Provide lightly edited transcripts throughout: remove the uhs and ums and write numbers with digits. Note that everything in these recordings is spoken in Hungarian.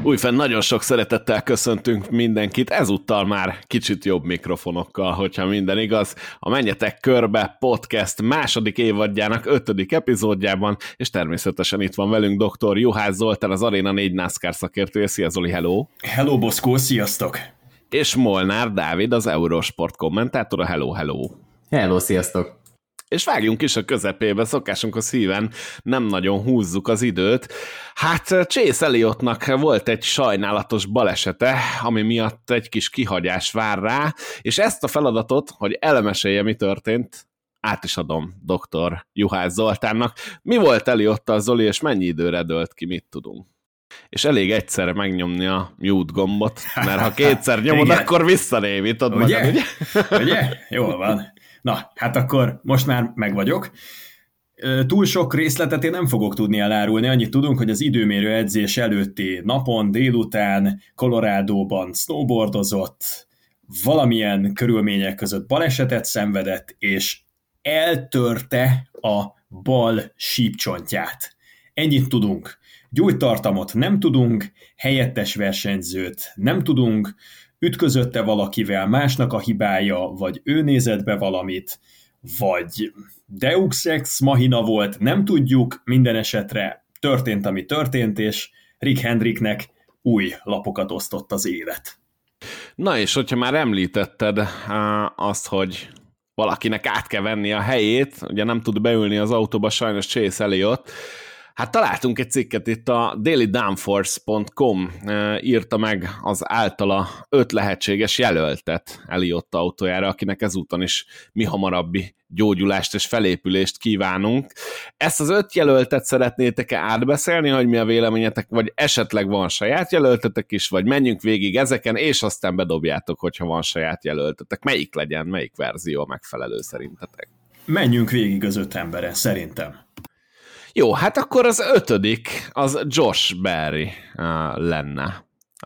Újfenn nagyon sok szeretettel köszöntünk mindenkit, ezúttal már kicsit jobb mikrofonokkal, hogyha minden igaz. A Menjetek Körbe podcast második évadjának 5. epizódjában, és természetesen itt van velünk dr. Juhász Zoltán, az Arena 4 NASCAR szakértője. Szia Zoli, hello! Hello Boszkó, sziasztok! És Molnár Dávid, az Eurosport kommentátora. Hello, hello! Hello, sziasztok! És vágjunk is a közepébe, szokásunkhoz híven nem nagyon húzzuk az időt. Hát Chase Elliottnak volt egy sajnálatos balesete, ami miatt egy kis kihagyás vár rá, és ezt a feladatot, hogy elmesélje, mi történt, át is adom dr. Juhász Zoltánnak. Mi volt Elliottal, Zoli, és mennyi időre dőlt ki, mit tudunk? És elég egyszerre megnyomni a mute gombot, mert ha kétszer nyomod, akkor visszanémítod magad, ugye? Ugye? Jól van. Na, hát akkor most már meg vagyok. Túl sok részletet én nem fogok tudni elárulni, annyit tudunk, hogy az időmérő edzés előtti napon, délután Colorado-ban snowboardozott, valamilyen körülmények között balesetet szenvedett, és eltörte a bal sípcsontját. Ennyit tudunk. Gyógytartamot nem tudunk, helyettes versenyzőt nem tudunk, ütközötte valakivel, másnak a hibája, vagy ő nézett be valamit, vagy Deus Ex Machina volt, nem tudjuk, minden esetre történt, ami történt, és Rick Hendricknek új lapokat osztott az élet. Na és hogyha már említetted azt, hogy valakinek át kell venni a helyét, ugye nem tud beülni az autóba sajnos Chase Elliott, hát találtunk egy cikket itt, a dailydownforce.com írta meg az általa 5 lehetséges jelöltet Elliott autójára, akinek ezúton is mi hamarabbi gyógyulást és felépülést kívánunk. Ezt az 5 jelöltet szeretnétek-e átbeszélni, hogy mi a véleményetek, vagy esetleg van saját jelöltetek is, vagy menjünk végig ezeken, és aztán bedobjátok, hogyha van saját jelöltetek. Melyik legyen, melyik verzió a megfelelő szerintetek? Menjünk végig az 5 emberen, szerintem. Jó, hát akkor az 5. az Josh Berry lenne,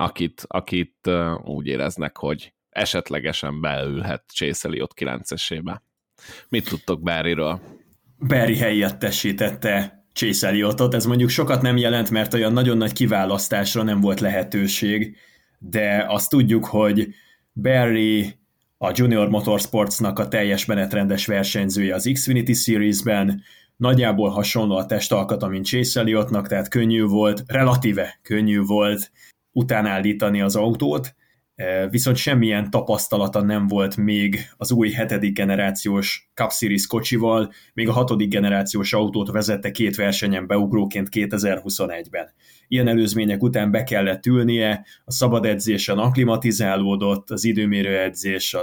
akit úgy éreznek, hogy esetlegesen beülhet Chase Elliott 9-esébe. Mit tudtok Berryről? Berry helyettesítette Chase Elliotot, ez mondjuk sokat nem jelent, mert olyan nagyon nagy kiválasztásra nem volt lehetőség, de azt tudjuk, hogy Berry a Junior Motorsportsnak a teljes menetrendes versenyzője az Xfinity Series-ben, nagyjából hasonló a testalkata, mint Chase Elliottnak, tehát könnyű volt, relatíve könnyű volt utánállítani az autót, viszont semmilyen tapasztalata nem volt még az új 7. generációs Cup Series kocsival, még a 6. generációs autót vezette 2 versenyen beugróként 2021-ben. Ilyen előzmények után be kellett ülnie, a szabad edzésen akklimatizálódott, az időmérő edzés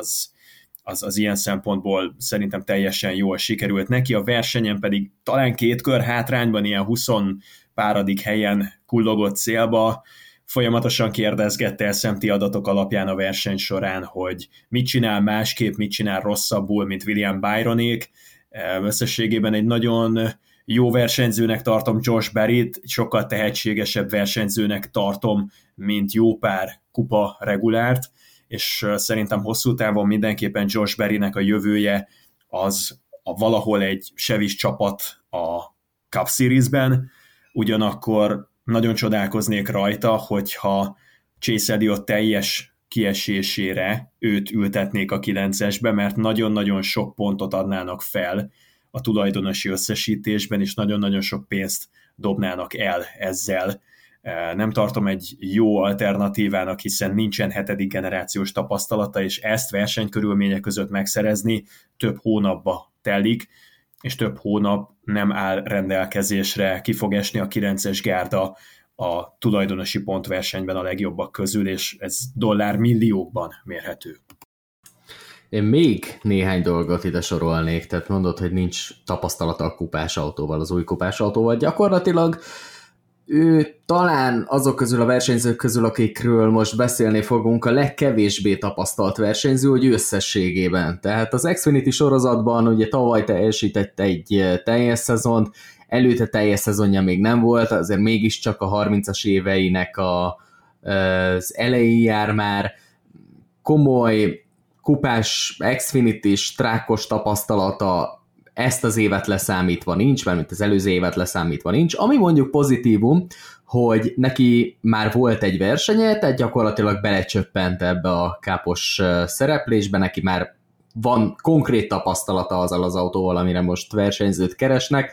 az ilyen szempontból szerintem teljesen jól sikerült neki, a versenyen pedig talán 2 kör hátrányban, ilyen 20 páradik helyen kullogott célba, folyamatosan kérdezgette SMT adatok alapján a verseny során, hogy mit csinál másképp, mit csinál rosszabbul, mint William Byronék. Összességében egy nagyon jó versenyzőnek tartom Josh Berryt, sokkal tehetségesebb versenyzőnek tartom, mint jó pár kupa regulárt, és szerintem hosszú távon mindenképpen Josh Berrynek a jövője az valahol egy Chevys csapat a Cup Series-ben, ugyanakkor nagyon csodálkoznék rajta, hogyha Chase Elliott teljes kiesésére őt ültetnék a 9-esbe, mert nagyon-nagyon sok pontot adnának fel a tulajdonosi összesítésben, és nagyon-nagyon sok pénzt dobnának el ezzel. Nem tartom egy jó alternatívának, hiszen nincsen 7. generációs tapasztalata, és ezt versenykörülmények között megszerezni több hónapba telik, és több hónap nem áll rendelkezésre, ki fog esni a 9-es gárda a tulajdonosi pontversenyben a legjobbak közül, és ez dollármilliókban mérhető. Én még néhány dolgot ide sorolnék, tehát mondod, hogy nincs tapasztalata a kupás autóval, az új kupás autóval. Gyakorlatilag ő talán azok közül a versenyzők közül, akikről most beszélni fogunk, a legkevésbé tapasztalt versenyző, hogy összességében. Tehát az Xfinity sorozatban ugye tavaly teljesített egy teljes szezont, előtte teljes szezonja még nem volt, azért mégiscsak a 30-as éveinek az elején jár már, komoly kupás Xfinity-s trákos tapasztalata ezt az évet leszámítva nincs, mármint az előző évet leszámítva nincs, ami mondjuk pozitívum, hogy neki már volt egy versenye, tehát gyakorlatilag belecsöppent ebbe a kápos szereplésbe, neki már van konkrét tapasztalata azzal az autóval, amire most versenyzőt keresnek,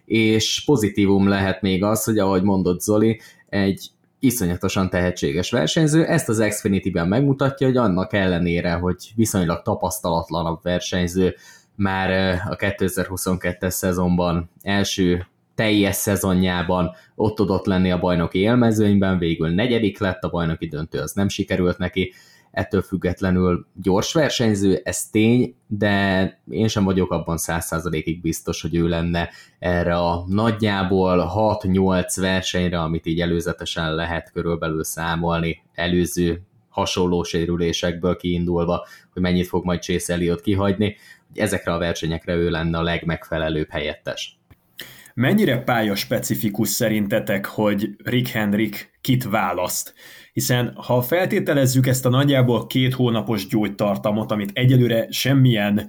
és pozitívum lehet még az, hogy ahogy mondott Zoli, egy iszonyatosan tehetséges versenyző, ezt az Xfinity-ben megmutatja, hogy annak ellenére, hogy viszonylag tapasztalatlanabb versenyző, már a 2022-es szezonban első teljes szezonjában ott tudott lenni a bajnoki élmezőnyben, végül 4. lett, a bajnoki döntő az nem sikerült neki, ettől függetlenül gyors versenyző, ez tény, de én sem vagyok abban 100%-ig biztos, hogy ő lenne erre a nagyjából 6-8 versenyre, amit így előzetesen lehet körülbelül számolni, előző hasonló sérülésekből kiindulva, hogy mennyit fog majd Chase Elliott kihagyni, hogy ezekre a versenyekre ő lenne a legmegfelelőbb helyettes. Mennyire pályaspecifikus szerintetek, hogy Rick Hendrick kit választ? Hiszen ha feltételezzük ezt a nagyjából 2 hónapos gyógytartamot, amit egyelőre semmilyen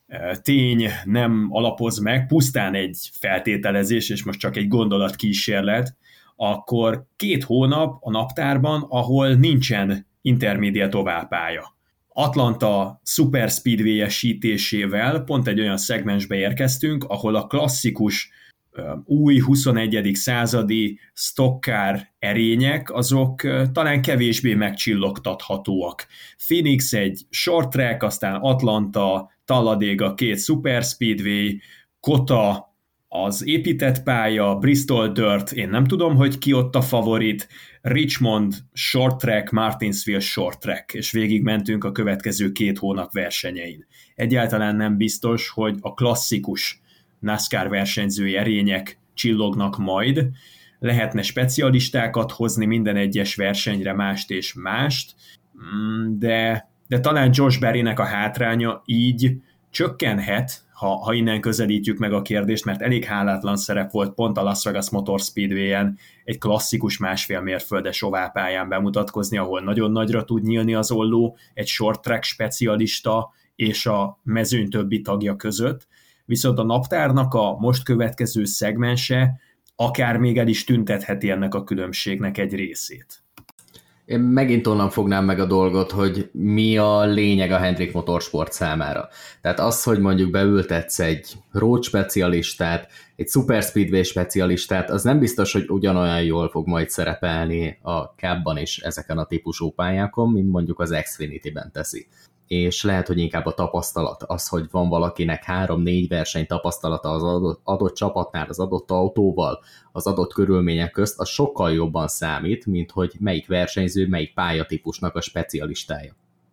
tény nem alapoz meg, pusztán egy feltételezés, és most csak egy gondolatkísérlet, akkor 2 hónap a naptárban, ahol nincsen intermediate továbbpálya. Atlanta Super Speedway-esítésével pont egy olyan szegmensbe érkeztünk, ahol a klasszikus új 21. századi stockcar erények, azok talán kevésbé megcsillogtathatóak. Phoenix egy short track, aztán Atlanta, Talladega 2 Super Speedway, COTA az épített pálya, Bristol Dirt, én nem tudom, hogy ki ott a favorit, Richmond short track, Martinsville short track, és végigmentünk a következő 2 hónap versenyein. Egyáltalán nem biztos, hogy a klasszikus NASCAR versenyzői erények csillognak majd. Lehetne specialistákat hozni minden egyes versenyre mást és mást, de talán Josh Berrynek a hátránya így csökkenhet, ha innen közelítjük meg a kérdést, mert elég hálátlan szerep volt pont a Las Vegas Motor Speedway-en egy klasszikus 1,5 mérföldes oválpályán bemutatkozni, ahol nagyon nagyra tud nyílni az olló egy short track specialista és a mezőny többi tagja között. Viszont a naptárnak a most következő szegmense akár még el is tüntetheti ennek a különbségnek egy részét. Én megint onnan fognám meg a dolgot, hogy mi a lényeg a Hendrick Motorsport számára. Tehát az, hogy mondjuk beültetsz egy road specialistát, egy super speedway specialistát, az nem biztos, hogy ugyanolyan jól fog majd szerepelni a Cup-ban is ezeken a típusú pályákon, mint mondjuk az Xfinity-ben teszi. És lehet, hogy inkább a tapasztalat, az, hogy van valakinek 3-4 verseny tapasztalata az adott csapatnál, az adott autóval, az adott körülmények közt, az sokkal jobban számít, mint hogy melyik versenyző, melyik pályatípusnak a specialistája.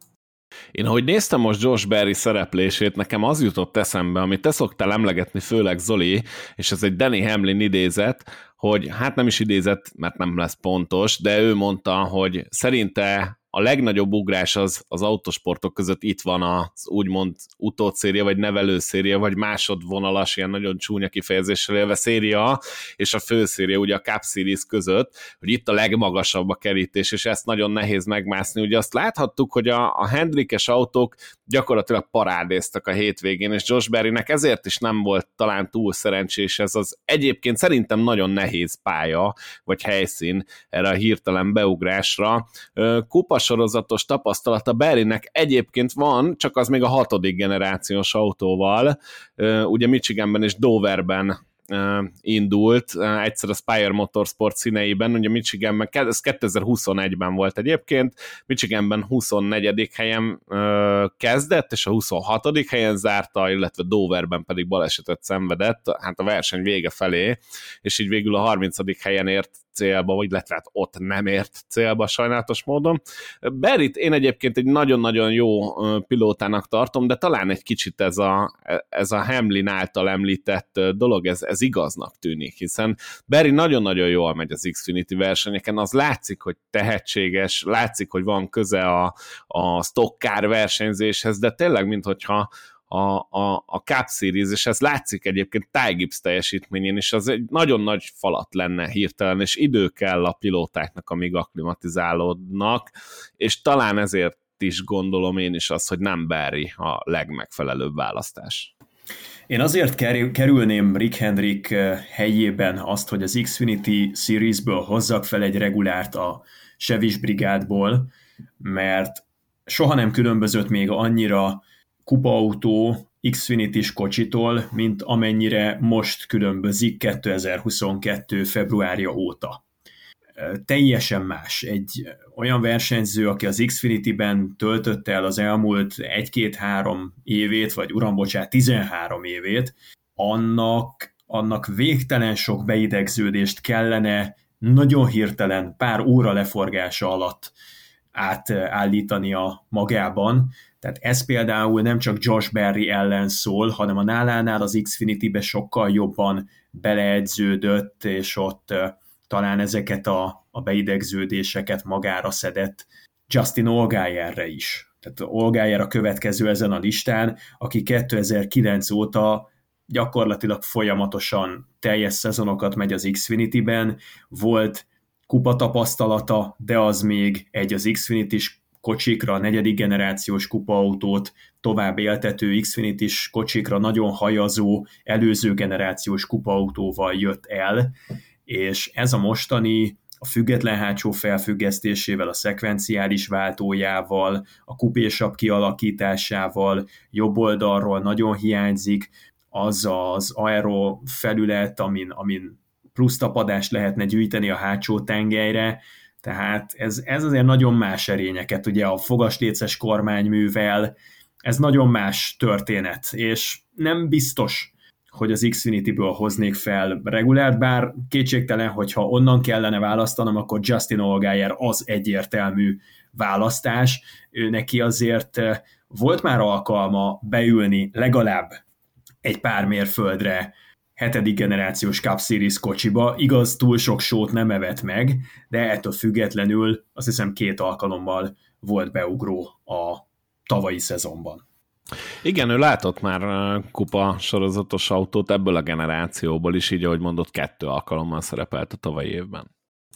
Én ahogy néztem most Josh Berry szereplését, nekem az jutott eszembe, amit te szoktál emlegetni, főleg Zoli, és ez egy Denny Hamlin idézet, hogy hát nem is idézet, mert nem lesz pontos, de ő mondta, hogy szerinte a legnagyobb ugrás az autósportok között itt van az úgymond utódszéria, vagy nevelőszéria, vagy másodvonalas, ilyen nagyon csúnya kifejezéssel élve széria, és a főszéria, ugye a Cup Series között, hogy itt a legmagasabb a kerítés, és ezt nagyon nehéz megmászni. Ugye azt láthattuk, hogy a Hendrickes autók gyakorlatilag parádéztak a hétvégén, és Josh Berrynek ezért is nem volt talán túl szerencsés ez az egyébként szerintem nagyon nehéz pálya, vagy helyszín erre a hirtelen beugrásra. Kupasorozatos tapasztalata Berrynek egyébként van, csak az még a 6. generációs autóval, ugye Michiganben és Doverben indult, egyszer a Spire Motorsport színeiben, ugye Michiganben, ez 2021-ben volt egyébként, Michiganben 24. helyen kezdett, és a 26. helyen zárta, illetve Doverben pedig balesetet szenvedett, hát a verseny vége felé, és így végül a 30. helyen ért célba, illetve hát ott nem ért célba sajnálatos módon. Berryt én egyébként egy nagyon-nagyon jó pilótának tartom, de talán egy kicsit ez a Hamlin által említett dolog, ez igaznak tűnik, hiszen Berry nagyon-nagyon jól megy az Xfinity versenyeken, az látszik, hogy tehetséges, látszik, hogy van köze a stockcar versenyzéshez, de tényleg, minthogyha a Cup Series, és ez látszik egyébként Ty Gibbs teljesítményén is, az egy nagyon nagy falat lenne hirtelen, és idő kell a pilótáknak, amíg akklimatizálódnak, és talán ezért is gondolom én is azt, hogy nem Berry a legmegfelelőbb választás. Én azért kerülném Rick Hendrick helyében azt, hogy az Xfinity Seriesből hozzak fel egy regulárt a Chevys brigádból, mert soha nem különbözött még annyira kupaautó Xfinity-s kocsitól, mint amennyire most különbözik 2022. februárja óta. Teljesen más. Egy olyan versenyző, aki az Xfinity-ben töltötte el az elmúlt 1-2-3 évét, vagy 13 évét, annak végtelen sok beidegződést kellene nagyon hirtelen, pár óra leforgása alatt átállítania magában. Tehát ez például nem csak Josh Berry ellen szól, hanem a nálánál az Xfinity-be sokkal jobban beleedződött, és ott talán ezeket a beidegződéseket magára szedett Justin Allgaierre is. Tehát Allgaier a következő ezen a listán, aki 2009 óta gyakorlatilag folyamatosan teljes szezonokat megy az Xfinity-ben, volt kupatapasztalata, de az még egy az Xfinity-s kocsikra, 4. generációs kupaautót tovább éltető Xfinity-s kocsikra nagyon hajazó előző generációs kupaautóval jött el, és ez a mostani a független hátsó felfüggesztésével, a szekvenciális váltójával, a kupésabb kialakításával jobb oldalról nagyon hiányzik az az aero felület, amin plusz tapadást lehetne gyűjteni a hátsó tengelyre, tehát ez azért nagyon más erényeket, ugye a fogasléces kormányművel, ez nagyon más történet, és nem biztos, hogy az Xfinity-ből hoznék fel regulárt, bár kétségtelen, hogyha onnan kellene választanom, akkor Justin Allgaier az egyértelmű választás. Ő neki azért volt már alkalma beülni legalább egy pár mérföldre 7. generációs Cup Series kocsiba, igaz, túl sok sót nem evett meg, de ettől függetlenül azt hiszem 2 alkalommal volt beugró a tavalyi szezonban. Igen, ő látott már kupa sorozatos autót ebből a generációból is, így ahogy mondott, 2 alkalommal szerepelt a tavalyi évben.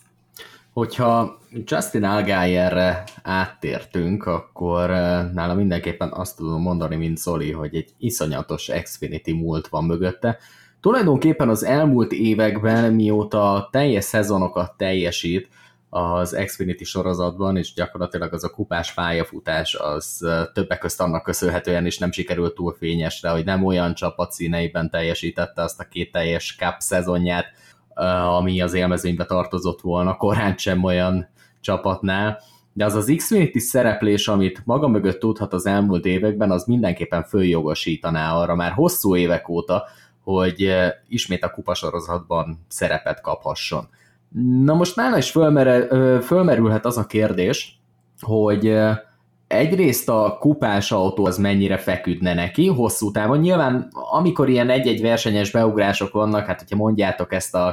Hogyha Justin Allgaierre áttértünk, akkor nála mindenképpen azt tudom mondani, mint Zoli, hogy egy iszonyatos Xfinity múlt van mögötte. Tulajdonképpen az elmúlt években, mióta teljes szezonokat teljesít az Xfinity sorozatban, és gyakorlatilag az a kupás pályafutás az többek közt annak köszönhetően is nem sikerült túl fényesre, hogy nem olyan csapat színeiben teljesítette azt a 2 teljes Cup szezonját, ami az élmezőnybe tartozott volna, korán sem olyan csapatnál, de az Xfinity szereplés, amit maga mögött tudhat az elmúlt években, az mindenképpen följogosítaná arra már hosszú évek óta, hogy ismét a kupasorozatban szerepet kaphasson. Na most nála is fölmerülhet az a kérdés, hogy egyrészt a kupás autó az mennyire feküdne neki hosszú távon. Nyilván amikor ilyen egy-egy versenyes beugrások vannak, hát hogyha mondjátok ezt a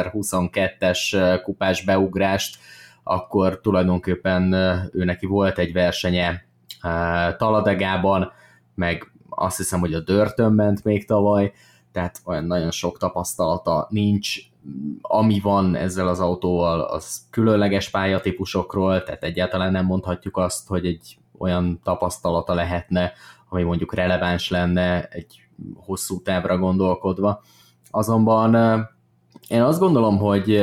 2022-es kupás beugrást, akkor tulajdonképpen ő neki volt egy versenye Talladegában, meg azt hiszem, hogy a Dirtön ment még tavaly, tehát olyan nagyon sok tapasztalata nincs. Ami van ezzel az autóval, az különleges pályatípusokról, tehát egyáltalán nem mondhatjuk azt, hogy egy olyan tapasztalata lehetne, ami mondjuk releváns lenne egy hosszú távra gondolkodva. Azonban én azt gondolom,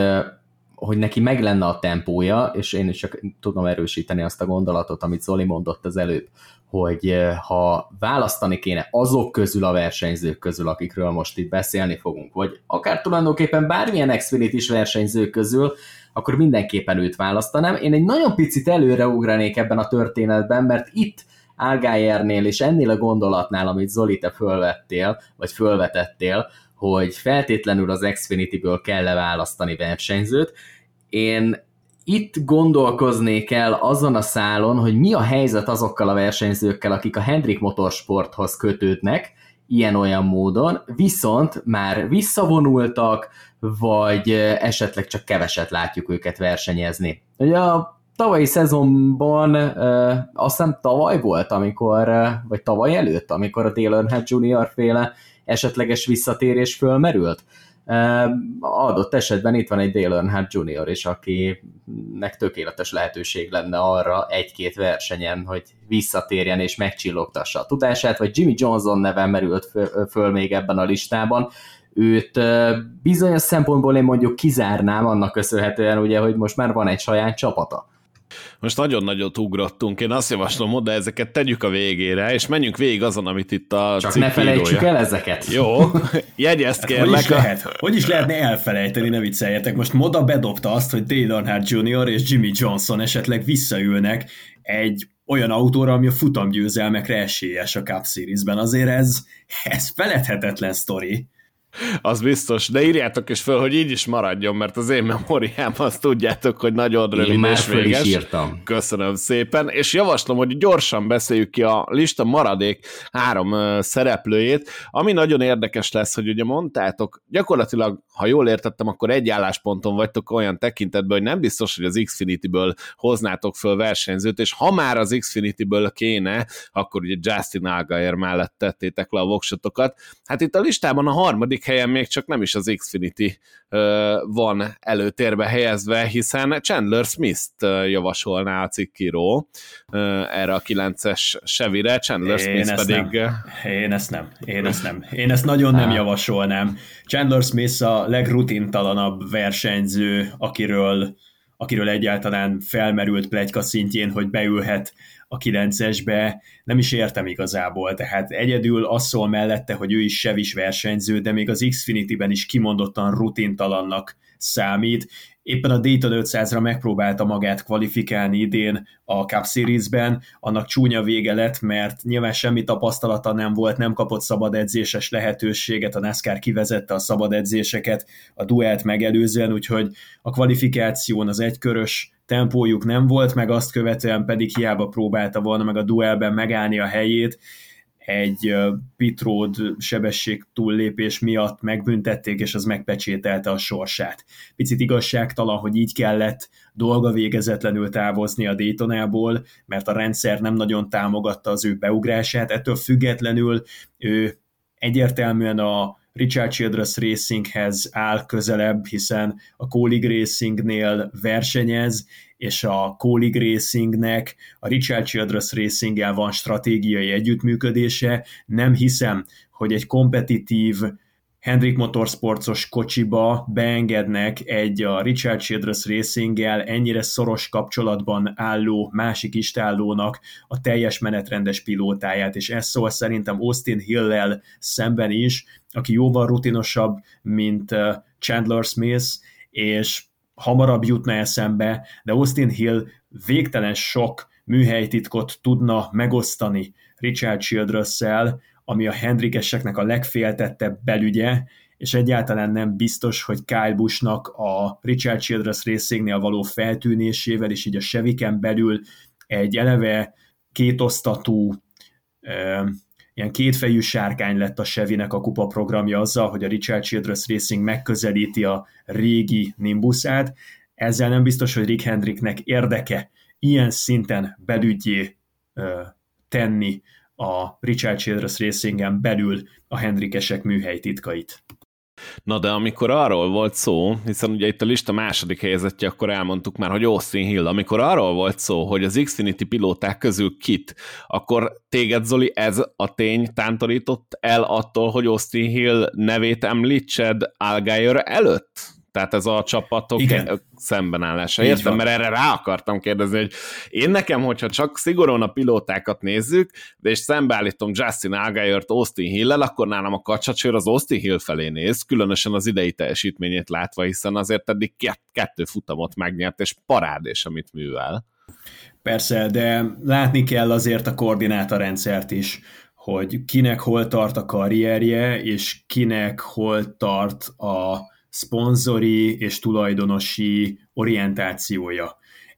hogy neki meg lenne a tempója, és én is csak tudom erősíteni azt a gondolatot, amit Zoli mondott az előbb, hogy ha választani kéne azok közül a versenyzők közül, akikről most itt beszélni fogunk, vagy akár tulajdonképpen bármilyen Xfinity-s versenyzők közül, akkor mindenképpen őt választanám. Én egy nagyon picit előreugranék ebben a történetben, mert itt Allgaiernél és ennél a gondolatnál, amit Zoli, te fölvetettél, hogy feltétlenül az Xfinity-ből kell választani versenyzőt, én itt gondolkoznék el azon a szálon, hogy mi a helyzet azokkal a versenyzőkkel, akik a Hendrick Motorsporthoz kötődnek, ilyen-olyan módon, viszont már visszavonultak, vagy esetleg csak keveset látjuk őket versenyezni. Ugye a tavalyi szezonban, azt hiszem tavaly volt, vagy tavaly előtt, amikor a Dale Earnhardt Jr. féle esetleges visszatérés fölmerült. Adott esetben itt van egy Dale Earnhardt Jr. is, akinek tökéletes lehetőség lenne arra egy-két versenyen, hogy visszatérjen és megcsillogtassa a tudását, vagy Jimmy Johnson neve merült föl még ebben a listában. Őt bizonyos szempontból én mondjuk kizárnám annak köszönhetően, ugye, hogy most már van egy saját csapata. Most nagyon nagyot ugrottunk, én azt javaslom oda, ezeket tegyük a végére, és menjünk végig azon, amit itt a csak ne felejtsük el ezeket. Jó, jegyezd kérlek. Hogy is lehetne elfelejteni, ne vicceljetek. Most Moda bedobta azt, hogy Dale Earnhardt Jr. és Jimmy Johnson esetleg visszaülnek egy olyan autóra, ami a futamgyőzelmekre esélyes a Cup Series-ben. Azért ez feledhetetlen sztori. Az biztos, de írjátok is föl, hogy így is maradjon, mert az én memóriám azt tudjátok, hogy nagyon rövid én és véges. Is írtam. Köszönöm szépen, és javaslom, hogy gyorsan beszéljük ki a lista maradék 3 szereplőjét, ami nagyon érdekes lesz, hogy ugye mondtátok, gyakorlatilag, ha jól értettem, akkor egy állásponton vagytok olyan tekintetben, hogy nem biztos, hogy az Xfinity-ből hoznátok föl versenyzőt, és ha már az Xfinity-ből kéne, akkor ugye Justin Allgaier mellett tettétek le a voksotokat. Hát itt a listában a 3. helyen még csak nem is az Xfinity van előtérbe helyezve, hiszen Chandler Smith-t javasolná a cikkíró erre a 9-es Chevy-re, Chandler Smith pedig... Én ezt nagyon nem javasolnám. Chandler Smith a legrutintalanabb versenyző, akiről egyáltalán felmerült pletyka szintjén, hogy beülhet a 9-esbe, nem is értem igazából, tehát egyedül az szól mellette, hogy ő is Chevy-s versenyző, de még az Xfinity-ben is kimondottan rutintalannak számít. Éppen a Dayton 500-ra megpróbálta magát kvalifikálni idén a Cup Series-ben, annak csúnya vége lett, mert nyilván semmi tapasztalata nem volt, nem kapott szabad edzéses lehetőséget, a NASCAR kivezette a szabad edzéseket a duelt megelőzően, úgyhogy a kvalifikáción az egykörös tempójuk nem volt, meg azt követően pedig hiába próbálta volna meg a duelben megállni a helyét, egy pit road sebesség túllépés miatt megbüntették, és az megpecsételte a sorsát. Picit igazságtalan, hogy így kellett dolga végezetlenül távozni a Daytonából, mert a rendszer nem nagyon támogatta az ő beugrását, ettől függetlenül ő egyértelműen a Richard Childress Racinghez áll közelebb, hiszen a Kaulig Racingnél versenyez, és a Kaulig Racingnek a Richard Childress Racinggel van stratégiai együttműködése. Nem hiszem, hogy egy kompetitív Hendrick Motorsportos kocsiba beengednek egy a Richard Childress Racinggel ennyire szoros kapcsolatban álló másik istállónak a teljes menetrendes pilótáját, és ez szól szerintem Austin Hill-lel szemben is, aki jóval rutinosabb, mint Chandler Smith, és hamarabb jutna eszembe, de Austin Hill végtelen sok műhelytitkot tudna megosztani Richard Childress-szel, ami a Hendrickeseknek a legféltettebb belügye, és egyáltalán nem biztos, hogy Kyle Buschnak a Richard Childress Racingnél való feltűnésével, és így a Chevy-ken belül egy eleve kétosztatú, ilyen kétfejű sárkány lett a Chevy-nek a kupaprogramja azzal, hogy a Richard Childress Racing megközelíti a régi Nimbusát. Ezzel nem biztos, hogy Rick Hendricknek érdeke ilyen szinten belügyé tenni a Richard Childress Racingen belül a Hendrickesek műhelytitkait. Na de amikor arról volt szó, hiszen ugye itt a lista második helyezettje, akkor elmondtuk már, hogy Austin Hill, amikor arról volt szó, hogy az Xfinity pilóták közül kit, akkor téged, Zoli, ez a tény tántorított el attól, hogy Austin Hill nevét említsed Allgaier előtt? Tehát ez a csapatok szembenállása. Értem, mert erre rá akartam kérdezni, hogy én nekem, hogyha csak szigorúan a pilótákat nézzük, de és szembeállítom Justin Allgaiert Austin Hill-lel, akkor nálam a kacsacsőr az Austin Hill felé néz, különösen az idei teljesítményét látva, hiszen azért eddig 2 futamot megnyert, és parádés, amit művel. Persze, de látni kell azért a koordinátorrendszert is, hogy kinek hol tart a karrierje, és kinek hol tart a szponzori és tulajdonosi orientációja.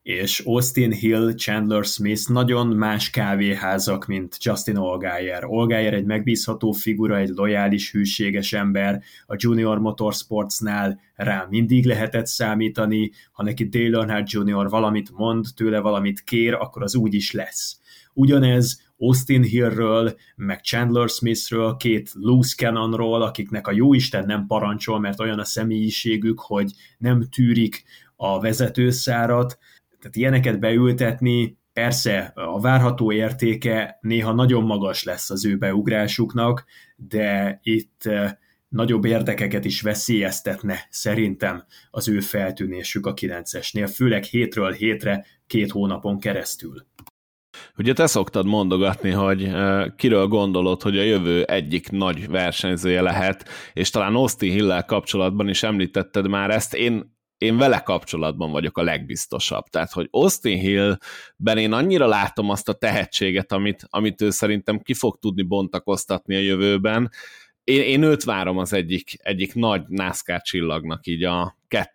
és Austin Hill, Chandler Smith nagyon más kávéházak, mint Justin Allgaier. Allgaier egy megbízható figura, egy lojális, hűséges ember, a Junior Motorsportsnál rá mindig lehetett számítani, ha neki Dale Earnhardt Jr. valamit mond, tőle valamit kér, akkor az úgy is lesz. Ugyanez Austin Hillről, meg Chandler Smithről, két loose cannonról, akiknek a jóisten nem parancsol, mert olyan a személyiségük, hogy nem tűrik a vezetőszárat. Tehát ilyeneket beültetni, persze a várható értéke néha nagyon magas lesz az ő beugrásuknak, de itt nagyobb érdekeket is veszélyeztetne szerintem az ő feltűnésük a 9-esnél, főleg hétről hétre 2 hónapon keresztül. Ugye te szoktad mondogatni, hogy kiről gondolod, hogy a jövő egyik nagy versenyzője lehet, és talán Austin Hill-lel kapcsolatban is említetted már ezt, én vele kapcsolatban vagyok a legbiztosabb. Tehát, hogy Austin Hill-ben én annyira látom azt a tehetséget, amit ő szerintem ki fog tudni bontakoztatni a jövőben. Én őt várom az egyik nagy NASCAR csillagnak így a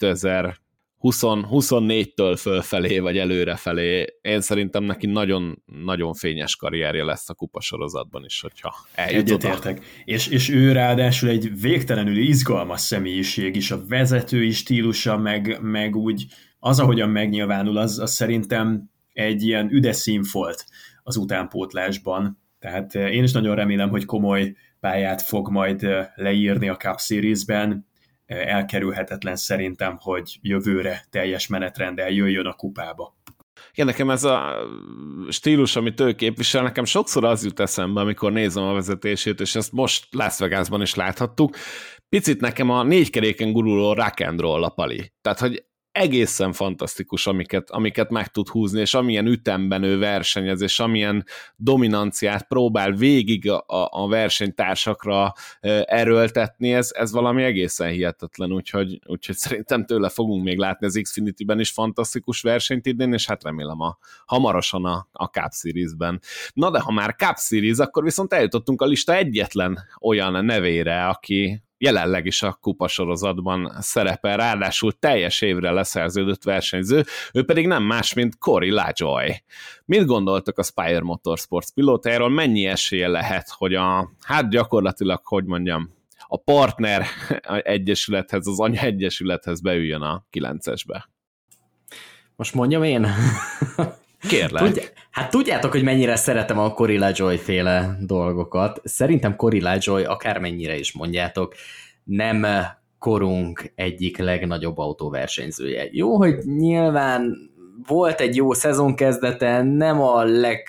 2024-től fölfelé, vagy előrefelé. Én szerintem neki nagyon, nagyon fényes karrierje lesz a kupasorozatban is, hogyha eljut oda. Egyetértek. És ő ráadásul egy végtelenül izgalmas személyiség is, a vezetői stílusa, meg úgy az, ahogyan megnyilvánul, az szerintem egy ilyen üdes színfolt az utánpótlásban. Tehát én is nagyon remélem, hogy komoly pályát fog majd leírni a Cup Series-ben. Elkerülhetetlen szerintem, hogy jövőre teljes menetrenddel jöjjön a kupába. Igen, nekem ez a stílus, amit ő képvisel, nekem sokszor az jut eszembe, amikor nézem a vezetését, és ezt most Las Vegasban is láthattuk. Picit nekem a 4 keréken guruló rock and roll a pali. Tehát, hogy egészen fantasztikus, amiket meg tud húzni, és amilyen ütemben ő versenyez, és amilyen dominanciát próbál végig a versenytársakra erőltetni, ez valami egészen hihetetlen, úgyhogy szerintem tőle fogunk még látni az Xfinity-ben is fantasztikus versenyt idén, és hát remélem hamarosan a Cup Series-ben. Na de ha már Cup Series, akkor viszont eljutottunk a lista egyetlen olyan nevére, aki jelenleg is a kupasorozatban szerepel, ráadásul teljes évre leszerződött versenyző, ő pedig nem más, mint Corey LaJoie. Mit gondoltak a Spire Motorsports pilótájáról, mennyi esélye lehet, hogy gyakorlatilag, hogy mondjam, a partner egyesülethez, az anya egyesülethez beüljön a 9-esbe? Most mondjam én? Kérlek. Tudjátok, hogy mennyire szeretem a Corey LaJoie féle dolgokat. Szerintem Corey LaJoie, akármennyire is mondjátok, nem korunk egyik legnagyobb autóversenyzője. Jó, hogy nyilván volt egy jó szezonkezdete, nem a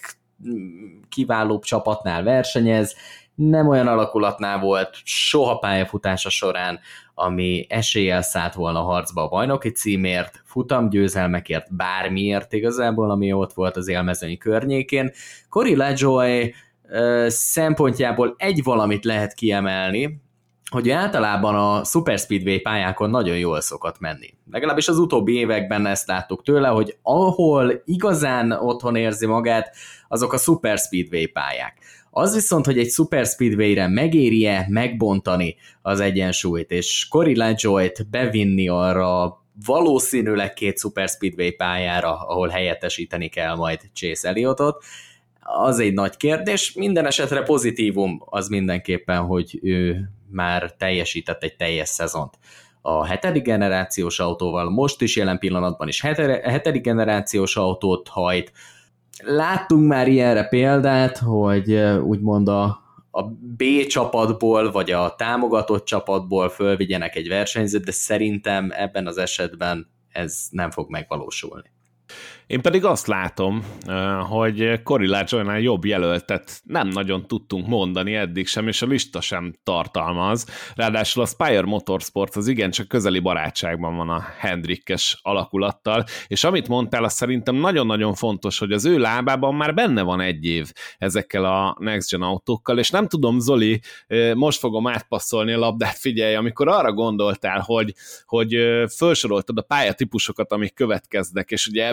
legkiválóbb csapatnál versenyez, nem olyan alakulatnál volt soha pályafutása során, ami eséllyel szállt volna harcba a bajnoki címért, futamgyőzelmekért, bármiért igazából, ami ott volt az élmezőny környékén. Corey LaJoie szempontjából egy valamit lehet kiemelni, hogy általában a Super Speedway pályákon nagyon jól szokott menni. Legalábbis az utóbbi években ezt láttuk tőle, hogy ahol igazán otthon érzi magát, azok a Super Speedway pályák. Az viszont, hogy egy Super Speedway-re megéri-e megbontani az egyensúlyt, és Corey LaJoie-t bevinni arra valószínűleg 2 Super Speedway pályára, ahol helyettesíteni kell majd Chase Elliotot, az egy nagy kérdés. Minden esetre pozitívum az mindenképpen, hogy ő már teljesített egy teljes szezont a 7. generációs autóval, most is jelen pillanatban is 7. generációs autót hajt. Láttunk már ilyenre példát, hogy úgymond a B csapatból, vagy a támogatott csapatból fölvigyenek egy versenyzőt, de szerintem ebben az esetben ez nem fog megvalósulni. Én pedig azt látom, hogy Corey LaJoie-nál jobb jelöltet nem nagyon tudtunk mondani eddig sem, és a lista sem tartalmaz. Ráadásul a Spire Motorsports az igencsak közeli barátságban van a Hendrickes alakulattal, és amit mondtál, az szerintem nagyon-nagyon fontos, hogy az ő lábában már benne van 1 év ezekkel a Next Gen autókkal, és nem tudom, Zoli, most fogom átpasszolni a labdát, figyelj, amikor arra gondoltál, hogy felsoroltad a pályatípusokat, amik következnek, és ugye ebben azért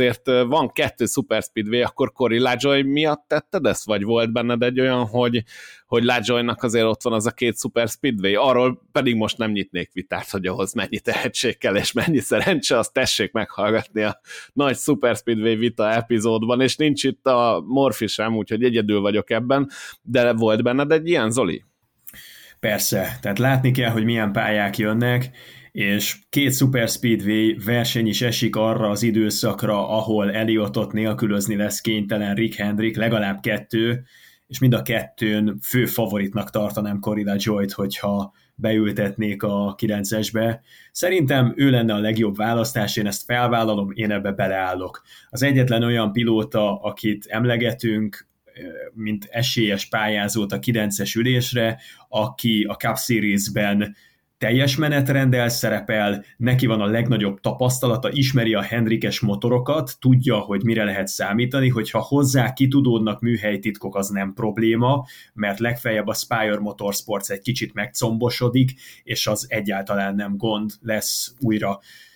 azért van 2 Super Speedway, akkor Corey LaJoie miatt tetted ezt, vagy volt benned egy olyan, hogy LaJoie-nak azért ott van az a 2 Super Speedway, arról pedig most nem nyitnék vitát, hogy ahhoz mennyi tehetség kell, és mennyi szerencse, azt tessék meghallgatni a nagy Super Speedway vita epizódban, és nincs itt a Morfi sem, úgyhogy egyedül vagyok ebben, de volt benned egy ilyen, Zoli? Persze, tehát látni kell, hogy milyen pályák jönnek, és 2 Super Speedway verseny is esik arra az időszakra, ahol Elliotot nélkülözni lesz kénytelen Rick Hendrick, legalább 2, és mind a 2-n fő favoritnak tartanám Corey LaJoie-t, hogyha beültetnék a 9-esbe. Szerintem ő lenne a legjobb választás, én ezt felvállalom, én ebbe beleállok. Az egyetlen olyan pilóta, akit emlegetünk, mint esélyes pályázót a 9-es ülésre, aki a Cup Series-ben teljes menetrenddel szerepel, neki van a legnagyobb tapasztalata, ismeri a Hendrickes motorokat, tudja, hogy mire lehet számítani, hogyha hozzá kitudódnak műhelytitkok, az nem probléma, mert legfeljebb a Spire Motorsports egy kicsit megcombosodik, és az egyáltalán nem gond, lesz újra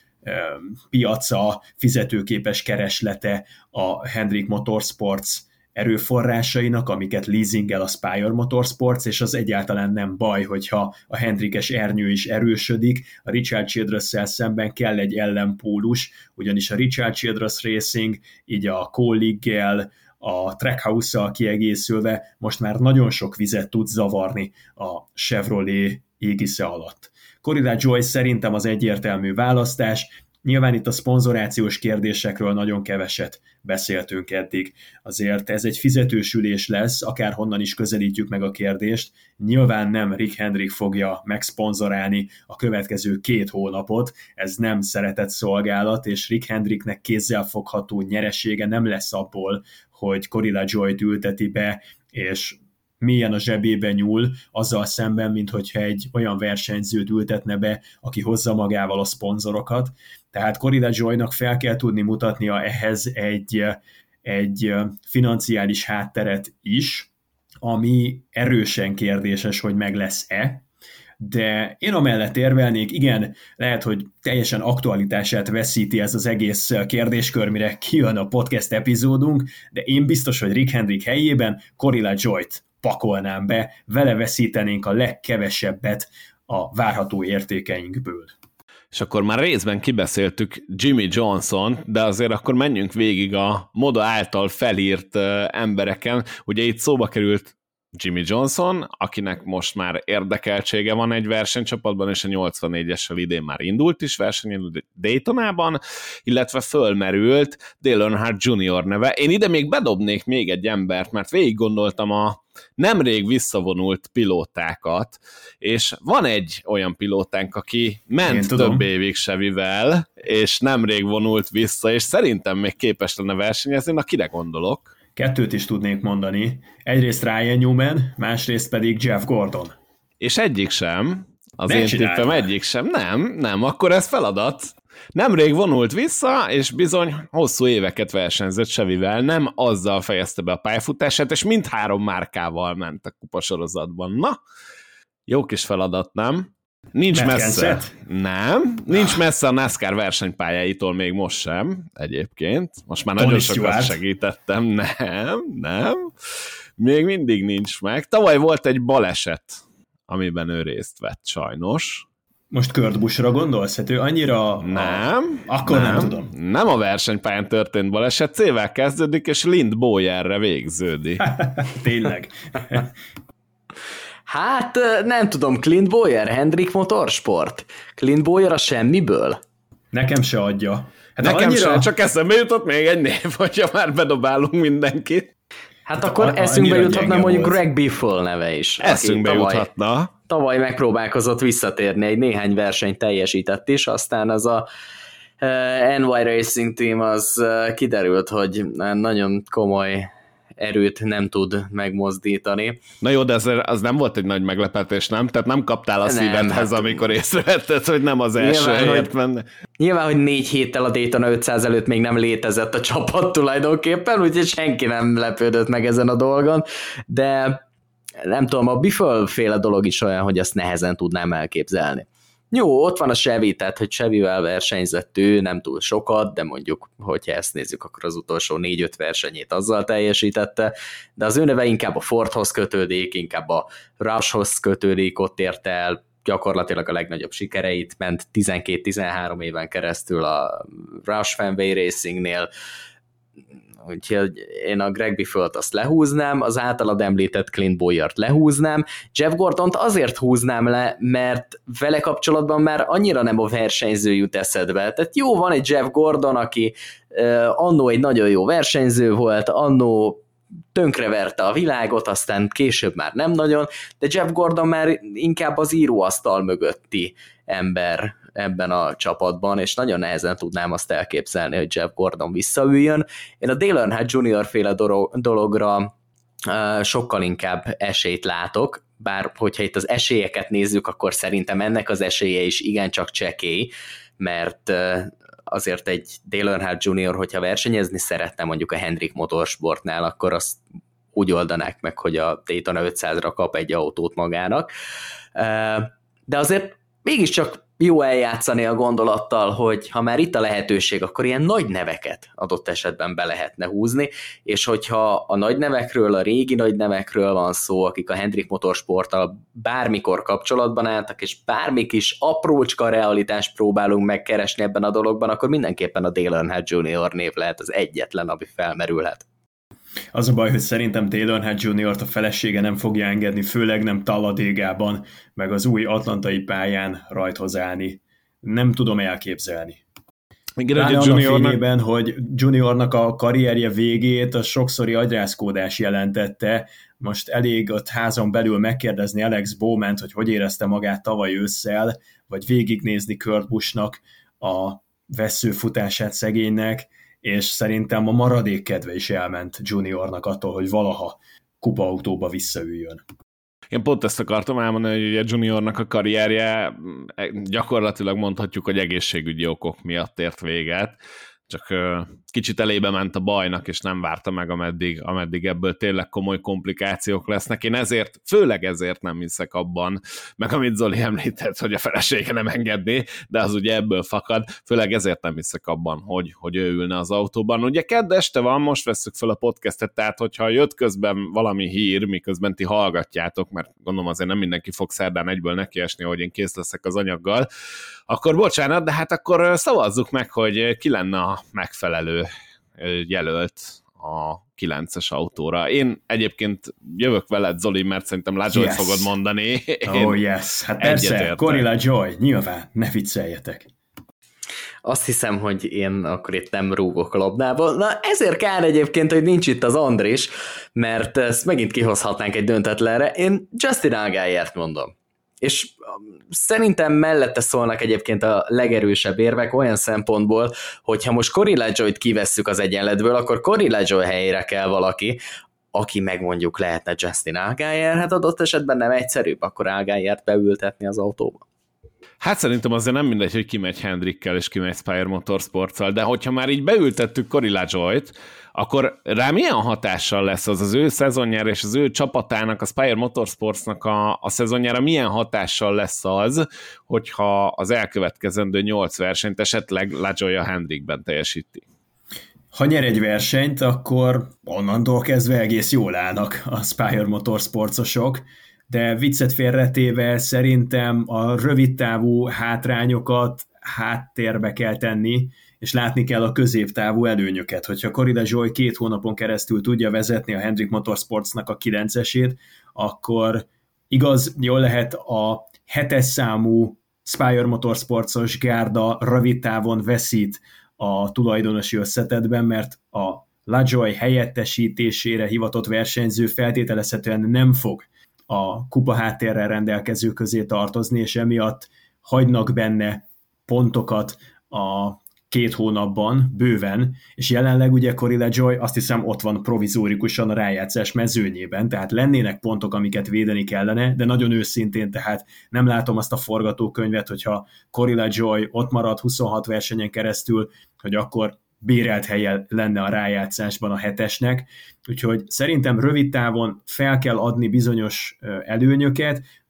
piaca, fizetőképes kereslete a Hendrick Motorsports erőforrásainak, amiket leasingel a Spire Motorsports, és az egyáltalán nem baj, hogyha a Hendrickes ernyő is erősödik. A Richard Childress-szel szemben kell egy ellenpólus, ugyanis a Richard Childress Racing, így a Colleague-gel, a Trackhouse-szal kiegészülve most már nagyon sok vizet tud zavarni a Chevrolet égisze alatt. Corey LaJoie szerintem az egyértelmű választás. Nyilván itt a szponzorációs kérdésekről nagyon keveset beszéltünk eddig. Azért ez egy fizetősülés lesz, akárhonnan is közelítjük meg a kérdést. Nyilván nem Rick Hendrick fogja megszponzorálni a következő 2 hónapot, ez nem szeretett szolgálat, és Rick Hendricknek kézzelfogható nyeresége nem lesz abból, hogy Corey LaJoie-t ülteti be, és mélyen a zsebébe nyúl, azzal szemben, mint hogyha egy olyan versenyzőt ültetne be, aki hozza magával a szponzorokat. Tehát Corey LaJoie-nak fel kell tudni mutatnia ehhez egy financiális hátteret is, ami erősen kérdéses, hogy meg lesz-e, de én amellett érvelnék, igen, lehet, hogy teljesen aktualitását veszíti ez az egész kérdéskör, mire kijön a podcast epizódunk, de én biztos, hogy Rick Hendrick helyében Corey LaJoie-t pakolnám be, vele veszítenénk a legkevesebbet a várható értékeinkből. És akkor már részben kibeszéltük Jimmy Johnson, de azért akkor menjünk végig a Moda által felírt embereken. Ugye itt szóba került Jimmy Johnson, akinek most már érdekeltsége van egy versenycsapatban, és a 84-essel idén már indult is versenyen Daytonában, illetve fölmerült Dale Earnhardt Jr. neve. Én ide még bedobnék még egy embert, mert végig gondoltam a nemrég visszavonult pilótákat, és van egy olyan pilótánk, aki ment több évig Chevyvel, és nemrég vonult vissza, és szerintem még képes lenne versenyezni, na kire gondolok? 2 is tudnék mondani. Egyrészt Ryan Newman, másrészt pedig Jeff Gordon. És egyik sem. Az én tippem egyik sem. Nem, akkor ez feladat. Nemrég vonult vissza, és bizony hosszú éveket versenyzett Chevyvel, nem azzal fejezte be a pályafutását, és mindhárom márkával ment a kupasorozatban. Na, jó kis feladat, nem? Nincs messze. Nincs messze a NASCAR versenypályáitól még most sem, egyébként. Most már nagyon sokat segítettem. Nem. Még mindig nincs meg. Tavaly volt egy baleset, amiben ő részt vett, sajnos. Most Kurt Buschra gondolsz? Hát ő annyira... Nem. Akkor nem tudom. Nem a versenypályán történt baleset, C-vel kezdődik, és Lind Bowyerre végződik. Tényleg. Hát nem tudom, Clint Bowyer, Hendrick Motorsport. Clint Bowyer a semmiből? Nekem se adja. Hát nekem se, csak eszembe jutott még egy név, hogyha már bedobálunk mindenkit. Hát akkor eszünkbe juthatna mondjuk Greg Biffle neve is. Eszünkbe juthatna. Tavaly megpróbálkozott visszatérni, egy néhány versenyt teljesített is, aztán az a NY Racing Team az kiderült, hogy nagyon komoly erőt nem tud megmozdítani. Na jó, de az nem volt egy nagy meglepetés, nem? Tehát nem kaptál a szívedhez, amikor észrevetted, hogy nem az első helyet menne. Nyilván, hogy 4 héttel a Daytona 500 előtt még nem létezett a csapat tulajdonképpen, úgyhogy senki nem lepődött meg ezen a dolgon, de nem tudom, a Biffle féle dolog is olyan, hogy ezt nehezen tudnám elképzelni. Jó, ott van a Chevy, tehát hogy Chevyvel versenyzett ő, nem túl sokat, de mondjuk, hogyha ezt nézzük, akkor az utolsó 4-5 versenyét azzal teljesítette, de az ő neve inkább a Fordhoz kötődik, inkább a Roushhoz kötődik, ott érte el gyakorlatilag a legnagyobb sikereit, ment 12-13 éven keresztül a Roush Fenway Racingnél, úgyhogy én a Greg Biffle-t azt lehúznám, az általad említett Clint Bowyert lehúznám, Jeff Gordont azért húznám le, mert vele kapcsolatban már annyira nem a versenyző jut eszedbe. Tehát jó, van egy Jeff Gordon, aki annó egy nagyon jó versenyző volt, annó tönkreverte a világot, aztán később már nem nagyon, de Jeff Gordon már inkább az íróasztal mögötti ember ebben a csapatban, és nagyon nehezen tudnám azt elképzelni, hogy Jeff Gordon visszaüljön. Én a Dale Earnhardt Jr. féle dologra sokkal inkább esélyt látok, bár hogyha itt az esélyeket nézzük, akkor szerintem ennek az esélye is igencsak csekély, mert azért egy Dale Earnhardt Jr., hogyha versenyezni szeretne mondjuk a Hendrick Motorsportnál, akkor azt úgy oldanák meg, hogy a Daytona 500-ra kap egy autót magának. De azért mégiscsak jó eljátszani a gondolattal, hogy ha már itt a lehetőség, akkor ilyen nagy neveket adott esetben be lehetne húzni, és hogyha a nagy nevekről, a régi nagy nevekről van szó, akik a Hendrick Motorsporttal bármikor kapcsolatban álltak, és bármi kis aprócska realitást próbálunk megkeresni ebben a dologban, akkor mindenképpen a Dale Earnhardt Jr. név lehet az egyetlen, ami felmerülhet. Az a baj, hogy szerintem Dale Earnhardt Jr.-t a felesége nem fogja engedni, főleg nem Talladégában, meg az új atlantai pályán rajthoz állni. Nem tudom elképzelni. Pláne annak fényében, hogy Juniornak a karrierje végét a sokszori agyrázkódás jelentette. Most elég ott házon belül megkérdezni Alex Bowmant, hogy érezte magát tavaly ősszel, vagy végignézni Kurt Buschnak a vesszőfutását szegénynek, és szerintem a maradék kedve is elment Juniornak attól, hogy valaha kupaautóba visszaüljön. Én pont ezt akartam elmondani, hogy a Juniornak a karrierje gyakorlatilag mondhatjuk, hogy egészségügyi okok miatt ért véget, csak kicsit elébe ment a bajnak, és nem várta meg, ameddig ebből tényleg komoly komplikációk lesznek. Én főleg ezért nem hiszek abban, meg amit Zoli említett, hogy a felesége nem engedné, de az ugye ebből fakad, főleg ezért nem hiszek abban, hogy ő ülne az autóban. Ugye kedd este van, most vesszük fel a podcastet, tehát hogyha jött közben valami hír, miközben ti hallgatjátok, mert gondolom azért nem mindenki fog szerdán egyből nekiesni, hogy én kész leszek az anyaggal, akkor bocsánat, de hát akkor szavazzuk meg, hogy ki lenne a megfelelő jelölt a 9-es autóra. Én egyébként jövök veled, Zoli, mert szerintem LaJoy fogod mondani. Oh yes, hát persze, Corey LaJoy, nyilván, ne vicceljetek. Azt hiszem, hogy én akkor itt nem rúgok a labdából. Na, ezért kár egyébként, hogy nincs itt az Andris, mert ezt megint kihozhatnánk egy döntetlenre. Én Justin Allgaiert mondom. És szerintem mellette szólnak egyébként a legerősebb érvek olyan szempontból, hogyha most Corey LaJoyt kivesszük az egyenletből, akkor Corey LaJoy helyére kell valaki, aki meg mondjuk lehetne Justin Allgaier, hát adott esetben nem egyszerűbb, akkor Allgaiert beültetni az autóba. Hát szerintem azért nem mindegy, hogy kimegy Hendrickkel és kimegy Spire Motorsporttal, de hogyha már így beültettük Corey LaJoyt, akkor rá milyen hatással lesz az ő szezonjára és az ő csapatának, a Spire Motorsportsnak a szezonjára milyen hatással lesz az, hogyha az elkövetkezendő 8 versenyt esetleg LaJoy a Hendrickben teljesíti? Ha nyer egy versenyt, akkor onnantól kezdve egész jól állnak a Spire Motorsportsosok, de viccet félretéve szerintem a rövidtávú hátrányokat háttérbe kell tenni, és látni kell a középtávú előnyöket. Hogyha Corey LaJoy 2 hónapon keresztül tudja vezetni a Hendrick Motorsportsnak a 9-esét, akkor igaz, jól lehet a 7-es számú Spire Motorsportsos gárda rövid távon veszít a tulajdonosi összetetben, mert a LaJoy helyettesítésére hivatott versenyző feltételezhetően nem fog a kupa háttérrel rendelkező közé tartozni, és emiatt hagynak benne pontokat a 2 hónapban, bőven, és jelenleg ugye Corey LaJoy azt hiszem ott van provizórikusan a rájátszás mezőnyében, tehát lennének pontok, amiket védeni kellene, de nagyon őszintén, tehát nem látom azt a forgatókönyvet, hogyha Corey LaJoy ott marad 26 versenyen keresztül, hogy akkor bérelt helye lenne a rájátszásban a 7-esnek, úgyhogy szerintem rövid távon fel kell adni bizonyos előnyöket,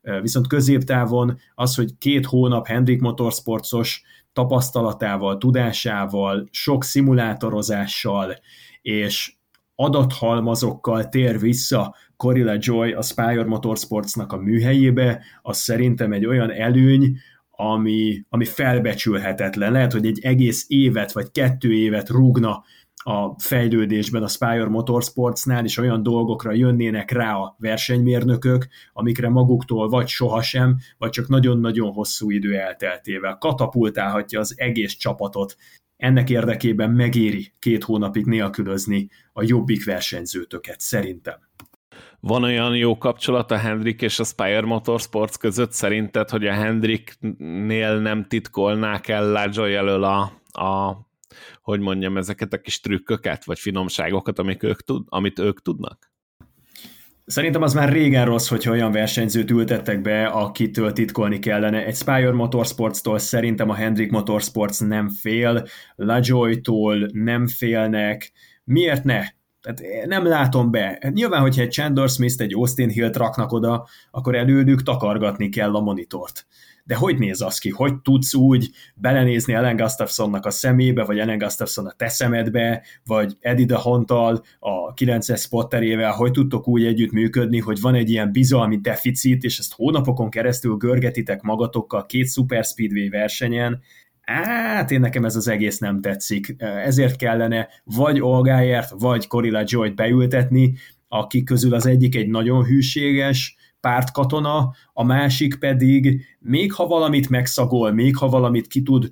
Viszont középtávon az, hogy 2 hónap Hendrick Motorsportsos tapasztalatával, tudásával, sok szimulátorozással és adathalmazokkal tér vissza Corey LaJoie a Spire Motorsportsnak a műhelyébe, az szerintem egy olyan előny, ami felbecsülhetetlen. Lehet, hogy egy egész évet vagy 2 évet rúgna a fejlődésben a Spire Motorsportsnál, és olyan dolgokra jönnének rá a versenymérnökök, amikre maguktól vagy sohasem, vagy csak nagyon-nagyon hosszú idő elteltével katapultálhatja az egész csapatot. Ennek érdekében megéri 2 hónapig nélkülözni a jobbik versenyzőtöket, szerintem. Van olyan jó kapcsolat a Hendrick és a Spire Motorsports között szerinted, hogy a Hendricknél nem titkolnák el LaJoie elől hogy mondjam, ezeket a kis trükköket, vagy finomságokat, amit ők tudnak? Szerintem az már régen rossz, hogyha olyan versenyzőt ültettek be, akitől titkolni kellene. Egy Spire Motorsportstól szerintem a Hendrick Motorsports nem fél, LaJoie-tól nem félnek. Miért ne? Tehát nem látom be. Nyilván, hogyha egy Chandler Smith-t, egy Austin Hill-t raknak oda, akkor előlük takargatni kell a monitort. De hogy néz az ki? Hogy tudsz úgy belenézni Alan Gustafsonnak a szemébe, vagy Alan Gustafson a te szemedbe, vagy Eddie de Hontal a 9-es spotterével, hogy tudtok úgy együtt működni, hogy van egy ilyen bizalmi deficit, és ezt hónapokon keresztül görgetitek magatokkal 2 Super Speedway versenyen. Én nekem ez az egész nem tetszik. Ezért kellene vagy Allgaiert, vagy Corey LaJoie-t beültetni, akik közül az egyik egy nagyon hűséges pártkatona, a másik pedig még ha valamit megszagol, még ha valamit ki tud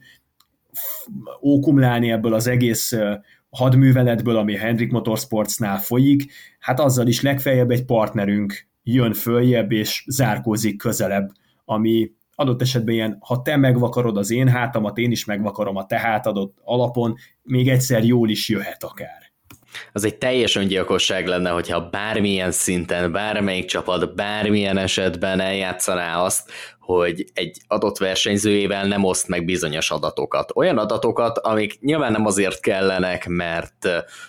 ókumlálni ebből az egész hadműveletből, ami Hendrick Motorsportsnál folyik, hát azzal is legfeljebb egy partnerünk jön följebb és zárkózik közelebb, ami adott esetben ilyen, ha te megvakarod az én hátamat, én is megvakarom a te hátadot alapon, még egyszer jól is jöhet akár. Az egy teljes öngyilkosság lenne, hogyha bármilyen szinten, bármelyik csapat, bármilyen esetben eljátszaná azt, hogy egy adott versenyzőjével nem oszt meg bizonyos adatokat. Olyan adatokat, amik nyilván nem azért kellenek, mert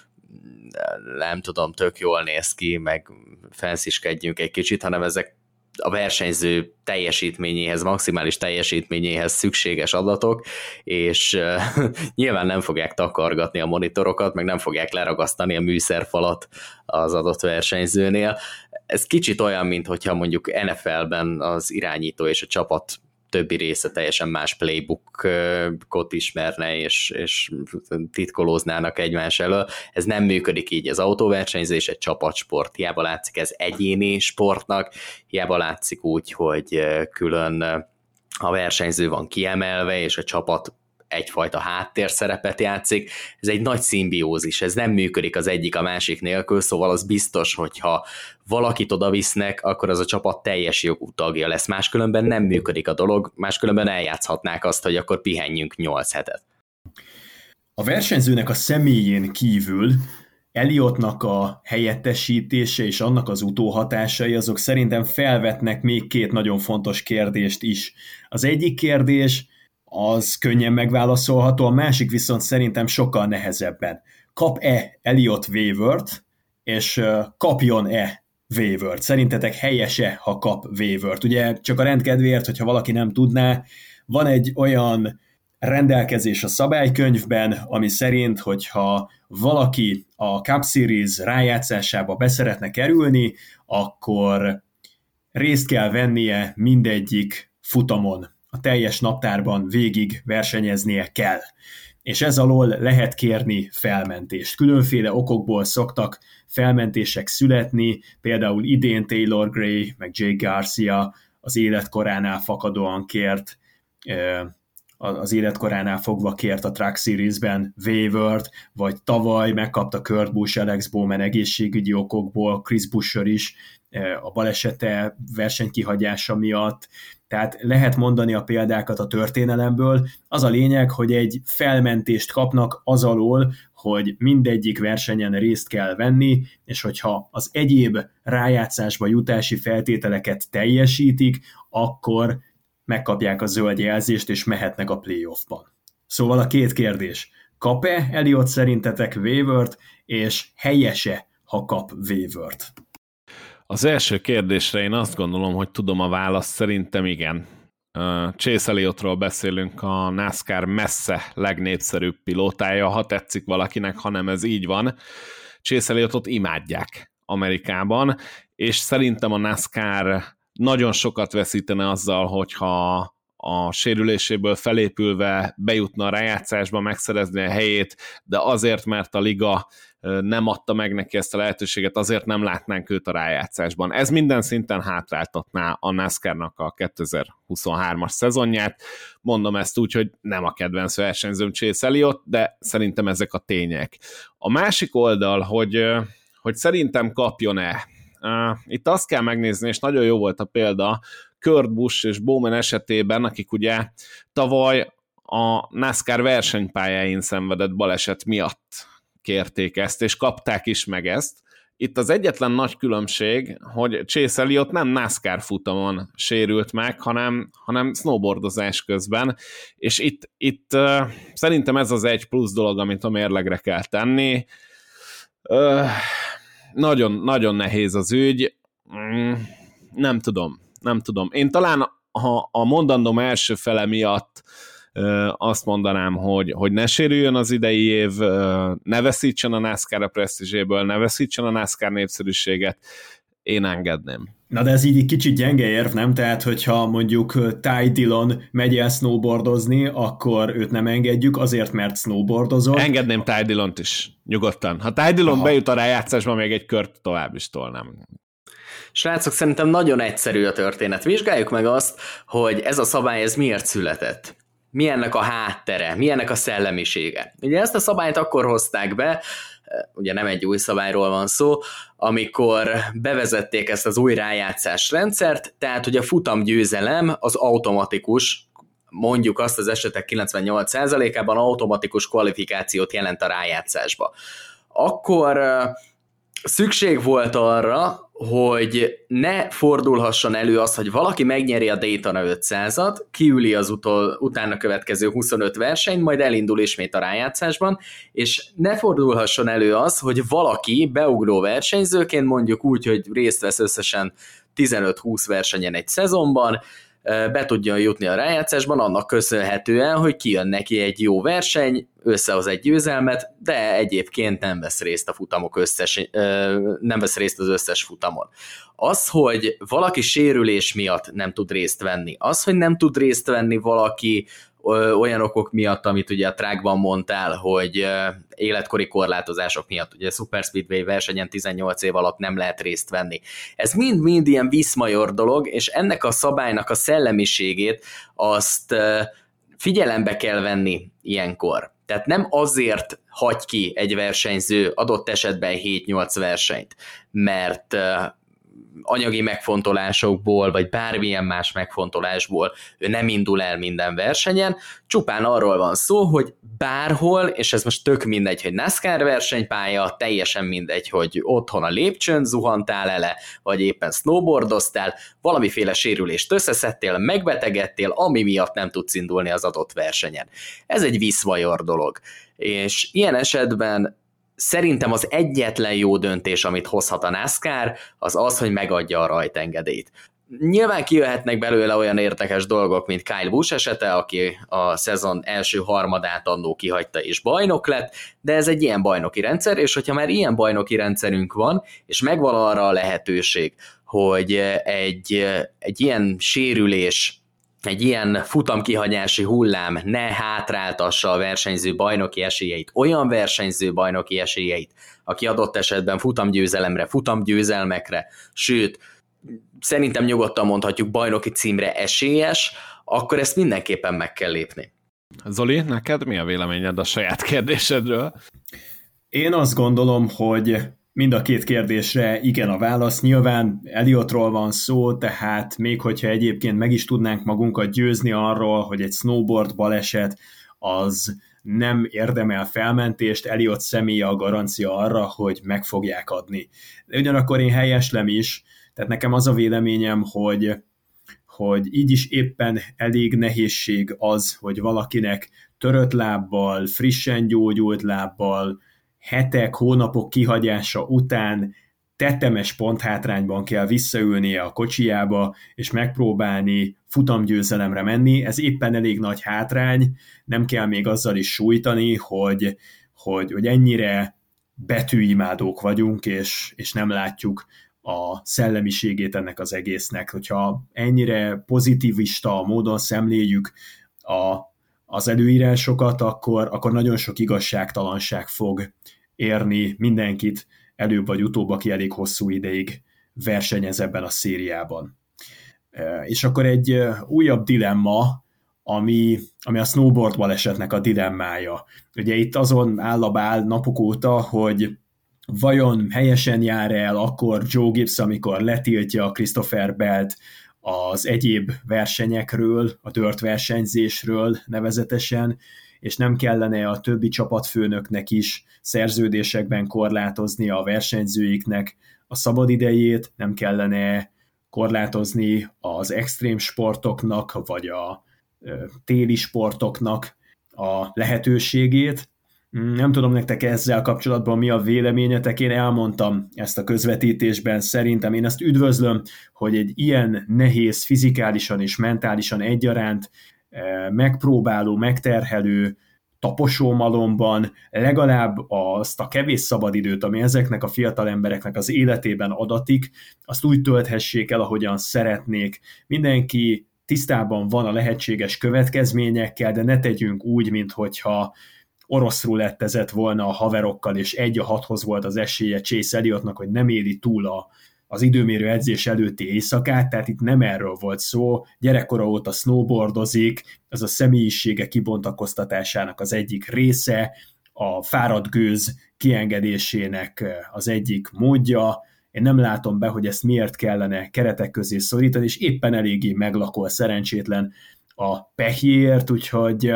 nem tudom, tök jól néz ki, meg fensziskedjünk egy kicsit, hanem ezek a versenyző teljesítményéhez, maximális teljesítményéhez szükséges adatok, és nyilván nem fogják takargatni a monitorokat, meg nem fogják leragasztani a műszerfalat az adott versenyzőnél. Ez kicsit olyan, mint hogyha mondjuk NFL-ben az irányító és a csapat többi része teljesen más playbookot ismerne, és titkolóznának egymás elől. Ez nem működik így az autóversenyzés, egy csapatsport. Hiába látszik ez egyéni sportnak, hiába látszik úgy, hogy külön a versenyző van kiemelve, és a csapat egyfajta háttérszerepet játszik. Ez egy nagy szimbiózis, ez nem működik az egyik a másik nélkül, szóval az biztos, hogyha valakit odavisznek, akkor az a csapat teljes jogú tagja lesz. Máskülönben nem működik a dolog, máskülönben eljátszhatnák azt, hogy akkor pihenjünk 8 hetet. A versenyzőnek a személyén kívül Elliottnak a helyettesítése és annak az utóhatásai, azok szerintem felvetnek még 2 nagyon fontos kérdést is. Az egyik kérdés az könnyen megválaszolható, a másik viszont szerintem sokkal nehezebben. Kap-e Elliott waivert, és kapjon-e waivert? Szerintetek helyese, ha kap waivert? Ugye csak a rendkedvéért, hogyha valaki nem tudná, van egy olyan rendelkezés a szabálykönyvben, ami szerint, hogyha valaki a Cup Series rájátszásába beszeretne kerülni, akkor részt kell vennie mindegyik futamon. A teljes naptárban végig versenyeznie kell. És ez alól lehet kérni felmentést. Különféle okokból szoktak felmentések születni, például idén Taylor Gray, meg Jake Garcia az életkoránál fakadóan kért, az életkoránál fogva kért a Truck Series-ben waivert, vagy tavaly megkapta Kurt Busch, Alex Bowman egészségügyi okokból, Chris Buescher is a balesete versenykihagyása miatt. Tehát lehet mondani a példákat a történelemből. Az a lényeg, hogy egy felmentést kapnak az alól, hogy mindegyik versenyen részt kell venni, és hogyha az egyéb rájátszásba jutási feltételeket teljesítik, akkor megkapják a zöld jelzést, és mehetnek a playoffban. Szóval a 2 kérdés. Kap-e Elliott szerintetek waivert, és helyese, ha kap waivert? Az első kérdésre én azt gondolom, hogy tudom a választ, szerintem igen. Chase Elliottról beszélünk, a NASCAR messze legnépszerűbb pilótája, ha tetszik valakinek, hanem ez így van. Chase Elliotot imádják Amerikában, és szerintem a NASCAR nagyon sokat veszítene azzal, hogyha a sérüléséből felépülve bejutna a rájátszásba, megszerezni a helyét, de azért, mert a liga nem adta meg neki ezt a lehetőséget, azért nem látnánk őt a rájátszásban. Ez minden szinten hátráltatná a NASCAR-nak a 2023-as szezonját. Mondom ezt úgy, hogy nem a kedvenc versenyzőm Chase Elliott, de szerintem ezek a tények. A másik oldal, hogy szerintem kapjon-e. Itt azt kell megnézni, és nagyon jó volt a példa, Kurt Busch és Bowman esetében, akik ugye tavaly a NASCAR versenypályáin szenvedett baleset miatt kérték ezt, és kapták is meg ezt. Itt az egyetlen nagy különbség, hogy Chase Elliott nem NASCAR futamon sérült meg, hanem snowboardozás közben, és itt szerintem ez az egy plusz dolog, amit a mérlegre kell tenni. Nagyon, nagyon nehéz az ügy. Nem tudom. Én talán a mondandóm első fele miatt azt mondanám, hogy ne sérüljön az idei év, ne veszítsen a NASCAR a presztízséből, ne veszítsen a NASCAR népszerűséget, én engedném. Na de ez így kicsit gyenge érv, nem? Tehát, hogyha mondjuk Ty Dillon megy el snowboardozni, akkor őt nem engedjük azért, mert snowboardozol. Engedném Ty Dillont is, nyugodtan. Ha Ty Dillon bejut a rájátszásba, még egy kört tovább is tolnám. Srácok, szerintem nagyon egyszerű a történet. Vizsgáljuk meg azt, hogy ez a szabály ez miért született. Mi ennek a háttere, mi ennek a szellemisége. Ugye ezt a szabályt akkor hozták be, ugye nem egy új szabályról van szó, amikor bevezették ezt az új rájátszás rendszert, tehát hogy a futamgyőzelem az automatikus, mondjuk azt az esetek 98%-ában automatikus kvalifikációt jelent a rájátszásba. Akkor szükség volt arra, hogy ne fordulhasson elő az, hogy valaki megnyeri a Daytona 500-at, kiüli az utána következő 25 versenyt, majd elindul ismét a rájátszásban, és ne fordulhasson elő az, hogy valaki beugró versenyzőként, mondjuk úgy, hogy részt vesz összesen 15-20 versenyen egy szezonban, be tudjon jutni a rájátszásban, annak köszönhetően, hogy kijön neki egy jó verseny, összehoz egy győzelmet, de egyébként nem vesz részt a futamok nem vesz részt az összes futamon. Az, hogy valaki sérülés miatt nem tud részt venni, az, hogy nem tud részt venni valaki olyan okok miatt, amit ugye a trackban mondtál, hogy életkori korlátozások miatt, ugye Super Speedway versenyen 18 év alatt nem lehet részt venni. Ez mind-mind ilyen viszmajor dolog, és ennek a szabálynak a szellemiségét azt figyelembe kell venni ilyenkor. Tehát nem azért hagy ki egy versenyző adott esetben 7-8 versenyt, mert anyagi megfontolásokból, vagy bármilyen más megfontolásból ő nem indul el minden versenyen, csupán arról van szó, hogy bárhol, és ez most tök mindegy, hogy NASCAR versenypálya, teljesen mindegy, hogy otthon a lépcsőn zuhantál ele, vagy éppen snowboardoztál, valamiféle sérülést összeszedtél, megbetegedtél, ami miatt nem tudsz indulni az adott versenyen. Ez egy viszmajor dolog. És ilyen esetben szerintem az egyetlen jó döntés, amit hozhat a NASCAR, az az, hogy megadja a rajtengedélyt. Nyilván kijöhetnek belőle olyan érdekes dolgok, mint Kyle Busch esete, aki a szezon első harmadát annó kihagyta és bajnok lett, de ez egy ilyen bajnoki rendszer, és hogyha már ilyen bajnoki rendszerünk van, és megvan arra a lehetőség, hogy egy ilyen sérülés, egy ilyen futamkihagyási hullám ne hátráltassa a versenyző bajnoki esélyeit, olyan versenyző bajnoki esélyeit, aki adott esetben futamgyőzelemre, futamgyőzelmekre, sőt, szerintem nyugodtan mondhatjuk bajnoki címre esélyes, akkor ezt mindenképpen meg kell lépni. Zoli, neked mi a véleményed a saját kérdésedről? Én azt gondolom, hogy mind a két kérdésre igen a válasz. Nyilván Elliottról van szó, tehát még hogyha egyébként meg is tudnánk magunkat győzni arról, hogy egy snowboard baleset az nem érdemel felmentést, Elliott személye a garancia arra, hogy meg fogják adni. De ugyanakkor én helyeslem is, tehát nekem az a véleményem, hogy így is éppen elég nehézség az, hogy valakinek törött lábbal, frissen gyógyult lábbal, hetek, hónapok kihagyása után tetemes ponthátrányban kell visszaülnie a kocsijába, és megpróbálni futamgyőzelemre menni. Ez éppen elég nagy hátrány, nem kell még azzal is sújtani, hogy ennyire betűimádók vagyunk, és nem látjuk a szellemiségét ennek az egésznek. Hogyha ennyire pozitivista módon szemléljük az előírásokat, akkor nagyon sok igazságtalanság fog érni mindenkit előbb vagy utóbb, aki elég hosszú ideig versenyez ebben a szériában. És akkor egy újabb dilemma, ami a snowboard balesetnek a dilemmája. Ugye itt azon áll napok óta, hogy vajon helyesen jár el akkor Joe Gibbs, amikor letiltja Christopher Belt az egyéb versenyekről, a tört versenyzésről nevezetesen, és nem kellene a többi csapatfőnöknek is szerződésekben korlátozni a versenyzőiknek a szabadidejét, nem kellene korlátozni az extrém sportoknak, vagy a téli sportoknak a lehetőségét. Nem tudom nektek ezzel kapcsolatban mi a véleményetek, én elmondtam ezt a közvetítésben, szerintem én ezt üdvözlöm, hogy egy ilyen nehéz fizikálisan és mentálisan egyaránt megpróbáló, megterhelő taposómalomban legalább azt a kevés szabadidőt, ami ezeknek a fiatal embereknek az életében adatik, azt úgy tölthessék el, ahogyan szeretnék. Mindenki tisztában van a lehetséges következményekkel, de ne tegyünk úgy, minthogyha orosz rulettezett volna a haverokkal, és 1-6-hoz volt az esélye Chase Elliottnak, hogy nem éli túl az időmérő edzés előtti éjszakát, tehát itt nem erről volt szó, gyerekkora óta snowboardozik, ez a személyisége kibontakoztatásának az egyik része, a fáradt gőz kiengedésének az egyik módja. Én nem látom be, hogy ezt miért kellene keretek közé szorítani, és éppen eléggé meglakol szerencsétlen a pehjéért, úgyhogy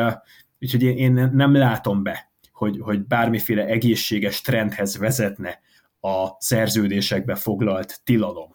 én nem látom be, hogy bármiféle egészséges trendhez vezetne a szerződésekbe foglalt tilalom.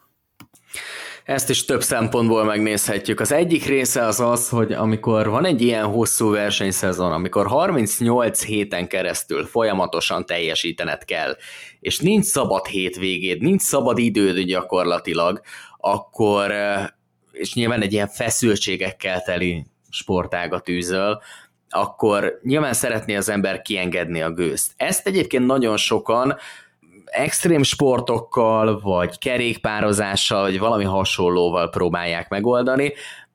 Ezt is több szempontból megnézhetjük. Az egyik része az, hogy amikor van egy ilyen hosszú versenyszezon, amikor 38 héten keresztül folyamatosan teljesítened kell, és nincs szabad hétvégéd, nincs szabad időd gyakorlatilag, akkor, és nyilván egy ilyen feszültségekkel teli sportágat űzöl, akkor nyilván szeretné az ember kiengedni a gőzt. Ezt egyébként nagyon sokan extrém sportokkal, vagy kerékpározással, vagy valami hasonlóval próbálják megoldani.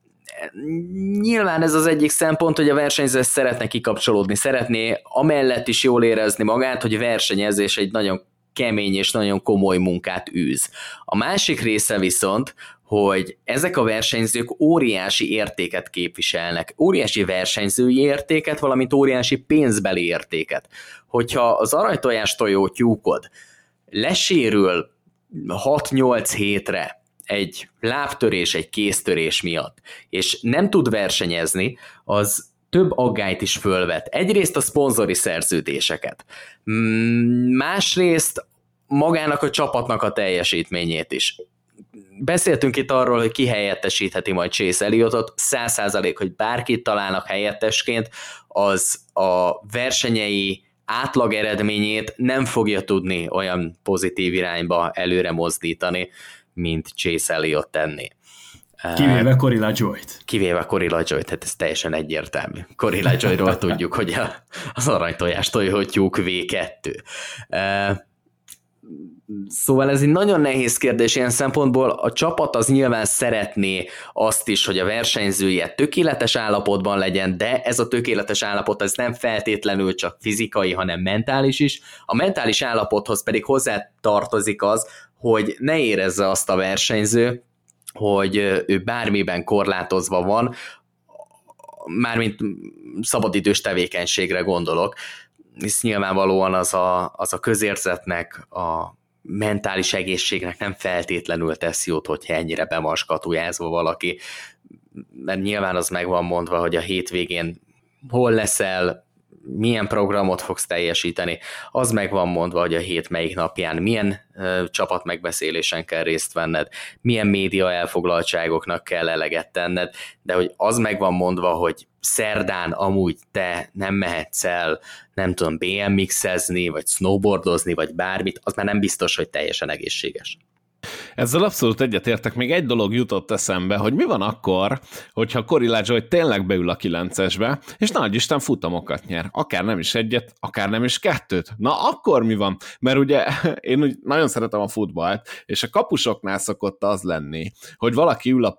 Nyilván ez az egyik szempont, hogy a versenyző szeretne kikapcsolódni, szeretné amellett is jól érezni magát, hogy versenyezés egy nagyon kemény és nagyon komoly munkát űz. A másik része viszont, hogy ezek a versenyzők óriási értéket képviselnek, óriási versenyzői értéket, valamint óriási pénzbeli értéket. Hogyha az aranytojás tojó tyúkod lesérül 6-8 hétre egy lábtörés, egy kéztörés miatt, és nem tud versenyezni, az több aggályt is fölvet. Egyrészt a szponzori szerződéseket, másrészt magának a csapatnak a teljesítményét is. Beszéltünk itt arról, hogy ki helyettesítheti majd Chase Elliotot, 100%, hogy bárkit találnak helyettesként, az a versenyei átlag eredményét nem fogja tudni olyan pozitív irányba előre mozdítani, mint Chase Elliott tenni. Kivéve Corey LaJoyt. Kivéve Corey LaJoyt, hát ez teljesen egyértelmű. Corey LaJoyról tudjuk, hogy az aranytojás tojótyúk V2. Szóval ez egy nagyon nehéz kérdés ilyen szempontból. A csapat az nyilván szeretné azt is, hogy a versenyzője tökéletes állapotban legyen, de ez a tökéletes állapot ez nem feltétlenül csak fizikai, hanem mentális is. A mentális állapothoz pedig hozzá tartozik az, hogy ne érezze azt a versenyző, hogy ő bármiben korlátozva van, mármint szabadidős tevékenységre gondolok, hisz nyilvánvalóan az a közérzetnek, a mentális egészségnek nem feltétlenül tesz jót, hogyha ennyire be van skatujázva valaki, mert nyilván az meg van mondva, hogy a hétvégén hol leszel, milyen programot fogsz teljesíteni, az meg van mondva, hogy a hét melyik napján milyen csapatmegbeszélésen kell részt venned, milyen média elfoglaltságoknak kell eleget tenned, de hogy az meg van mondva, hogy szerdán amúgy te nem mehetsz el, nem tudom, BMX-ezni, vagy snowboardozni, vagy bármit, az már nem biztos, hogy teljesen egészséges. Ezzel abszolút egyetértek, még egy dolog jutott eszembe, hogy mi van akkor, hogyha Corey LaJoie tényleg beül a 9-esbe, és nagy Isten futamokat nyer. Akár nem is egyet, akár nem is kettőt. Na akkor mi van? Mert ugye én úgy nagyon szeretem a futballt, és a kapusoknál szokott az lenni, hogy valaki ül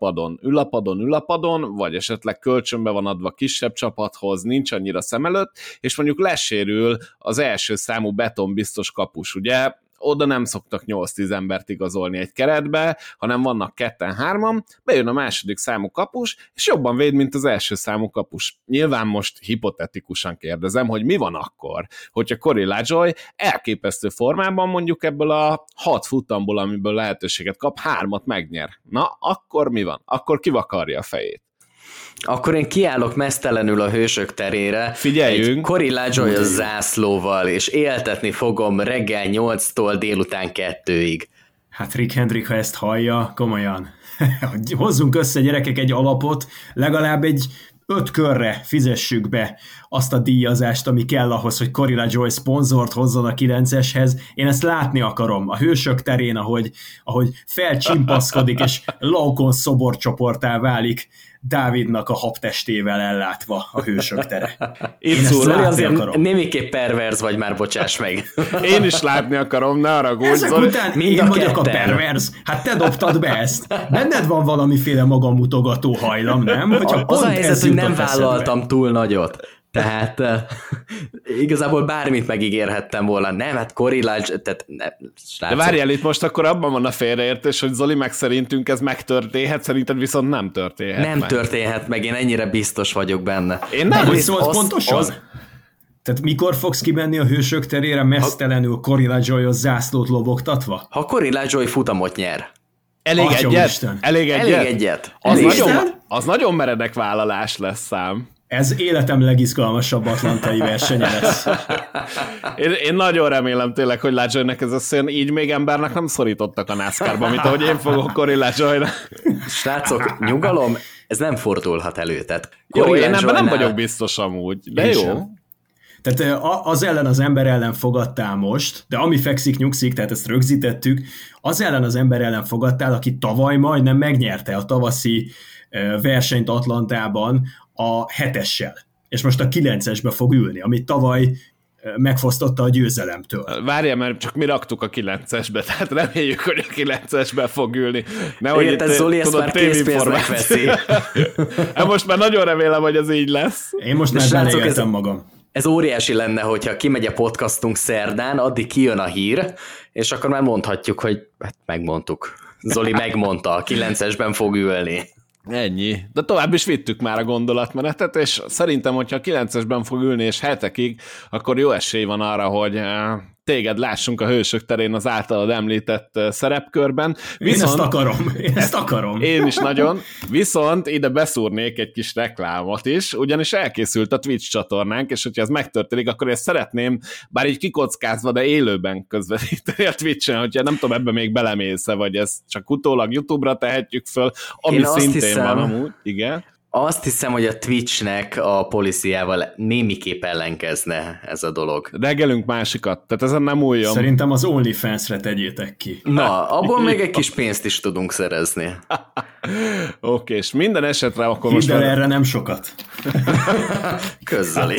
a padon, vagy esetleg kölcsönbe van adva kisebb csapathoz, nincs annyira szem előtt, és mondjuk lesérül az első számú betonbiztos kapus, ugye? Oda nem szoktak 8-10 embert igazolni egy keretbe, hanem vannak 2-3, bejön a második számú kapus, és jobban véd, mint az első számú kapus. Nyilván most hipotetikusan kérdezem, hogy mi van akkor, hogyha Corey LaJoie elképesztő formában mondjuk ebből a 6 futamból, amiből lehetőséget kap, 3-at megnyer. Na, akkor mi van? Akkor kivakarja a fejét. Akkor én kiállok meztelenül a Hősök terére, figyeljünk, egy Corey LaJoie zászlóval, és éltetni fogom reggel 8-tól délután 2-ig. Hát Rick Hendrick, ha ezt hallja, komolyan, hozzunk össze gyerekek egy alapot, legalább egy 5 körre fizessük be azt a díjazást, ami kell ahhoz, hogy Corey LaJoie szponzort hozzon a 9-eshez. Én ezt látni akarom a Hősök terén, ahogy felcsimpaszkodik, és Laukon szoborcsoporttá válik Dávidnak a habtestével ellátva a Hősök tere. Én ezt látni akarom. Némiképp perverz vagy már, bocsáss meg. Én is látni akarom, ne haragudj. Ezek után én vagyok a perverz. Hát te dobtad be ezt. Benned van valamiféle magamutogató hajlam, nem? Az a helyzet, hogy nem vállaltam túl nagyot. Tehát igazából bármit megígérhettem volna. Nem, hát Corey LaJoie... De várjál, itt most akkor abban van a félreértés, hogy Zoli, meg szerintünk ez megtörténhet, szerinted viszont nem történhet Nem történhet meg, én ennyire biztos vagyok benne. Én nem, hogy szólt pontosan? Tehát mikor fogsz kimenni a Hősök terére mesztelenül Corey LaJoie-os zászlót lobogtatva? Ha Corey LaJoie futamot nyer. Elég egyet. Az nagyon meredek vállalás lesz szám. Ez életem legizgalmasabb atlantai versenye lesz. Én nagyon remélem tényleg, hogy LaJoie-nek ez a szén, így még embernek nem szorítottak a NASCAR-ba, mint ahogy én fogok Corey LaJoie-nak. Srácok, nyugalom, ez nem fordulhat elő. Tehát jó, én ebben nem vagyok biztos amúgy, de jó. Sem. Tehát az ellen az ember ellen fogadtál most, de ami fekszik, nyugszik, tehát ezt rögzítettük, az ellen az ember ellen fogadtál, aki tavaly majdnem megnyerte a tavaszi versenyt Atlantában a 7-essel, és most a 9-esbe fog ülni, amit tavaly megfosztotta a győzelemtől. Várjál, mert csak mi raktuk a 9-esbe, tehát reméljük, hogy a 9-esbe fog ülni. Nehogy itt Zoli ezt már készpénznek veszi. Most már nagyon remélem, hogy ez így lesz. Én most már beleéltem magam. Ez óriási lenne, hogyha kimegy a podcastunk szerdán, addig kijön a hír, és akkor már mondhatjuk, hogy hát megmondtuk. Zoli megmondta, a 9-esben fog ülni. Ennyi. De tovább is vittük már a gondolatmenetet, és szerintem, hogyha a 9-esben fog ülni és hetekig, akkor jó esély van arra, hogy téged lássunk a Hősök terén az általad említett szerepkörben. Viszont, én ezt akarom. Én is nagyon. Viszont ide beszúrnék egy kis reklámot is, ugyanis elkészült a Twitch csatornánk, és hogyha ez megtörténik, akkor ezt szeretném, bár így kikockázva, de élőben közvetíteni a Twitchen, hogyha nem tudom, ebbe még belemész-e, vagy ezt csak utólag YouTube-ra tehetjük föl, ami én szintén van amúgy. Igen. Azt hiszem, hogy a Twitchnek a policyjával némiképp ellenkezne ez a dolog. Regelünk másikat, tehát ezen nem újjon. Szerintem az OnlyFans-re tegyétek ki. Na, abból még egy kis pénzt is tudunk szerezni. Oké, és minden esetre akkor most... Hidd el erre nem sokat. Közzeli.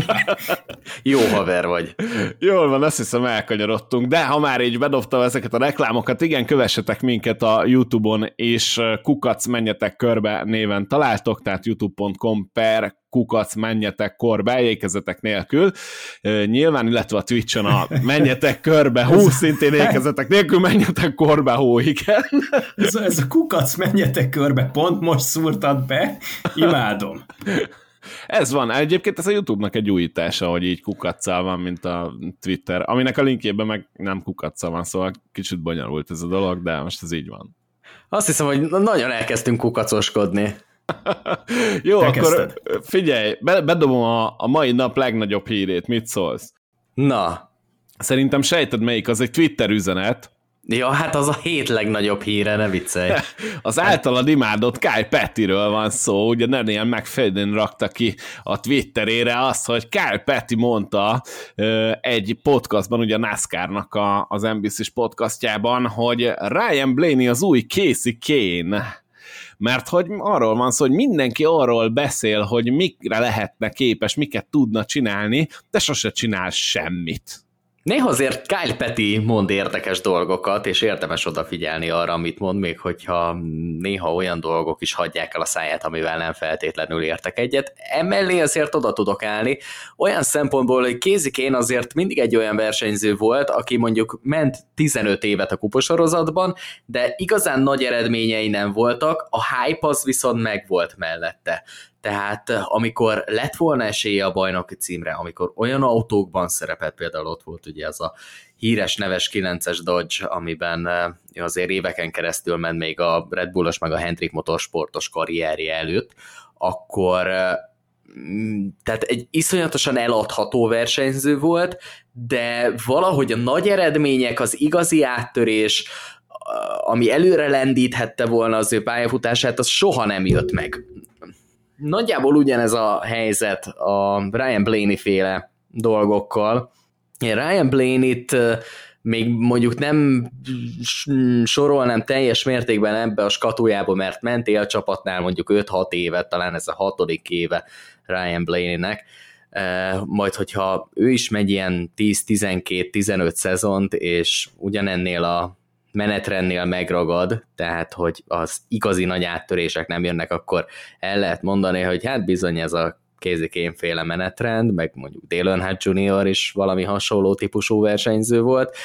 Jó haver vagy. Jól van, azt hiszem elkanyarodtunk, de ha már így bedobtam ezeket a reklámokat, igen, kövessetek minket a YouTube-on, és Kukac menjetek körbe néven találtok, tehát youtube.com/kukac menjetek korbe, ékezetek nélkül. Nyilván, illetve a Twitch-on a menjetek körbe, szintén ékezetek nélkül, menjetek korbe, igen. Ez a Kukac menjetek körbe, pont most szúrtad be, imádom. Ez van. Egyébként ez a YouTube-nak egy újítása, hogy így kukacccal van, mint a Twitter, aminek a linkjében meg nem kukacccal van, szóval kicsit bonyolult ez a dolog, de most ez így van. Azt hiszem, hogy nagyon elkezdtünk kukacoskodni. Jó, te akkor kezdted. figyelj, bedobom a mai nap legnagyobb hírét, mit szólsz? Na, Szerintem sejted melyik, az egy Twitter üzenet. ja, hát az a 7 legnagyobb híre, ne viccelj. Az általad imádott Kyle Pettyről van szó, ugye Daniel McFadden rakta ki a Twitterére azt, hogy Kyle Petty mondta egy podcastban, ugye a NASCAR-nak az NBC-s podcastjában, hogy Ryan Blaney az új Casey Kane. Mert hogy arról van szó, hogy mindenki arról beszél, hogy mikre lehetne képes, miket tudna csinálni, de sose csinál semmit. Néha azért Kyle Petty mond érdekes dolgokat, és érdemes odafigyelni arra, amit mond, még hogyha néha olyan dolgok is hagyják el a száját, amivel nem feltétlenül értek egyet. Emellé azért oda tudok állni, olyan szempontból, hogy Casey Kane azért mindig egy olyan versenyző volt, aki mondjuk ment 15 évet a kupasorozatban, de igazán nagy eredményei nem voltak, a hype az viszont megvolt mellette. Tehát amikor lett volna esélye a bajnoki címre, amikor olyan autókban szerepelt, például ott volt ugye az a híres neves 9-es Dodge, amiben azért éveken keresztül ment még a Red Bullos meg a Hendrick motorsportos karrierje előtt, akkor tehát egy iszonyatosan eladható versenyző volt, de valahogy a nagy eredmények, az igazi áttörés, ami előre lendíthette volna az ő pályafutását, az soha nem jött meg. Nagyjából ugyanez a helyzet a Ryan Blaney féle dolgokkal. Én Ryan Blaney-t még mondjuk nem sorolnám teljes mértékben ebbe a skatujába, mert ment élcsapatnál mondjuk 5-6 évet, talán ez a 6. éve Ryan Blaney-nek, majd hogyha ő is megy ilyen 10-12-15 szezont, és ugyanennél a menetrendnél megragad, tehát hogy az igazi nagy áttörések nem jönnek, akkor el lehet mondani, hogy hát bizony ez a Casey Kane féle menetrend, meg mondjuk Dale Earnhardt Jr. is valami hasonló típusú versenyző volt,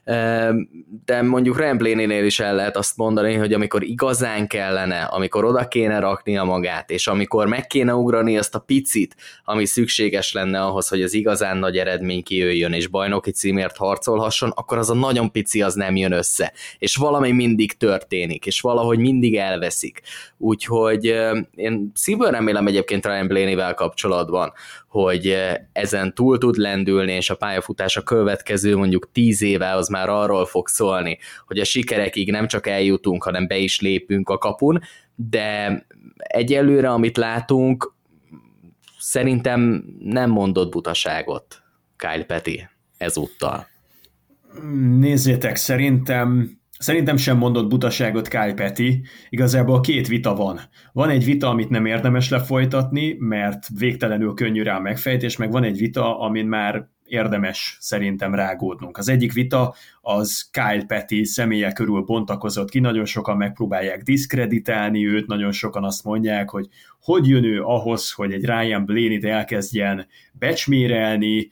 de mondjuk Ryan Blaney-nél is el lehet azt mondani, hogy amikor igazán kellene, amikor oda kéne raknia magát, és amikor meg kéne ugrani azt a picit, ami szükséges lenne ahhoz, hogy az igazán nagy eredmény kijöjjön, és bajnoki címért harcolhasson, akkor az a nagyon pici az nem jön össze, és valami mindig történik, és valahogy mindig elveszik. Úgyhogy én szívből remélem egyébként Ryan Blaney-vel kapcsolatban, hogy ezen túl tud lendülni, és a pályafutása következő mondjuk 10 éve az már arról fog szólni, hogy a sikerekig nem csak eljutunk, hanem be is lépünk a kapun, de egyelőre, amit látunk, szerintem nem mondott butaságot Kyle Petty ezúttal. Nézzétek, Szerintem sem mondott butaságot Kyle Petty, igazából 2 vita van. Van egy vita, amit nem érdemes lefolytatni, mert végtelenül könnyű rá a megfejtés, meg van egy vita, amin már érdemes szerintem rágódnunk. Az egyik vita az Kyle Petty személye körül bontakozott ki, nagyon sokan megpróbálják diszkreditálni őt, nagyon sokan azt mondják, hogy jön ő ahhoz, hogy egy Ryan Blaney-t elkezdjen becsmérelni,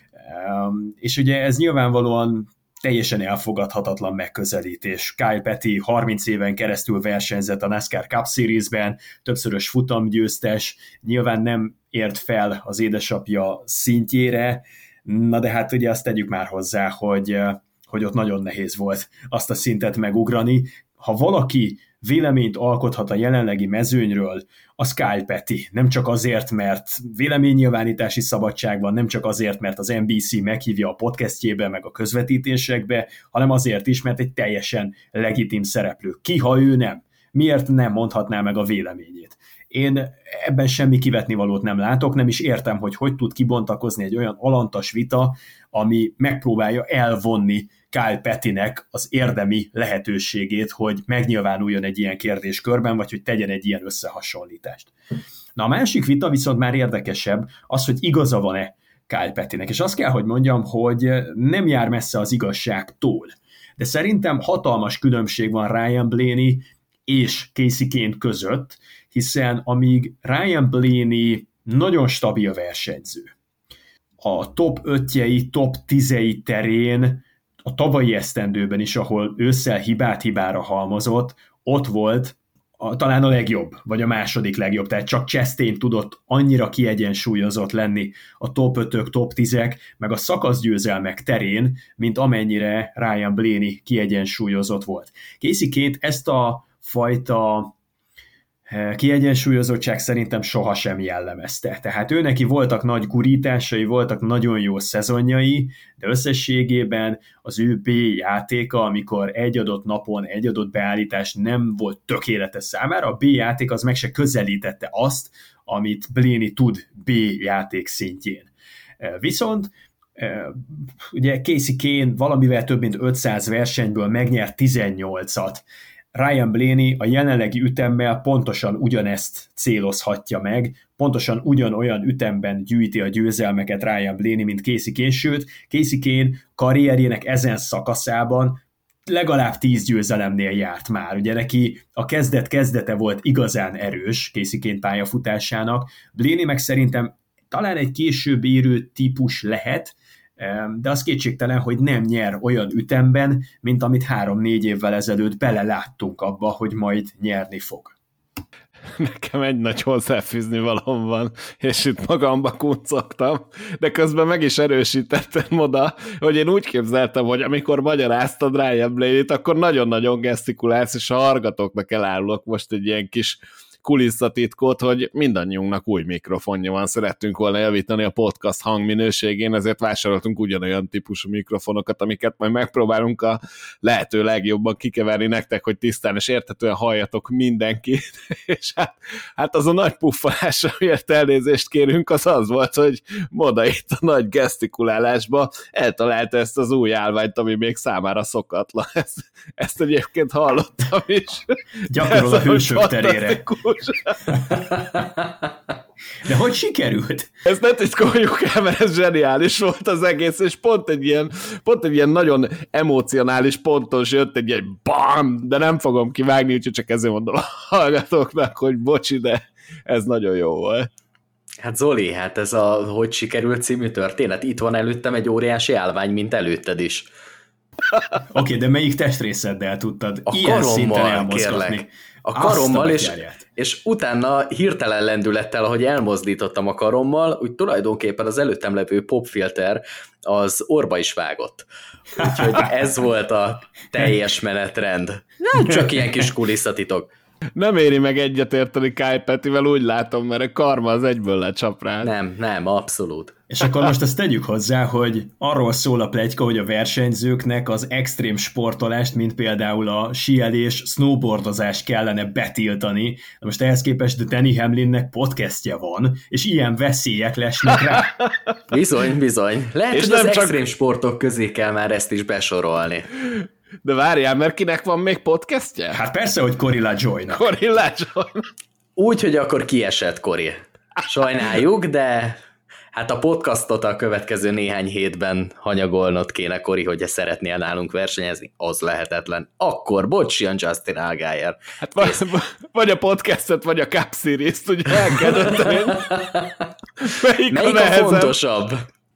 és ugye ez nyilvánvalóan teljesen elfogadhatatlan megközelítés. Kyle Petty 30 éven keresztül versenyzett a NASCAR Cup Series-ben, többszörös futamgyőztes, nyilván nem ért fel az édesapja szintjére, na de hát ugye azt tegyük már hozzá, hogy ott nagyon nehéz volt azt a szintet megugrani. Ha valaki véleményt alkothat a jelenlegi mezőnyről, az Kyle Petty. Nem csak azért, mert véleménynyilvánítási szabadság van, nem csak azért, mert az NBC meghívja a podcastjébe, meg a közvetítésekbe, hanem azért is, mert egy teljesen legitim szereplő. Ki, ha ő nem? Miért nem mondhatná meg a véleményét? Én ebben semmi kivetnivalót nem látok, nem is értem, hogy tud kibontakozni egy olyan alantas vita, ami megpróbálja elvonni Kyle Pettynek az érdemi lehetőségét, hogy megnyilvánuljon egy ilyen kérdéskörben, vagy hogy tegyen egy ilyen összehasonlítást. Na a másik vita viszont már érdekesebb, az, hogy igaza van-e Kyle Pettynek, és azt kell, hogy mondjam, hogy nem jár messze az igazságtól. De szerintem hatalmas különbség van Ryan Blaney és Casey Kane között, hiszen amíg Ryan Blaney nagyon stabil versenyző, a top 5-jei, top 10-ei terén a tavalyi esztendőben is, ahol ősszel hibára halmozott, ott volt talán a legjobb, vagy a második legjobb, tehát csak Chastain tudott annyira kiegyensúlyozott lenni a top 5-ök, top 10-ek, meg a szakaszgyőzelmek terén, mint amennyire Ryan Blaney kiegyensúlyozott volt. Casey Kane ezt a fajta kiegyensúlyozottság szerintem sohasem jellemezte. Tehát ő neki voltak nagy gurításai, voltak nagyon jó szezonjai, de összességében az ő B játéka, amikor egy adott napon egy adott beállítás nem volt tökéletes számára, a B játék az meg se közelítette azt, amit Blaney tud B játék szintjén. Viszont ugye Casey Kane valamivel több mint 500 versenyből megnyert 18-at. Ryan Blaney a jelenlegi ütemmel pontosan ugyanezt célozhatja meg, pontosan ugyanolyan ütemben gyűjti a győzelmeket Ryan Blaney, mint Casey Kane, sőt, Casey Kane karrierjének ezen szakaszában legalább 10 győzelemnél járt már. Ugye neki a kezdete volt igazán erős Casey Kane pályafutásának, Blaney meg szerintem talán egy később érő típus lehet, de az kétségtelen, hogy nem nyer olyan ütemben, mint amit 3-4 évvel ezelőtt beleláttunk abba, hogy majd nyerni fog. Nekem egy nagy hozzáfűzni valóm van, és itt magamba kuncogtam, de közben meg is erősítettem oda, hogy én úgy képzeltem, hogy amikor magyaráztad Ryan Blaney-t, akkor nagyon-nagyon gesztikulálsz, és a hallgatóknak elárulok most egy ilyen kis kulisszatitkot, hogy mindannyiunknak új mikrofonja van, szerettünk volna javítani a podcast hangminőségén, ezért vásároltunk ugyanolyan típusú mikrofonokat, amiket majd megpróbálunk a lehető legjobban kikeverni nektek, hogy tisztán és érthetően halljatok mindenkit, és hát az a nagy puffanás, amiért elnézést kérünk, az volt, hogy Moda itt a nagy gesztikulálásba eltalálta ezt az új állványt, ami még számára szokatlan. Ezt egyébként hallottam is. Gyakorol a hősök terére. De hogy sikerült? Ezt ne titkoljuk el, mert ez zseniális volt az egész, és pont egy ilyen nagyon emocionális pontos jött egy ilyen BAM, de nem fogom kivágni, úgyhogy csak ezért mondom a hallgatóknak, hogy bocsi, de ez nagyon jó volt. Hát Zoli, hát ez a Hogy sikerült című történet, itt van előttem egy óriási állvány, mint előtted is. Oké, de melyik testrészeddel tudtad a ilyen szinten elmozgatni? Kérlek. A karommal, és utána hirtelen lendülettel, ahogy elmozdítottam a karommal, úgy tulajdonképpen az előttem levő popfilter az orba is vágott. Úgyhogy ez volt a teljes menetrend. Nem csak ilyen kis kulisszatitok. Nem éri meg egyetérteni Kyle Pettyvel, úgy látom, mert a karma az egyből lecsap rá. Nem, abszolút. És akkor most azt tegyük hozzá, hogy arról szól a pletyka, hogy a versenyzőknek az extrém sportolást, mint például a síelés, snowboardozás kellene betiltani. Na most ehhez képest Danny Hamlinnek podcastja van, és ilyen veszélyek lesnek rá. Bizony. Lehet, és hogy az extrém sportok közé kell már ezt is besorolni. De várjál, mert kinek van még podcastje? Hát persze, hogy Corilla Joy-nak. Corilla Joy. Úgy, hogy akkor kiesett Cori. Sajnáljuk, de hát a podcastot a következő néhány hétben hanyagolnod kéne, Cori, hogyha szeretnél nálunk versenyezni. Az lehetetlen. Akkor bocsian Justin Allgaier. Hát vagy a podcastot, vagy a Cup Series-t, ugye el kell dönteni. Melyik a fontosabb?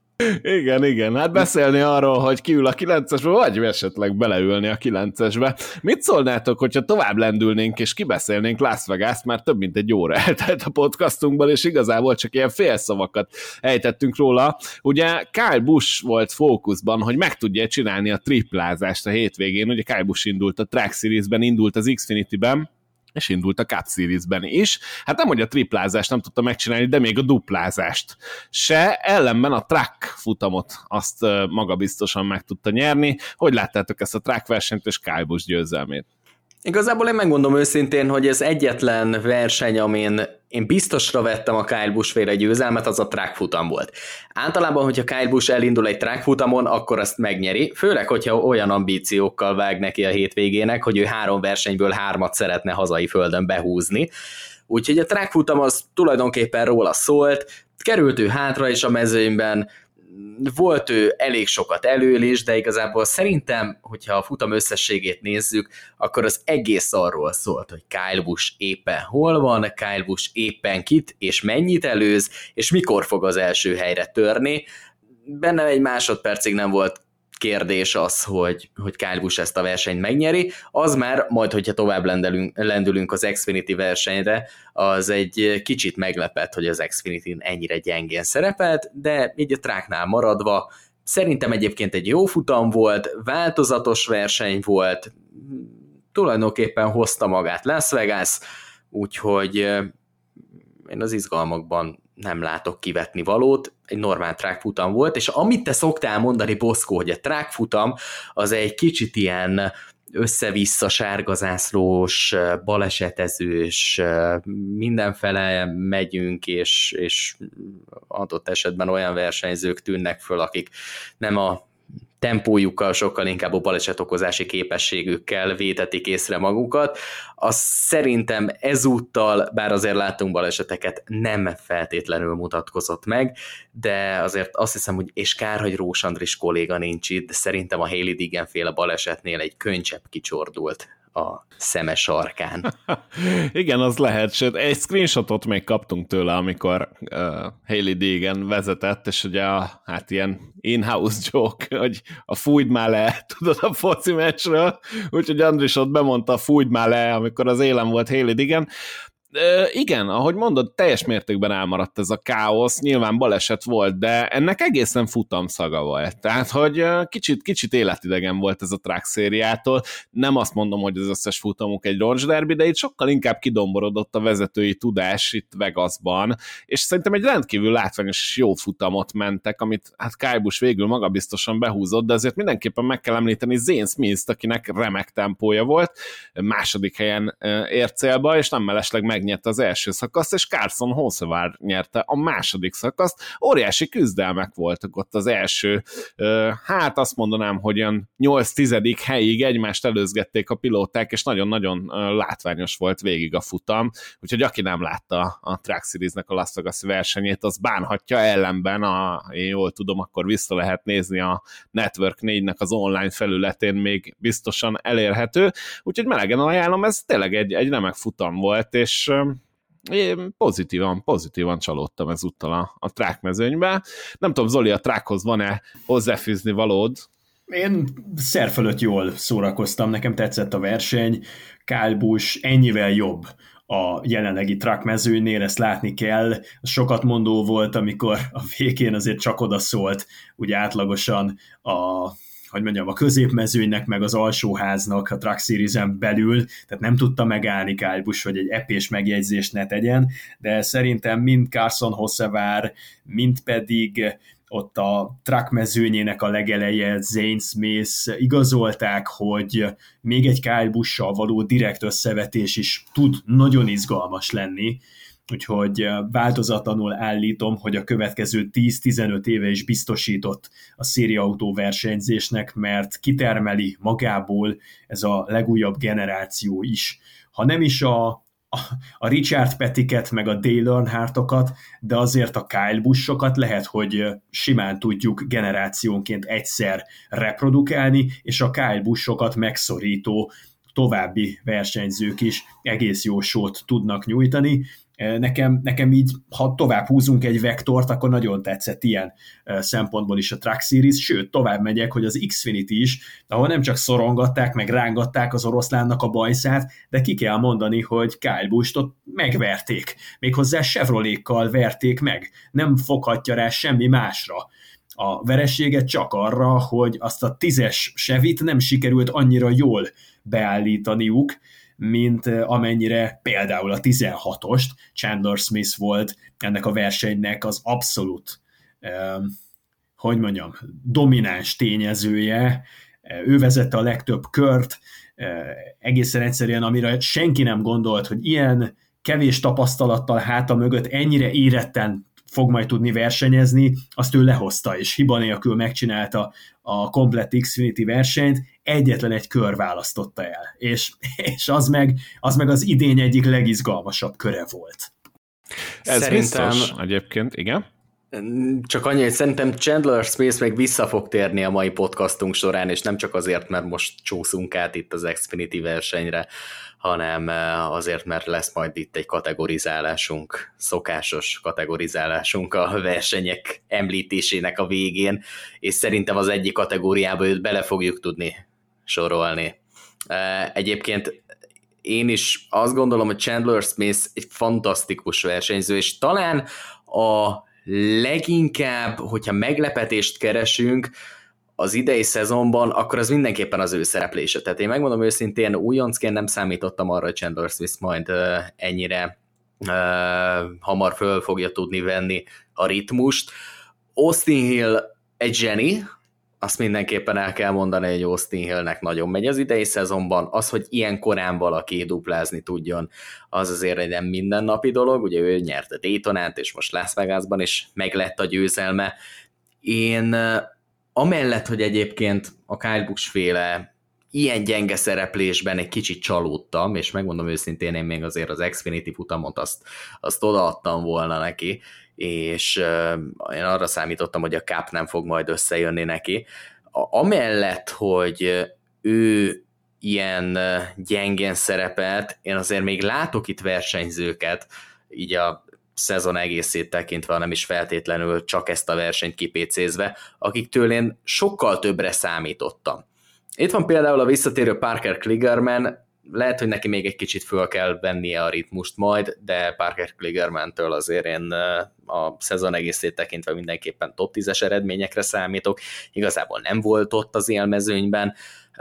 Igen, hát beszélni arról, hogy kiül a 9-esbe, vagy esetleg beleülni a 9-esbe. Mit szólnátok, hogyha tovább lendülnénk és kibeszélnénk Las Vegas-t, már több mint egy óra eltelt a podcastunkban, és igazából csak ilyen félszavakat ejtettünk róla. Ugye Kyle Busch volt fókuszban, hogy meg tudja csinálni a triplázást a hétvégén. Ugye Kyle Busch indult a Track Series-ben, indult az Xfinity-ben, és indult a Cup Series-ben is. Hát nem, hogy a triplázást nem tudta megcsinálni, de még a duplázást se, ellenben a track futamot azt magabiztosan meg tudta nyerni. Hogy láttátok ezt a track versenyt és Kyle Busch győzelmét? Igazából én megmondom őszintén, hogy ez egyetlen verseny, amin én biztosra vettem a Kyle Busch-féle győzelmet, az a track futam volt. Általában, hogyha Kyle Busch elindul egy track futamon, akkor azt megnyeri, főleg, hogyha olyan ambíciókkal vág neki a hétvégének, hogy ő 3 versenyből 3-at szeretne hazai földön behúzni. Úgyhogy a track futam az tulajdonképpen róla szólt, került ő hátra is a mezőnyben, volt ő elég sokat elől is, de igazából szerintem, hogyha a futam összességét nézzük, akkor az egész arról szólt, hogy Kyle Busch éppen hol van, Kyle Busch éppen kit, és mennyit előz, és mikor fog az első helyre törni. Bennem egy másodpercig nem volt kérdés az, hogy Kyle Busch ezt a versenyt megnyeri, az már majd, hogyha tovább lendülünk az Xfinity versenyre, az egy kicsit meglepett, hogy az Xfinity-n ennyire gyengén szerepelt, de így a tracknál maradva, szerintem egyébként egy jó futam volt, változatos verseny volt, tulajdonképpen hozta magát Las Vegas, úgyhogy én az izgalmakban nem látok kivetni valót, egy normál trackfutam volt, és amit te szoktál mondani, Boszkó, hogy a trackfutam az egy kicsit ilyen össze-vissza sárgazászlós, balesetezős, mindenfele megyünk, és adott esetben olyan versenyzők tűnnek föl, akik nem a tempójukkal, sokkal inkább a balesetokozási képességükkel vétetik észre magukat. Azt szerintem ezúttal, bár azért láttunk baleseteket, nem feltétlenül mutatkozott meg, de azért azt hiszem, hogy és kár, hogy Rós Andris kolléga nincs itt, de szerintem a Hailie Deegan féle balesetnél egy könycsepp kicsordult a szeme sarkán. Igen, az lehet, sőt, egy screenshotot még kaptunk tőle, amikor Hailie Deegan vezetett, és ugye hát ilyen in-house joke, hogy a fújd már le, tudod, a foci meccsről, úgyhogy Andris ott bemondta a fújd már le, amikor az élen volt Hailie Deegan. Igen, ahogy mondod, teljes mértékben elmaradt ez a káosz, nyilván baleset volt, de ennek egészen futamszaga volt. Tehát, hogy kicsit életidegen volt ez a track szériától. Nem azt mondom, hogy az összes futamuk egy roncsderbi, de itt sokkal inkább kidomborodott a vezetői tudás itt Vegasban, és szerintem egy rendkívül látványos és jó futamot mentek, amit hát Kyle Busch végül magabiztosan behúzott, de azért mindenképpen meg kell említeni Zane Smith-t, akinek remek tempója volt, második helyen ért célba, és nem mellesleg megnyerte az első szakaszt, és Carson Hocevar nyerte a második szakaszt. Óriási küzdelmek voltak ott az első, hát azt mondanám, hogy olyan 8-10. helyig egymást előzgették a pilóták, és nagyon-nagyon látványos volt végig a futam, úgyhogy aki nem látta a Truck Series-nek a Las Vegas-i versenyét, az bánhatja, ellenben, én jól tudom, akkor vissza lehet nézni a Network 4-nek az online felületén, még biztosan elérhető, úgyhogy melegen ajánlom, ez tényleg egy remek futam volt, és én pozitívan csalódtam ezúttal a track mezőnybe. Nem tudom, Zoli, a trackhoz van-e hozzáfűzni valód? Én szerfölött jól szórakoztam, nekem tetszett a verseny, Kyle Busch ennyivel jobb a jelenlegi track mezőnynél, ezt látni kell. Sokat mondó volt, amikor a végén azért csak oda szólt, ugye átlagosan a középmezőnynek, meg az alsóháznak a Truck Series-en belül, tehát nem tudta megállni Kyle Busch, hogy egy epés megjegyzést ne tegyen, de szerintem mind Carson Hocevar, mind pedig ott a track mezőnyének a legeleje, Zane Smith igazolták, hogy még egy Kyle Busch-sal való direkt összevetés is tud nagyon izgalmas lenni, úgyhogy változatlanul állítom, hogy a következő 10-15 éve is biztosított a szériautó versenyzésnek, mert kitermeli magából ez a legújabb generáció is. Ha nem is a Richard Pettiket, meg a Dale Earnhardtokat, de azért a Kyle Busch-okat lehet, hogy simán tudjuk generációnként egyszer reprodukálni, és a Kyle Busch-okat megszorító további versenyzők is egész jó sót tudnak nyújtani. Nekem így, ha tovább húzunk egy vektort, akkor nagyon tetszett ilyen szempontból is a Truck Series, sőt, tovább megyek, hogy az Xfinity is, ahol nem csak szorongatták, meg rángatták az oroszlánnak a bajszát, de ki kell mondani, hogy Kyle Busch-t megverték. Méghozzá Chevrolékkal verték meg. Nem foghatja rá semmi másra a vereséget, csak arra, hogy azt a 10-es Chevy-t nem sikerült annyira jól beállítaniuk, mint amennyire például a 16-ost Chandler Smith volt ennek a versenynek az abszolút, domináns tényezője. Ő vezette a legtöbb kört, egészen egyszerűen, amire senki nem gondolt, hogy ilyen kevés tapasztalattal háta mögött ennyire éretten fog majd tudni versenyezni, azt ő lehozta, és hiba nélkül megcsinálta a komplett Xfinity versenyt, egyetlen egy kör választotta el, és az meg az idény egyik legizgalmasabb köre volt. Ez szerintem, biztos egyébként, igen. Csak annyi, hogy szerintem Chandler Smith meg vissza fog térni a mai podcastunk során, és nem csak azért, mert most csúszunk át itt az Xfinity versenyre, hanem azért, mert lesz majd itt egy kategorizálásunk, szokásos kategorizálásunk a versenyek említésének a végén, és szerintem az egyik kategóriába őt bele fogjuk tudni sorolni. Egyébként én is azt gondolom, hogy Chandler Smith egy fantasztikus versenyző, és talán a leginkább, hogyha meglepetést keresünk, az idei szezonban, akkor az mindenképpen az ő szereplése. Tehát én megmondom őszintén, újoncként nem számítottam arra, hogy Chandler Smith majd ennyire hamar föl fogja tudni venni a ritmust. Austin Hill egy zseni, azt mindenképpen el kell mondani, hogy Austin Hillnek nagyon megy az idei szezonban. Az, hogy ilyen korán valaki duplázni tudjon, az azért egy nem mindennapi dolog. Ugye ő nyerte Daytonát, és most Las Vegasban is meglett a győzelme. Én amellett, hogy egyébként a Kyle Busch féle ilyen gyenge szereplésben egy kicsit csalódtam, és megmondom őszintén, én még azért az Xfinity futamot azt odaadtam volna neki, és én arra számítottam, hogy a Cup nem fog majd összejönni neki. Amellett, hogy ő ilyen gyengén szerepelt, én azért még látok itt versenyzőket, így a szezon egészét tekintve, nem is feltétlenül csak ezt a versenyt kipécézve, akiktől én sokkal többre számítottam. Itt van például a visszatérő Parker Kligerman, lehet, hogy neki még egy kicsit föl kell vennie a ritmust majd, de Parker Kligermantől azért én a szezon egészét tekintve mindenképpen top 10-es eredményekre számítok. Igazából nem volt ott az élmezőnyben.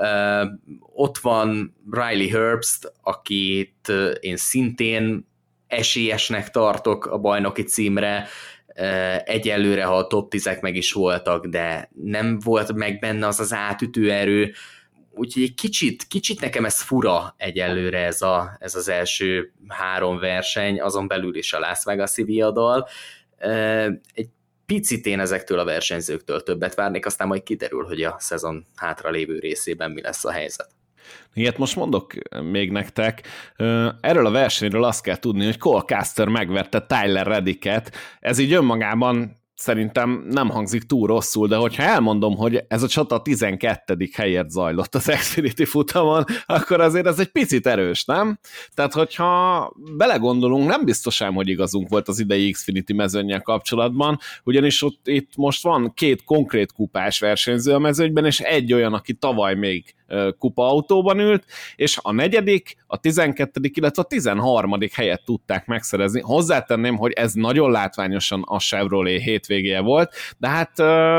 Ott van Riley Herbst, akit én szintén esélyesnek tartok a bajnoki címre. Egyelőre, ha a top 10-ek meg is voltak, de nem volt meg benne az átütő erő, úgyhogy egy kicsit nekem ez fura egyelőre ez az első 3 verseny, azon belül is a Las Vegas-i viadal. Egy picit én ezektől a versenyzőktől többet várnék, aztán majd kiderül, hogy a szezon hátra lévő részében mi lesz a helyzet. Ilyet most mondok még nektek. Erről a versenyről azt kell tudni, hogy Cole Custer megverte Tyler Reddicket. Ez így önmagában szerintem nem hangzik túl rosszul, de hogyha elmondom, hogy ez a csata 12. helyért zajlott az Xfinity futamon, akkor azért ez egy picit erős, nem? Tehát, hogyha belegondolunk, nem biztos ám, hogy igazunk volt az idei Xfinity mezőnnyel kapcsolatban, ugyanis itt most van 2 konkrét kupás versenyző a mezőnyben, és egy olyan, aki tavaly még kupaautóban ült, és a 4., a 12., illetve a 13. helyet tudták megszerezni. Hozzátenném, hogy ez nagyon látványosan a Chevrolet hétvégéje volt, de hát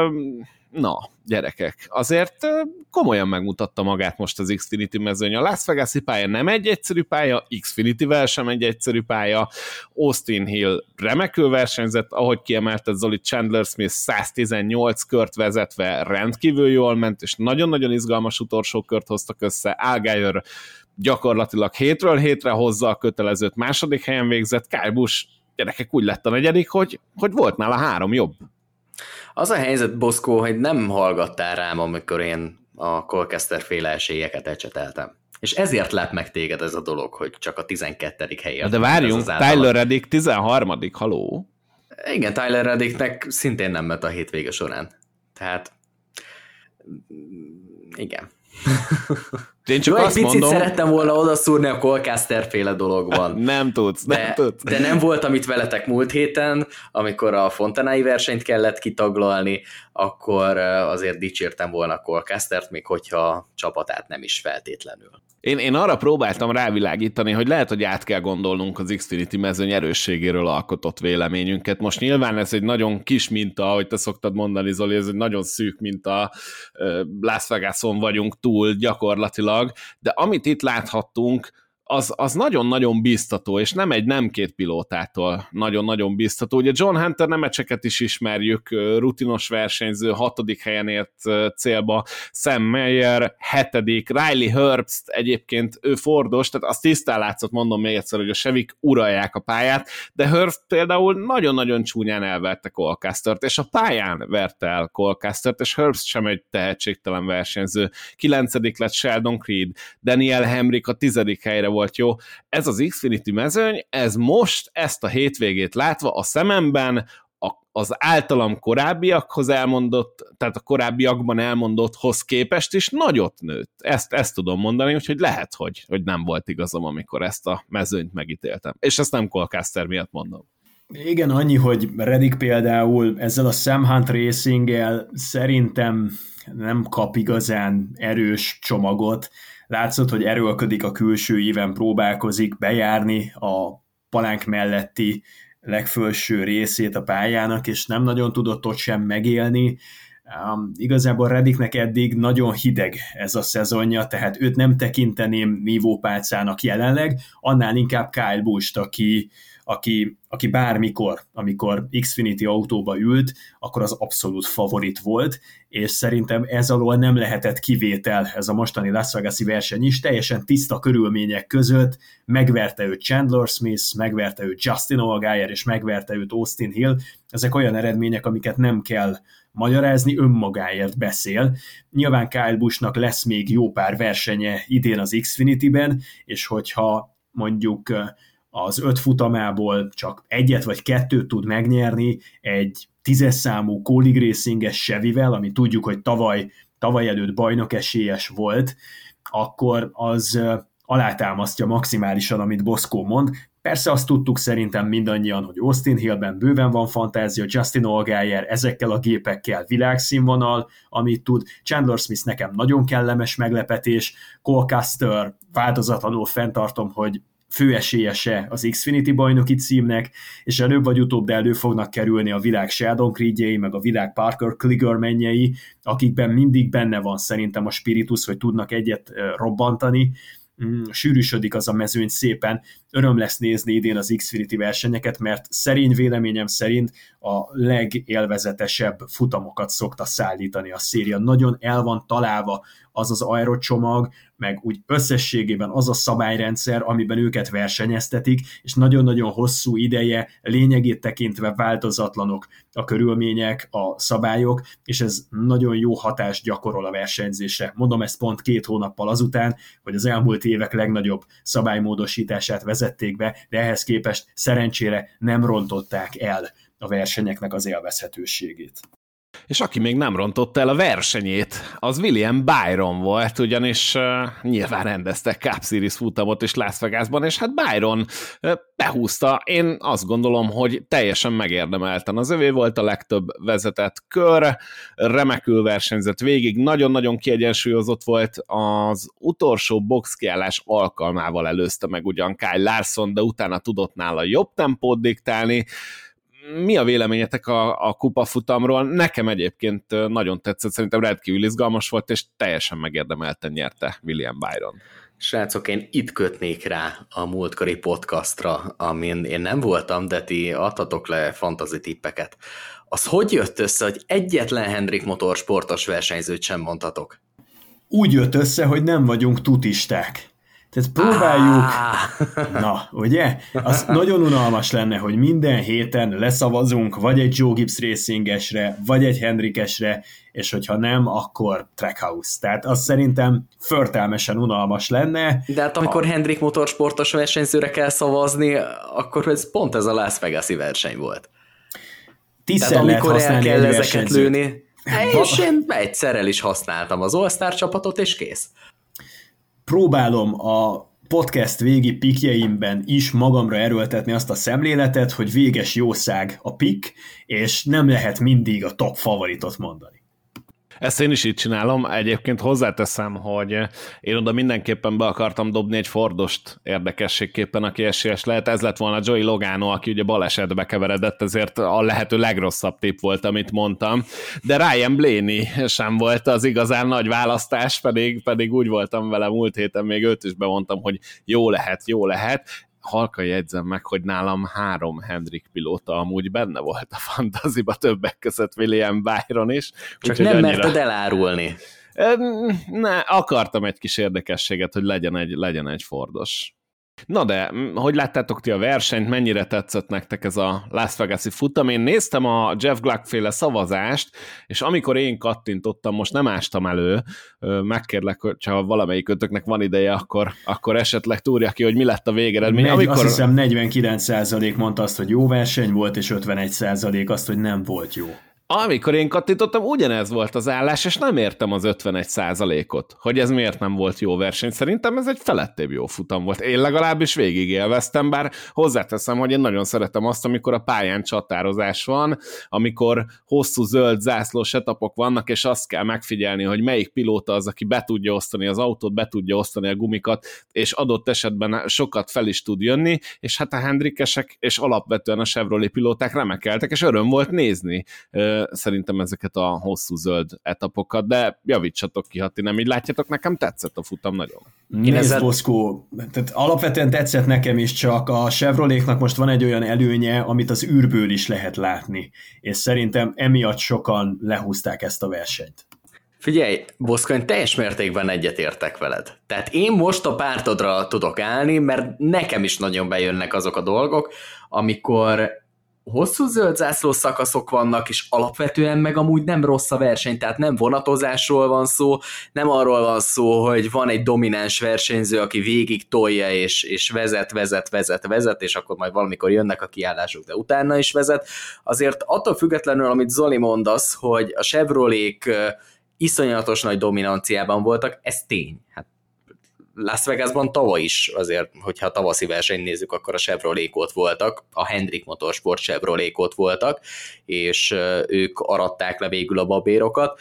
na, gyerekek, azért komolyan megmutatta magát most az Xfinity mezőny. A Las Vegas-i pálya nem egy egyszerű pálya, Xfinity-vel sem egy egyszerű pálya. Austin Hill remekül versenyzett, ahogy kiemelted Zoli, Chandler Smith 118 kört vezetve rendkívül jól ment, és nagyon-nagyon izgalmas utolsó kört hoztak össze. Allgaier gyakorlatilag hétről hétre hozza a kötelezőt, második helyen végzett. Kyle Busch, gyerekek, úgy lett a 4., hogy volt nála 3 jobb. Az a helyzet, Boszkó, hogy nem hallgattál rám, amikor én a Colchester féle esélyeket ecseteltem. És ezért lep meg téged ez a dolog, hogy csak a 12. helyért. De várjunk, Tyler Reddick 13. haló. Igen, Tyler Reddicknek szintén nem ment a hétvége során. Tehát igen. Én csak azt picit mondom, szerettem volna odaszúrni a Colchester féle dologban. Nem tudsz. De nem voltam itt veletek múlt héten, amikor a Fontanai versenyt kellett kitaglalni, akkor azért dicsértem volna a Colchestert, még hogyha a csapatát nem is feltétlenül. Én arra próbáltam rávilágítani, hogy lehet, hogy át kell gondolnunk az Xfinity mezőny erősségéről alkotott véleményünket. Most nyilván ez egy nagyon kis minta, ahogy te szoktad mondani, Zoli, ez egy nagyon szűk minta, Las Vegason vagyunk túl gyakorlatilag, de amit itt láthattunk, az nagyon-nagyon biztató, és nem 2 pilótától nagyon-nagyon biztató. Ugye John Hunter Nemeczeket is ismerjük, rutinos versenyző, 6. helyen ért célba, Sam Mayer 7., Riley Herbst egyébként ő Fordos, tehát azt tisztán látszott, mondom még egyszer, hogy a Chevik uralják a pályát, de Herbst például nagyon-nagyon csúnyán elverte Cole Custert, és a pályán verte el Cole Custert, és Herbst sem egy tehetségtelen versenyző. 9. lett Sheldon Creed, Daniel Hemrick a 10. helyre volt jó. Ez az Xfinity mezőny, ez most ezt a hétvégét látva a szememben az általam korábbiakhoz elmondott, tehát a korábbiakban elmondotthoz képest is nagyot nőtt. Ezt tudom mondani, úgyhogy lehet, hogy nem volt igazam, amikor ezt a mezőnyt megítéltem. És ezt nem Cole Custer miatt mondom. Igen, annyi, hogy Reddick például ezzel a Sam Hunt Racing-el szerintem nem kap igazán erős csomagot. Látszott, hogy erőlködik a külső íven, próbálkozik bejárni a palánk melletti legfelső részét a pályának, és nem nagyon tudott ott sem megélni. Igazából Reddicknek eddig nagyon hideg ez a szezonja, tehát őt nem tekinteném nívópálcának jelenleg, annál inkább Kyle Busch-t, aki bármikor, amikor Xfinity autóba ült, akkor az abszolút favorit volt, és szerintem ez alól nem lehetett kivétel ez a mostani Las Vegas-i verseny is, teljesen tiszta körülmények között megverte őt Chandler Smith, megverte őt Justin Allgaier, és megverte őt Austin Hill. Ezek olyan eredmények, amiket nem kell magyarázni, önmagáért beszél. Nyilván Kyle Busch-nak lesz még jó pár versenye idén az Xfinity-ben, és hogyha mondjuk az 5 futamából csak 1 vagy 2 tud megnyerni egy 10-es számú Kaulig Racinges Chevyvel, ami tudjuk, hogy tavaly előtt bajnok esélyes volt, akkor az alátámasztja maximálisan, amit Boszkó mond. Persze azt tudtuk szerintem mindannyian, hogy Austin Hillben bőven van fantázia, Justin Allgaier ezekkel a gépekkel világszínvonal, amit tud. Chandler Smith nekem nagyon kellemes meglepetés, Cole Custer változatlanul fenntartom, hogy főesélyese az Xfinity bajnoki címnek, és előbb vagy utóbb, de elő fognak kerülni a világ Sheldon Creedjei, meg a világ Parker Kligermanjei, akikben mindig benne van szerintem a spiritus, hogy tudnak egyet robbantani. Sűrűsödik az a mezőny szépen, öröm lesz nézni idén az Xfinity versenyeket, mert szerény véleményem szerint a legélvezetesebb futamokat szokta szállítani a széria. Nagyon el van találva az az aerocsomag, meg úgy összességében az a szabályrendszer, amiben őket versenyeztetik, és nagyon-nagyon hosszú ideje lényegét tekintve változatlanok a körülmények, a szabályok, és ez nagyon jó hatást gyakorol a versenyzésre. Mondom ezt pont 2 hónappal azután, hogy az elmúlt évek legnagyobb szabálymódosítását vezették be, de ehhez képest szerencsére nem rontották el a versenyeknek az élvezhetőségét. És aki még nem rontotta el a versenyét, az William Byron volt, ugyanis nyilván rendeztek Cup Series futamot is Las Vegasban, és hát Byron behúzta. Én azt gondolom, hogy teljesen megérdemelten. Az övé volt a legtöbb vezetett kör, remekül versenyzett végig, nagyon-nagyon kiegyensúlyozott volt, az utolsó boxkiállás alkalmával előzte meg ugyan Kyle Larson, de utána tudott nála jobb tempót diktálni. Mi a véleményetek a kupafutamról? Nekem egyébként nagyon tetszett, szerintem rendkívül izgalmas volt, és teljesen megérdemelten nyerte William Byron. Srácok, én itt kötnék rá a múltkori podcastra, amin én nem voltam, de ti adtatok le fantasy tippeket. Az hogy jött össze, hogy egyetlen Hendrick motorsportos versenyzőt sem mondhatok? Úgy jött össze, hogy nem vagyunk tutisták. Tehát próbáljuk, na, ugye? Az nagyon unalmas lenne, hogy minden héten leszavazunk vagy egy Joe Gibbs Racingesre, vagy egy Hendrickesre, és hogyha nem, akkor Trackhouse. Tehát az szerintem förtelmesen unalmas lenne. De hát amikor Hendrick motorsportos versenyzőre kell szavazni, akkor ez pont ez a Las Vegas-i verseny volt. Tehát amikor el kell ezeket lőni, és én egyszer el is használtam az All-Star csapatot, és kész. Próbálom a podcast végi pikjeimben is magamra erőltetni azt a szemléletet, hogy véges jószág a pik, és nem lehet mindig a top favoritot mondani. Ezt én is így csinálom. Egyébként hozzáteszem, hogy én oda mindenképpen be akartam dobni egy Fordost érdekességképpen, aki esélyes lehet. Ez lett volna Joey Logano, aki ugye balesetbe keveredett, ezért a lehető legrosszabb tipp volt, amit mondtam. De Ryan Blaney sem volt az igazán nagy választás, pedig úgy voltam vele múlt héten, még őt is bemondtam, hogy jó lehet. Halkan jegyzem meg, hogy nálam 3 Hendrick pilóta amúgy benne volt a fantaziba, többek között William Byron is. Csak nem annyira merted elárulni. Akartam egy kis érdekességet, hogy legyen egy Fordos. Na de, hogy láttátok ti a versenyt, mennyire tetszett nektek ez a Las Vegas-i futam? Én néztem a Jeff Gluck-féle szavazást, és amikor én kattintottam, most nem ástam elő, megkérlek, hogyha valamelyikötöknek van ideje, akkor esetleg túrja ki, hogy mi lett a végeredmény. Azt hiszem 49% mondta azt, hogy jó verseny volt, és 51% azt, hogy nem volt jó. Amikor én kattintottam, ugyanez volt az állás, és nem értem az 51%-ot, hogy ez miért nem volt jó verseny. Szerintem ez egy felettébb jó futam volt. Én legalábbis végig élveztem, bár hozzáteszem, hogy én nagyon szeretem azt, amikor a pályán csatározás van, amikor hosszú zöld zászlós etapok vannak, és azt kell megfigyelni, hogy melyik pilóta az, aki be tudja osztani az autót, be tudja osztani a gumikat, és adott esetben sokat fel is tud jönni, és hát a Hendrickesek és alapvetően a Chevrolet pilóták remekeltek, és öröm volt nézni szerintem ezeket a hosszú zöld etapokat, de javítsatok ki, ha ti nem így látjátok, nekem tetszett a futam nagyon. Nézd, Boszkó, tehát alapvetően tetszett nekem is, csak a Chevroléknak most van egy olyan előnye, amit az űrből is lehet látni, és szerintem emiatt sokan lehúzták ezt a versenyt. Figyelj, Boszkó, én teljes mértékben egyetértek veled. Tehát én most a pártodra tudok állni, mert nekem is nagyon bejönnek azok a dolgok, amikor hosszú zöld zászlós szakaszok vannak, és alapvetően meg amúgy nem rossz a verseny, tehát nem vonatozásról van szó, nem arról van szó, hogy van egy domináns versenyző, aki végig tolja, és vezet, és akkor majd valamikor jönnek a kiállások, de utána is vezet. Azért attól függetlenül, amit Zoli mondasz, hogy a Chevrolék iszonyatos nagy dominanciában voltak, ez tény. Hát Las Vegasban tavaly is azért, hogyha a tavaszi versenyt nézzük, akkor a Chevrolék ott voltak, a Hendrick Motorsport Chevrolék ott voltak, és ők aratták le végül a babérokat.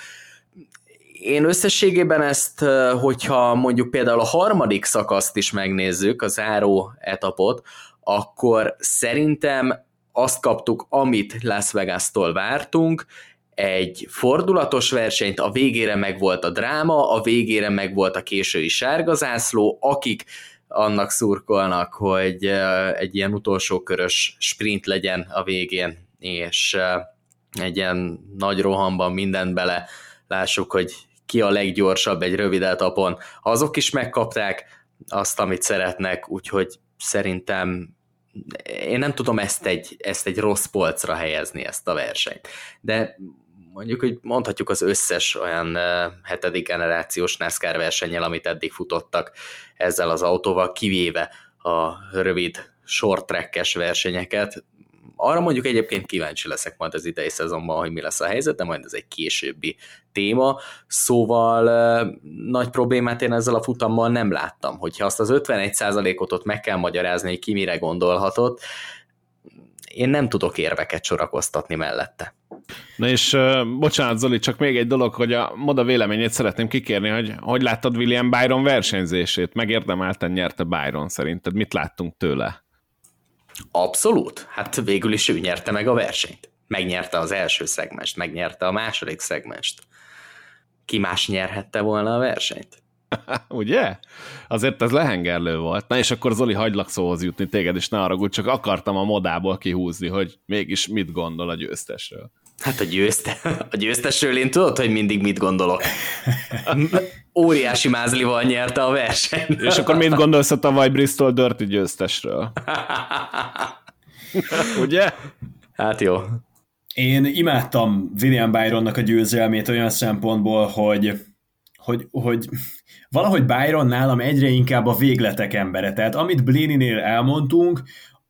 Én összességében ezt, hogyha mondjuk például a harmadik szakaszt is megnézzük, a záró etapot, akkor szerintem azt kaptuk, amit Las Vegas-tól vártunk, egy fordulatos versenyt, a végére meg volt a dráma, a végére meg volt a késői sárgazászló, akik annak szurkolnak, hogy egy ilyen utolsó körös sprint legyen a végén, és egy ilyen nagy rohamban mindent bele lássuk, hogy ki a leggyorsabb egy rövid etapon. Azok is megkapták azt, amit szeretnek, úgyhogy szerintem én nem tudom ezt egy rossz polcra helyezni, ezt a versenyt. De mondjuk, hogy mondhatjuk az összes olyan 7. generációs NASCAR versennyel, amit eddig futottak ezzel az autóval, kivéve a rövid short track-es versenyeket. Arra mondjuk egyébként kíváncsi leszek majd az idei szezonban, hogy mi lesz a helyzet, de majd ez egy későbbi téma. Szóval nagy problémát én ezzel a futammal nem láttam. Hogyha azt az 51%-ot ott meg kell magyarázni, hogy ki mire gondolhatott, én nem tudok érveket sorakoztatni mellette. Na és bocsánat Zoli, csak még egy dolog, hogy a Moda véleményét szeretném kikérni, hogy láttad William Byron versenyzését? Megérdemelten nyerte Byron szerinted? Mit láttunk tőle? Abszolút. Hát végül is ő nyerte meg a versenyt. Megnyerte az első szegmest, megnyerte a második szegmest. Ki más nyerhette volna a versenyt? Ugye? Azért ez lehengerlő volt. Na és akkor Zoli, hagylak szóhoz jutni téged, és ne haragudj, csak akartam a modából kihúzni, hogy mégis mit gondol a győztesről. Hát a győztesről én tudod, hogy mindig mit gondolok. Óriási mázlival nyerte a versenyt. És akkor mit gondolsz a tavaly Bristol Dirty győztesről? Ugye? Hát jó. Én imádtam William Byronnak a győzelmét olyan szempontból, hogy valahogy Byron nálam egyre inkább a végletek embere. Tehát amit Blaney-nél elmondtunk,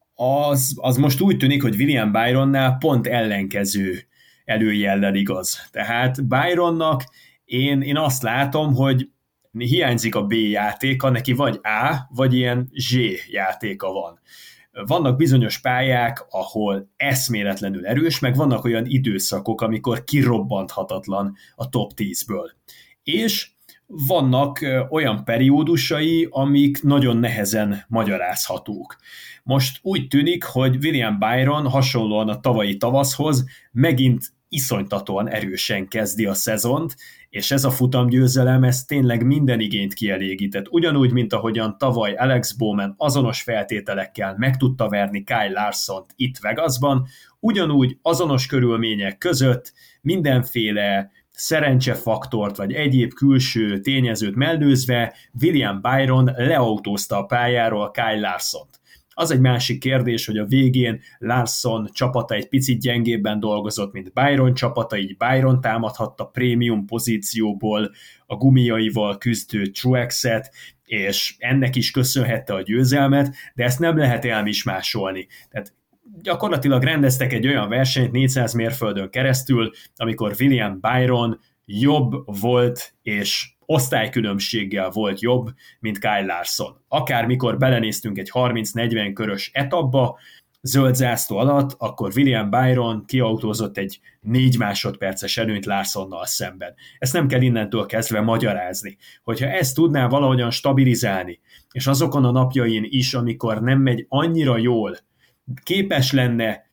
az most úgy tűnik, hogy William Byronnál pont ellenkező előjellel igaz. Tehát Byronnak én azt látom, hogy hiányzik a B játéka, neki vagy A, vagy ilyen Z játéka van. Vannak bizonyos pályák, ahol eszméletlenül erős, meg vannak olyan időszakok, amikor kirobbanthatatlan a top 10-ből. És vannak olyan periódusai, amik nagyon nehezen magyarázhatók. Most úgy tűnik, hogy William Byron hasonlóan a tavalyi tavaszhoz megint iszonytatóan erősen kezdi a szezont, és ez a futamgyőzelem, ez tényleg minden igényt kielégített. Ugyanúgy, mint ahogyan tavaly Alex Bowman azonos feltételekkel meg tudta verni Kyle Larsont itt Vegasban, ugyanúgy azonos körülmények között mindenféle szerencsefaktort vagy egyéb külső tényezőt mellőzve William Byron leautózta a pályáról Kyle Larsont. Az egy másik kérdés, hogy a végén Larson csapata egy picit gyengébben dolgozott, mint Byron csapata, így Byron támadhatta prémium pozícióból a gumiaival küzdő Truexet, és ennek is köszönhette a győzelmet, de ezt nem lehet elmismásolni. Tehát gyakorlatilag rendeztek egy olyan versenyt 400 mérföldön keresztül, amikor William Byron jobb volt, és osztálykülönbséggel volt jobb, mint Kyle Larson. Akármikor belenéztünk egy 30-40 körös etapba, zöld zászló alatt, akkor William Byron kiautózott egy 4 másodperces előnyt Larsonnal szemben. Ezt nem kell innentől kezdve magyarázni. Hogyha ezt tudná valahogyan stabilizálni, és azokon a napjain is, amikor nem megy annyira jól, képes lenne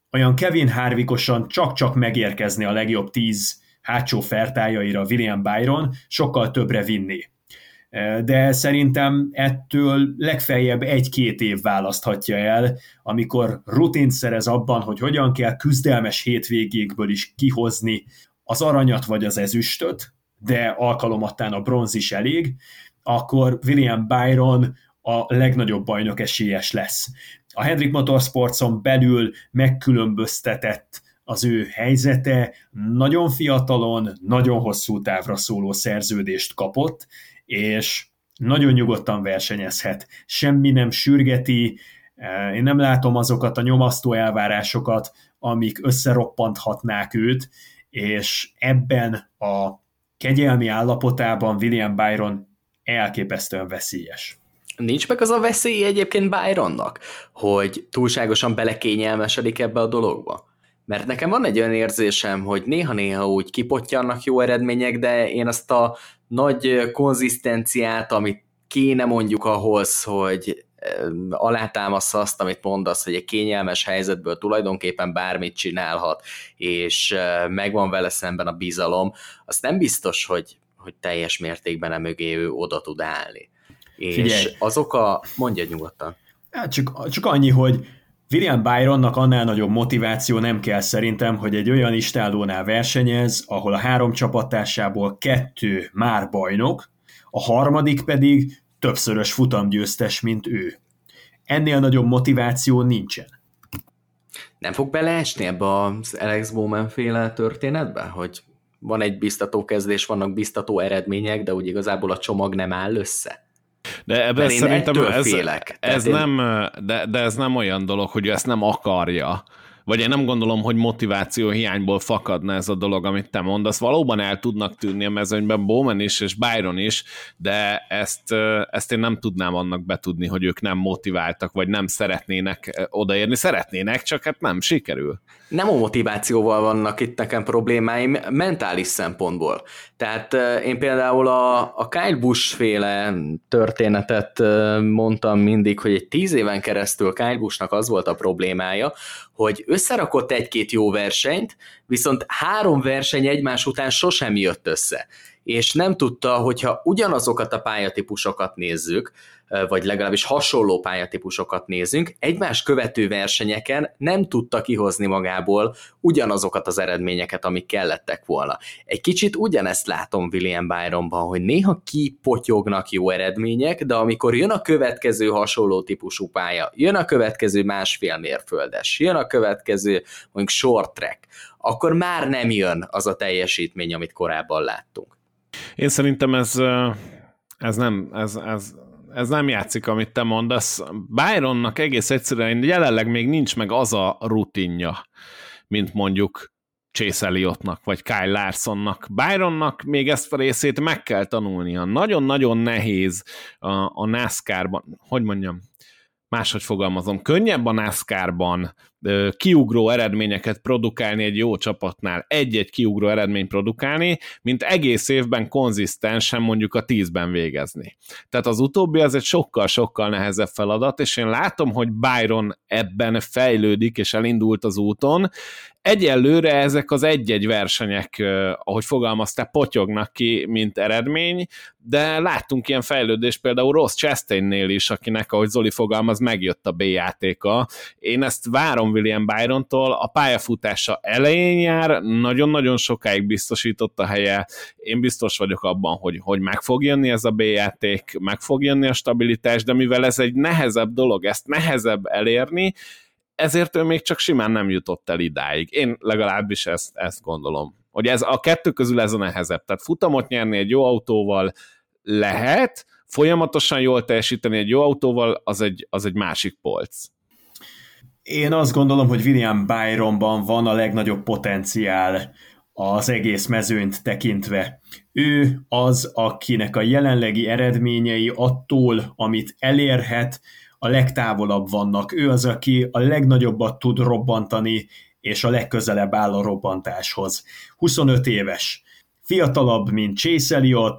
olyan Kevin Harvickosan csak-csak megérkezni a legjobb 10 hátsó fertájaira William Byron, sokkal többre vinni. De szerintem ettől legfeljebb 1-2 év választhatja el, amikor rutint szerez abban, hogy hogyan kell küzdelmes hétvégékből is kihozni az aranyat vagy az ezüstöt, de alkalomattán a bronz is elég, akkor William Byron a legnagyobb bajnok esélyes lesz. A Hendrick Motorsportson belül megkülönböztetett az ő helyzete, nagyon fiatalon, nagyon hosszú távra szóló szerződést kapott, és nagyon nyugodtan versenyezhet. Semmi nem sürgeti, én nem látom azokat a nyomasztó elvárásokat, amik összeroppanthatnák őt, és ebben a kegyelmi állapotában William Byron elképesztően veszélyes. Nincs meg az a veszély egyébként Byronnak, hogy túlságosan belekényelmesedik ebbe a dologba? Mert nekem van egy olyan érzésem, hogy néha-néha úgy kipottyannak jó eredmények, de én azt a nagy konzisztenciát, amit kéne mondjuk ahhoz, hogy alátámaszza azt, amit mondasz, hogy egy kényelmes helyzetből tulajdonképpen bármit csinálhat, és megvan vele szemben a bizalom, azt nem biztos, hogy teljes mértékben a mögé ő oda tud állni. És figyelj, mondja nyugodtan. Csak annyi, hogy William Byronnak annál nagyobb motiváció nem kell szerintem, hogy egy olyan istállónál versenyez, ahol a 3 csapattársából 2 már bajnok, a harmadik pedig többszörös futamgyőztes, mint ő. Ennél nagyobb motiváció nincsen. Nem fog beleesni ebbe az Alex Bowman féle történetbe, hogy van egy biztató kezdés, vannak biztató eredmények, de úgy igazából a csomag nem áll össze? De ebben szerintem ez nem olyan dolog, hogy ő ezt nem akarja. Vagy én nem gondolom, hogy motiváció hiányból fakadna ez a dolog, amit te mondasz. Valóban el tudnak tűnni a mezőnyben Bowman is, és Byron is, de ezt én nem tudnám annak betudni, hogy ők nem motiváltak, vagy nem szeretnének odaérni. Szeretnének, csak hát nem sikerül. Nem a motivációval vannak itt nekem problémáim, mentális szempontból. Tehát én például a Kyle Busch féle történetet mondtam mindig, hogy egy 10 éven keresztül Kyle Buschnak az volt a problémája, hogy összerakott 1-2 jó versenyt, viszont 3 verseny egymás után sosem jött össze. És nem tudta, hogyha ugyanazokat a pályatípusokat nézzük, vagy legalábbis hasonló pályatípusokat nézünk, egymás követő versenyeken nem tudta kihozni magából ugyanazokat az eredményeket, amik kellettek volna. Egy kicsit ugyanezt látom William Byronban, hogy néha kipotyognak jó eredmények, de amikor jön a következő hasonló típusú pálya, jön a következő 1,5 mérföldes, jön a következő mondjuk short track, akkor már nem jön az a teljesítmény, amit korábban láttunk. Én szerintem ez nem játszik, amit te mondasz. Byronnak egész egyszerűen jelenleg még nincs meg az a rutinja, mint mondjuk Chase Elliottnak, vagy Kyle Larsonnak. Byronnak még ezt a részét meg kell tanulnia. Nagyon-nagyon nehéz a NASCAR-ban, hogy mondjam, máshogy fogalmazom, könnyebb a NASCAR-ban kiugró eredményeket produkálni egy jó csapatnál, egy-egy kiugró eredményt produkálni, mint egész évben konzisztensen mondjuk a 10-ben végezni. Tehát az utóbbi az egy sokkal-sokkal nehezebb feladat, és én látom, hogy Byron ebben fejlődik, és elindult az úton. Egyelőre ezek az egy-egy versenyek, ahogy fogalmaztál, potyognak ki, mint eredmény, de láttunk ilyen fejlődést például Ross Chastainnél is, akinek, ahogy Zoli fogalmaz, megjött a B-játéka. Én ezt várom William Byrontól, a pályafutása elején jár, nagyon-nagyon sokáig biztosított a helye, én biztos vagyok abban, hogy meg fog jönni ez a B-játék, meg fog jönni a stabilitás, de mivel ez egy nehezebb dolog, ezt nehezebb elérni, ezért ő még csak simán nem jutott el idáig. Én legalábbis ezt gondolom. Hogy ez a kettő közül ez a nehezebb. Tehát futamot nyerni egy jó autóval lehet, folyamatosan jól teljesíteni egy jó autóval, az egy másik polc. Én azt gondolom, hogy William Byronban van a legnagyobb potenciál az egész mezőnyt tekintve. Ő az, akinek a jelenlegi eredményei attól, amit elérhet, a legtávolabb vannak. Ő az, aki a legnagyobbat tud robbantani, és a legközelebb áll a robbantáshoz. 25 éves. Fiatalabb, mint Chase Elliott,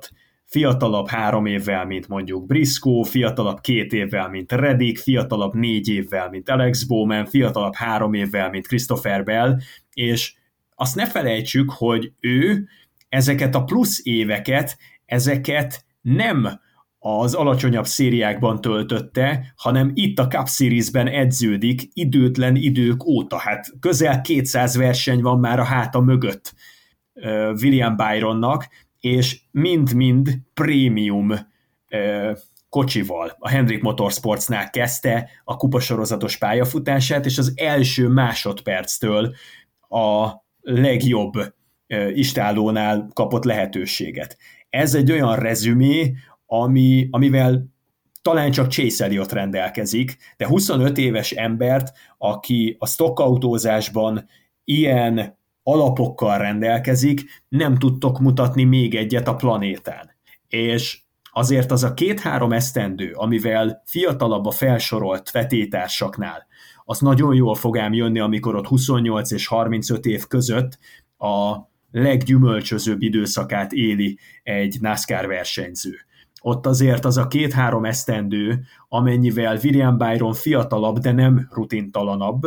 fiatalabb 3 évvel, mint mondjuk Briscoe, fiatalabb 2 évvel, mint Reddick, fiatalabb 4 évvel, mint Alex Bowman, fiatalabb 3 évvel, mint Christopher Bell, és azt ne felejtsük, hogy ő ezeket a plusz éveket, ezeket nem az alacsonyabb szériákban töltötte, hanem itt a Cup Series-ben edződik időtlen idők óta. Hát közel 200 verseny van már a háta mögött William Byronnak, és mind-mind prémium kocsival. A Hendrick Motorsportsnál kezdte a kupasorozatos pályafutását, és az első másodperctől a legjobb istállónál kapott lehetőséget. Ez egy olyan rezümé, amivel talán csak Chase Elliott rendelkezik, de 25 éves embert, aki a stockautózásban ilyen alapokkal rendelkezik, nem tudtok mutatni még egyet a planétán. És azért az a 2-3 esztendő, amivel fiatalabb a felsorolt vetétársaknál, az nagyon jól fog ám jönni, amikor ott 28 és 35 év között a leggyümölcsözőbb időszakát éli egy NASCAR versenyző. Ott azért az a 2-3 esztendő, amennyivel William Byron fiatalabb, de nem rutintalanabb,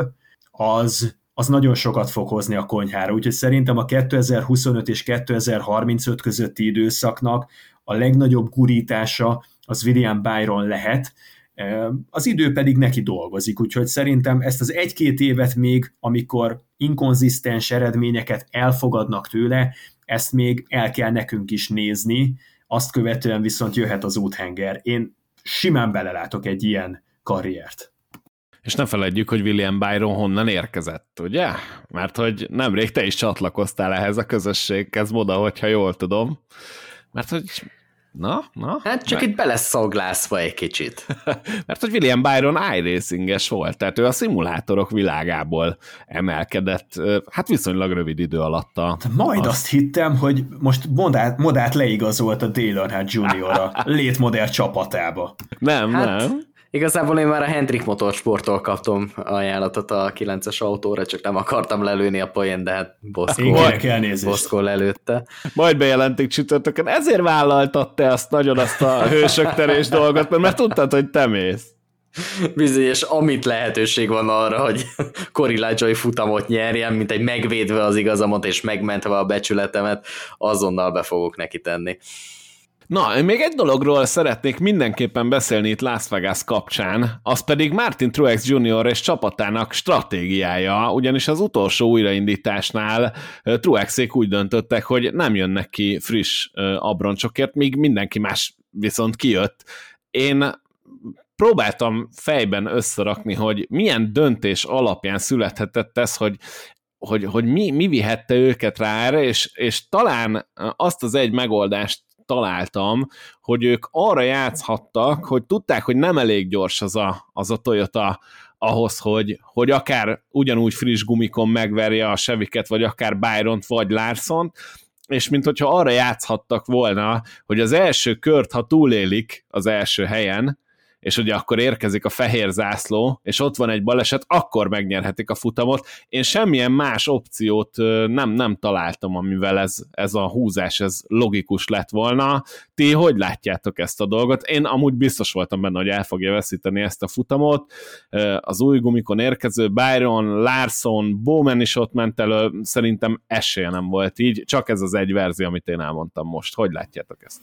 az nagyon sokat fog hozni a konyhára. Úgyhogy szerintem a 2025 és 2035 közötti időszaknak a legnagyobb gurítása az William Byron lehet, az idő pedig neki dolgozik, úgyhogy szerintem ezt az 1-2 évet még, amikor inkonzisztens eredményeket elfogadnak tőle, ezt még el kell nekünk is nézni, azt követően viszont jöhet az úthenger. Én simán belelátok egy ilyen karriert. És ne feledjük, hogy William Byron honnan érkezett, ugye? Mert hogy nemrég te is csatlakoztál ehhez a közösséghez, Moda, hogyha jól tudom. Mert hogy... Na? Hát csak itt beleszaglászva egy kicsit. Mert hogy William Byron iRacinges volt, tehát ő a szimulátorok világából emelkedett, hát viszonylag rövid idő alatt. Azt hittem, hogy most modát leigazolt a Dale Earnhardt Jr. a létmodell csapatába. Nem. Igazából én már a Hendrick Motorsporttól kaptam ajánlatot a 9-es autóra, csak nem akartam lelőni a poén, de hát Boszkó lelőtte. Majd bejelentik csütörtökön. Ezért vállaltad te azt a hősökterés dolgot, mert tudtad, hogy te mész. Bizonyos, amit lehetőség van arra, hogy Corey LaJoie futamot nyerjen, mint egy megvédve az igazamat és megmentve a becsületemet, azonnal be fogok neki tenni. Na, én még egy dologról szeretnék mindenképpen beszélni itt Las Vegas kapcsán, az pedig Martin Truex Jr. és csapatának stratégiája, ugyanis az utolsó újraindításnál Truexék úgy döntöttek, hogy nem jönnek ki friss abroncsokért, míg mindenki más viszont kijött. Én próbáltam fejben összerakni, hogy milyen döntés alapján születhetett ez, hogy mi vihette őket rá erre, és talán azt az egy megoldást találtam, hogy ők arra játszhattak, hogy tudták, hogy nem elég gyors az a Toyota ahhoz, hogy akár ugyanúgy friss gumikon megverje a Chevyket, vagy akár Byront, vagy Larsont, és mint hogyha arra játszhattak volna, hogy az első kört, ha túlélik az első helyen, és ugye akkor érkezik a fehér zászló, és ott van egy baleset, akkor megnyerhetik a futamot. Én semmilyen más opciót nem találtam, amivel ez a húzás ez logikus lett volna. Ti hogy látjátok ezt a dolgot? Én amúgy biztos voltam benne, hogy el fogja veszíteni ezt a futamot. Az új gumikon érkező Byron, Larson, Bowman is ott ment elő, szerintem esélye nem volt így, csak ez az egy verzió, amit én elmondtam most. Hogy látjátok ezt?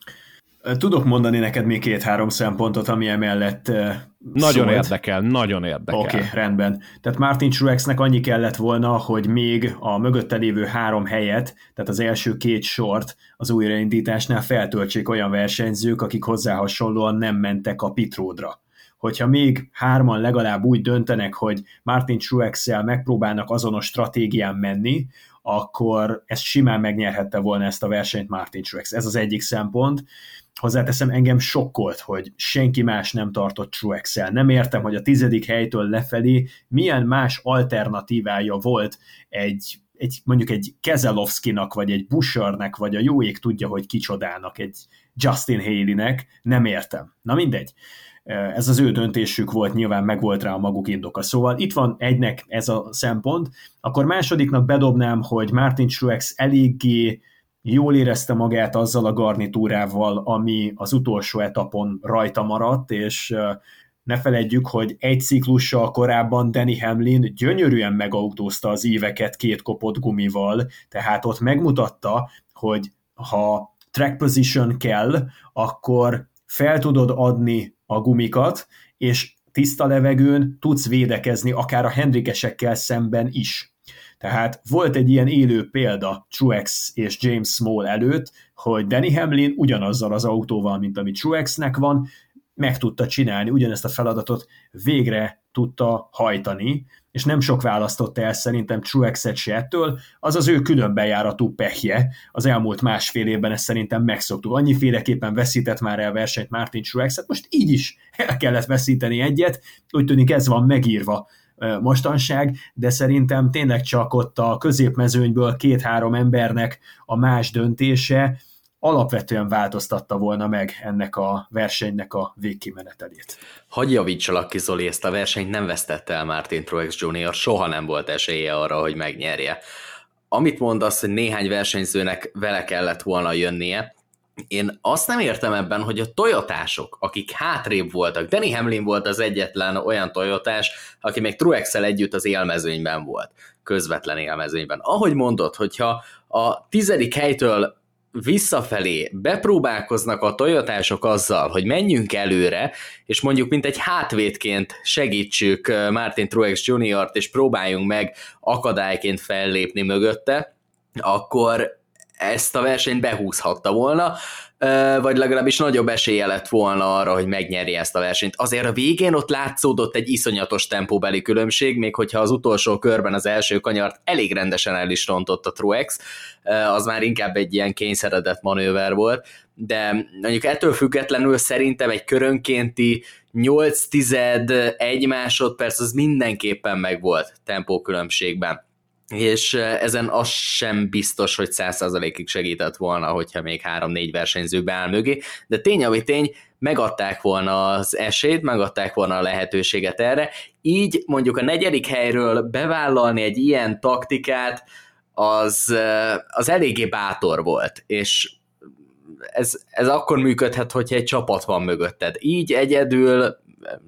Tudok mondani neked még 2-3 szempontot, ami emellett Nagyon érdekel. Oké, rendben. Tehát Martin Truexnek annyi kellett volna, hogy még a mögötte lévő 3 helyet, tehát az első 2 sort az újraindításnál feltöltsék olyan versenyzők, akik hozzá hasonlóan nem mentek a pitródra. Hogyha még 3-an legalább úgy döntenek, hogy Martin Truex-szel megpróbálnak azonos stratégián menni, akkor ez simán megnyerhette volna ezt a versenyt Martin Truex. Ez az egyik szempont. Hozzáteszem, engem sokkolt, hogy senki más nem tartott Truex-el. Nem értem, hogy a 10. helytől lefelé milyen más alternatívája volt mondjuk egy Keselowskinak, vagy egy Bueschernek, vagy a jó ég tudja, hogy kicsodának, egy Justin Haleynek. Nem értem. Na mindegy. Ez az ő döntésük volt, nyilván megvolt rá a maguk indoka. Szóval itt van egynek ez a szempont. Akkor másodiknak bedobnám, hogy Martin Truex eléggé jól érezte magát azzal a garnitúrával, ami az utolsó etapon rajta maradt, és ne feledjük, hogy egy ciklussal korábban Denny Hamlin gyönyörűen megautózta az íveket 2 kopott gumival, tehát ott megmutatta, hogy ha track position kell, akkor fel tudod adni a gumikat, és tiszta levegőn tudsz védekezni akár a Hendrikesekkel szemben is. Tehát volt egy ilyen élő példa Truex és James Small előtt, hogy Denny Hamlin ugyanazzal az autóval, mint ami Truexnek van, meg tudta csinálni, ugyanezt a feladatot végre tudta hajtani, és nem sok választotta el szerintem Truexet se ettől, az az ő különbejáratú pehje. Az elmúlt másfél évben ezt szerintem megszoktuk. Annyiféleképpen veszített már el versenyt Martin Truexet, most így is el kellett veszíteni egyet, úgy tűnik ez van megírva mostanság, de szerintem tényleg csak ott a középmezőnyből 2-3 embernek a más döntése alapvetően változtatta volna meg ennek a versenynek a végkimenetelét. Hadd javítsalak ki, Zoli, ezt a versenyt nem vesztette el Martin Truex Jr., soha nem volt esélye arra, hogy megnyerje. Amit mondasz, hogy néhány versenyzőnek vele kellett volna jönnie, én azt nem értem ebben, hogy a toyotások, akik hátrébb voltak, Denny Hamlin volt az egyetlen olyan toyotás, aki még Truex-el együtt az élmezőnyben volt, közvetlen élmezőnyben. Ahogy mondod, hogyha a 10. helytől visszafelé bepróbálkoznak a toyotások azzal, hogy menjünk előre, és mondjuk mint egy hátvédként segítsük Martin Truex Jr.-t, és próbáljunk meg akadályként fellépni mögötte, akkor ezt a versenyt behúzhatta volna, vagy legalábbis nagyobb esélye lett volna arra, hogy megnyerje ezt a versenyt. Azért a végén ott látszódott egy iszonyatos tempóbeli különbség, még hogyha az utolsó körben az első kanyart elég rendesen el is rontott a Truex, az már inkább egy ilyen kényszeredett manőver volt, de mondjuk ettől függetlenül szerintem egy körönkénti 8/10 másodperc az mindenképpen megvolt tempókülönbségben. És ezen az sem biztos, hogy 100%-ig segített volna, hogyha még 3-4 versenyző beáll mögé, de tény, ami tény, megadták volna az esélyt, megadták volna a lehetőséget erre, így mondjuk a 4. helyről bevállalni egy ilyen taktikát, az eléggé bátor volt, és ez akkor működhet, hogyha egy csapat van mögötted. Így egyedül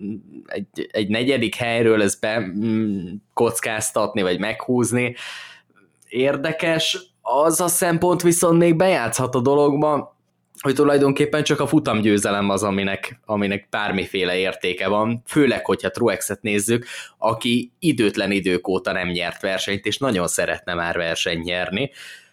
egy 4. helyről ezt bekockáztatni, vagy meghúzni érdekes, az a szempont viszont még bejátszhat a dologba, hogy tulajdonképpen csak a futamgyőzelem az, aminek bármiféle értéke van, főleg, hogyha Truexet nézzük, aki időtlen idők óta nem nyert versenyt, és nagyon szeretne már versenyt nyerni,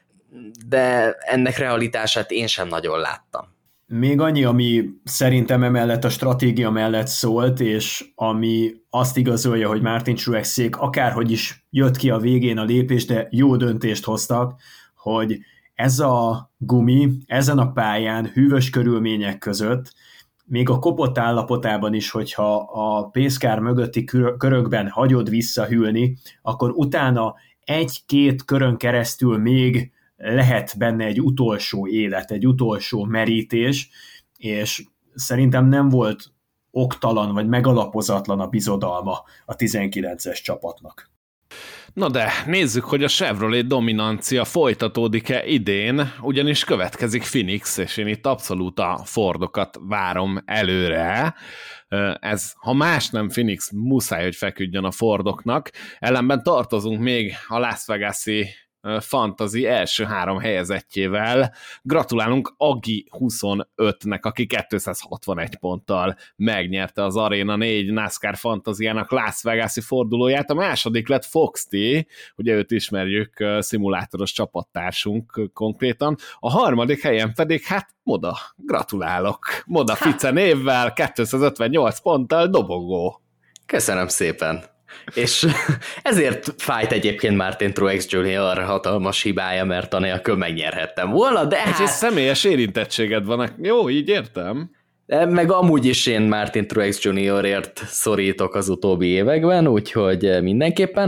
de ennek realitását én sem nagyon láttam. Még annyi, ami szerintem emellett a stratégia mellett szólt, és ami azt igazolja, hogy Martin Truexék akárhogy is jött ki a végén a lépés, de jó döntést hoztak, hogy ez a gumi ezen a pályán hűvös körülmények között, még a kopott állapotában is, hogyha a pészkár mögötti körökben hagyod visszahűlni, akkor utána 1-2 körön keresztül még lehet benne egy utolsó élet, egy utolsó merítés, és szerintem nem volt oktalan vagy megalapozatlan a bizodalma a 19-es csapatnak. Na de nézzük, hogy a Chevrolet dominancia folytatódik-e idén, ugyanis következik Phoenix, és én itt abszolút a Fordokat várom előre. Ez, ha más nem Phoenix, muszáj, hogy feküdjön a Fordoknak. Ellenben tartozunk még a Las Vegas-i Fantasy első 3 helyezettjével. Gratulálunk Agi 25-nek, aki 261 ponttal megnyerte az Arena 4 NASCAR Fantasyának Las Vegas-i fordulóját. A második lett Fox T, ugye őt ismerjük, szimulátoros csapattársunk konkrétan. A 3. helyen pedig, hát Moda, gratulálok. Moda Fice névvel, 258 ponttal dobogó. Köszönöm szépen. És ezért fájt egyébként Martin Truex Jr. hatalmas hibája, mert anélkül megnyerhettem volna, de hát... személyes érintettséged van, jó, így értem. De meg amúgy is én Martin Truex Jr.-ért szorítok az utóbbi években, úgyhogy mindenképpen.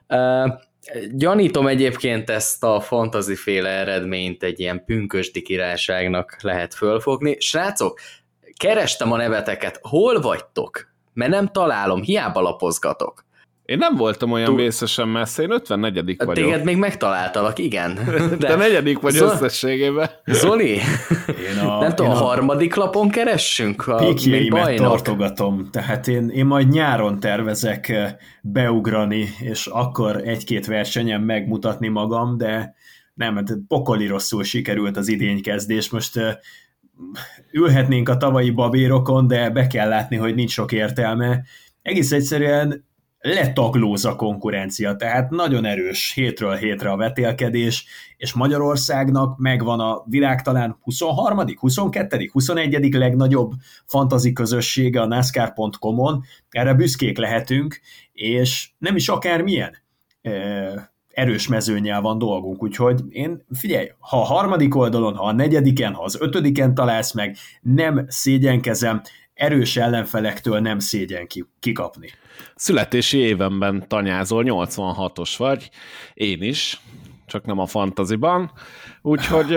Gyanítom egyébként ezt a fantasy-féle eredményt egy ilyen pünkösdi királyságnak lehet fölfogni. Srácok, kerestem a neveteket, hol vagytok? Mert nem találom, hiába lapozgatok. Én nem voltam olyan vészesen messze, én 54. vagyok. Téged még megtaláltalak, igen. De 4. vagy összességében. Zoli, nem tudom, a harmadik lapon keressünk? Píkjeimet tartogatom, tehát én majd nyáron tervezek beugrani, és akkor 1-2 versenyen megmutatni magam, de nem, pokoli rosszul sikerült az idénykezdés. Most ülhetnénk a tavalyi babérokon, de be kell látni, hogy nincs sok értelme. Egész egyszerűen letaglóz a konkurencia, tehát nagyon erős hétről hétre a vetélkedés, és Magyarországnak megvan a világ talán 23., 22., 21. legnagyobb fantasy közössége a NASCAR.com-on, erre büszkék lehetünk, és nem is akármilyen erős mezőnnyel van dolgunk, úgyhogy figyelj, ha a harmadik oldalon, ha a 4., ha az 5. találsz meg, nem szégyenkezem, erős ellenfelektől nem szégyen kikapni. Születési évemben tanyázol, 86-os vagy, én is, csak nem a fantaziban, úgyhogy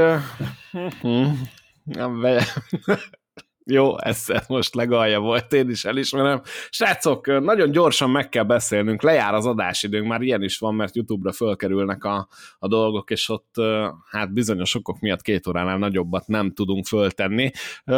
jó, ez most legalja volt, én is elismerem. Srácok, nagyon gyorsan meg kell beszélnünk, lejár az adásidőnk, már ilyen is van, mert YouTube-ra fölkerülnek a dolgok, és ott hát bizonyos okok miatt 2 óránál nagyobbat nem tudunk föltenni.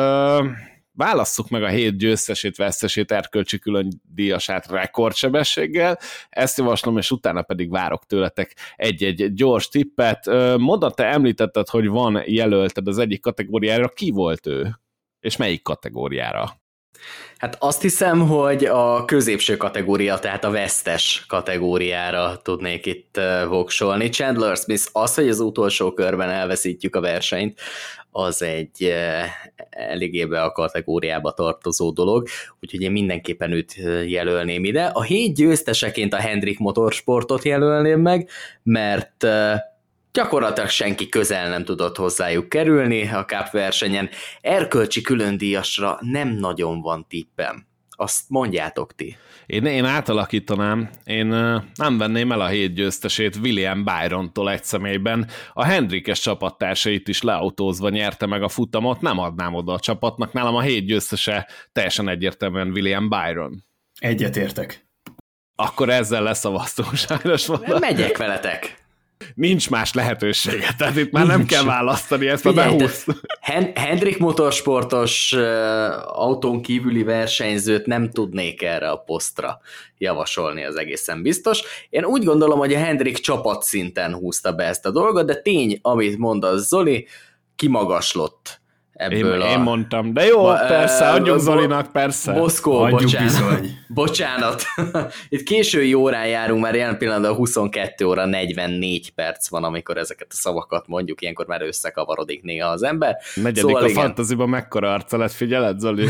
Válasszuk meg a 7 győztesét, vesztesét, erkölcsi külön díjasát rekordsebességgel. Ezt javaslom, és utána pedig várok tőletek egy gyors tippet. Moda, te említetted, hogy van jelölted az egyik kategóriára. Ki volt ő? És melyik kategóriára? Hát azt hiszem, hogy a középső kategória, tehát a vesztes kategóriára tudnék itt voksolni. Chandler Smith, az, hogy az utolsó körben elveszítjük a versenyt, az egy eléggé be a kategóriába tartozó dolog, úgyhogy én mindenképpen őt jelölném ide. A 7 győzteseként a Hendrick Motorsportot jelölném meg, mert gyakorlatilag senki közel nem tudott hozzájuk kerülni a Cup versenyen. Erkölcsi különdíjasra nem nagyon van tippem. Azt mondjátok ti. Én átalakítanám, én nem venném el a 7 győztesét William Byron-tól egy személyben. A Hendrickes csapattársait is leautózva nyerte meg a futamot, nem adnám oda a csapatnak. Nálam a 7 győztese teljesen egyértelműen William Byron. Egyetértek. Akkor ezzel leszavaztunk, sajnos mondani. Megyek veletek. Nincs más lehetősége, tehát itt már nem kell választani, ezt a behúzt. Hendrick Motorsportos autón kívüli versenyzőt nem tudnék erre a posztra javasolni, az egészen biztos. Én úgy gondolom, hogy a Hendrick csapatszinten húzta be ezt a dolgot, de tény, amit mond a Zoli, kimagaslott ebből én mondtam, de jó, persze, adjuk Zolinak, persze. Moszkó, bocsánat. Itt késői órán járunk, már jelen pillanatban 22 óra 44 perc van, amikor ezeket a szavakat mondjuk, ilyenkor már összekavarodik néha az ember. 4. Szóval a fantaziban mekkora arca lett, figyeled, Zoli?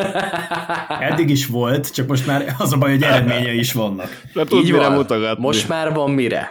Eddig is volt, csak most már az a baj, hogy eredményei is vannak. De tud mire mutogatni. Most már van mire.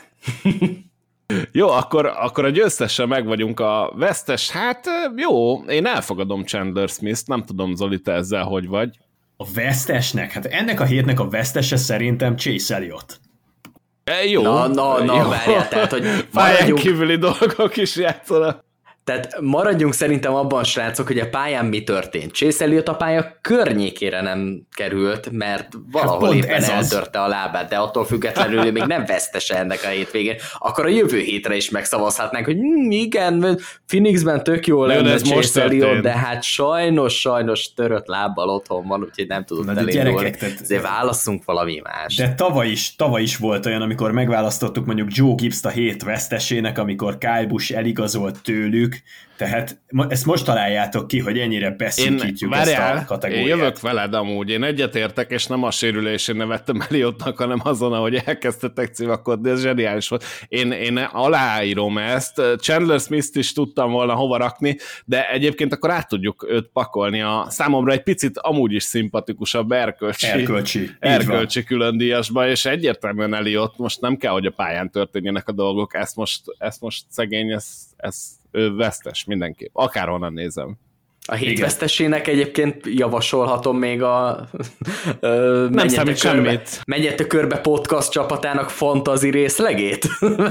Jó, akkor a győztessel meg vagyunk, a vesztes, hát jó, én elfogadom Chandler Smith-t, nem tudom, Zoli, te ezzel hogy vagy? A vesztesnek? Hát ennek a hétnek a vesztese szerintem Chase Elliott. Jó. Na, várjál, tehát, hogy pályán kívüli dolgok is játszanak. Tehát maradjunk szerintem abban, srácok, hogy a pályán mi történt. Chase Elliott a pálya környékére nem került, mert valahol éppen eltörte a lábát, de attól függetlenül még nem vesztese ennek a hétvégén. Akkor a jövő hétre is megszavazhatnánk, hogy igen, Phoenixben tök jó lenne Chase Elliott, de hát sajnos törött lábbal otthon van, úgyhogy nem tudott elindulni. Ezért válasszunk valami más. De tavaly is volt olyan, amikor megválasztottuk mondjuk Joe Gibbs-t a 7 vesztesének, amikor Kyle Busch eligazolt tőlük, tehát ezt most találjátok ki, hogy ennyire beszűkítjük ezt a kategóriát. Én jövök veled amúgy, én egyetértek, és nem a sérülésén nevettem Elliottnak, hanem azon, ahogy elkezdtetek civakodni, ez zseniális volt. Én aláírom ezt, Chandler Smith-t is tudtam volna hova rakni, de egyébként akkor át tudjuk őt pakolni a számomra egy picit amúgy is szimpatikusabb erkölcsi különdíjasba, és egyértelműen Elliott, most nem kell, hogy a pályán történjenek a dolgok, ezt most szegény, ez vesztes mindenképp, akárhonnan nézem. A 7 vesztesének egyébként javasolhatom még a nem számít semmit. Menjette körbe podcast csapatának fantasy részlegét?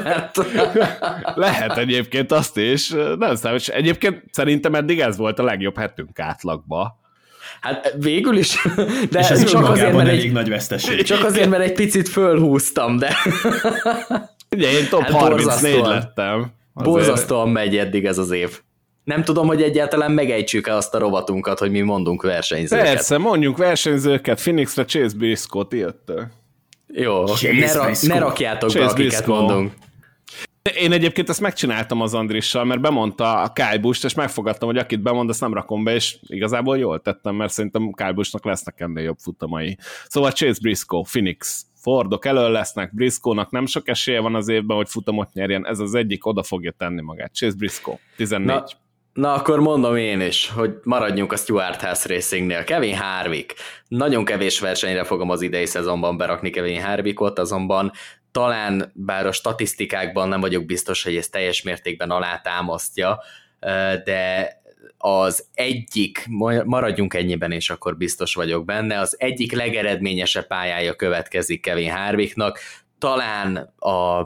Lehet egyébként azt is, nem számít. Egyébként szerintem eddig ez volt a legjobb hetünk átlagba. Hát végül is, de és ez csak azért, mert elég nagy veszteség. Csak azért, mert egy picit fölhúztam, de... Ugye én top 34 lettem. Borzasztóan megy eddig ez az év. Nem tudom, hogy egyáltalán megejtsük-e azt a rovatunkat, hogy mi mondunk versenyzőket. Persze, mondjunk versenyzőket, Phoenixre Chase Briscoe-t jöttől. Jó, ne rakjátok be, akiket mondunk. Én egyébként ezt megcsináltam az Andrissal, mert bemondta a Kyle Busch-t, és megfogadtam, hogy akit bemond, azt nem rakom be, és igazából jól tettem, mert szerintem Kyle Busch-nak lesznek ennél jobb futamai. Szóval Chase Briscoe, Phoenix, Fordok elől lesznek, Briscoe-nak nem sok esélye van az évben, hogy futamot nyerjen, ez az egyik, oda fogja tenni magát. Chase Briscoe, 14. Na akkor mondom én is, hogy maradjunk a Stewart Haas Racingnél. Kevin Harvick. Nagyon kevés versenyre fogom az idei szezonban berakni Kevin Harvickot, azonban talán, bár a statisztikákban nem vagyok biztos, hogy ez teljes mértékben alátámasztja, de az egyik, maradjunk ennyiben, és akkor biztos vagyok benne, az egyik legeredményesebb pályája következik Kevin Harvicknak, talán a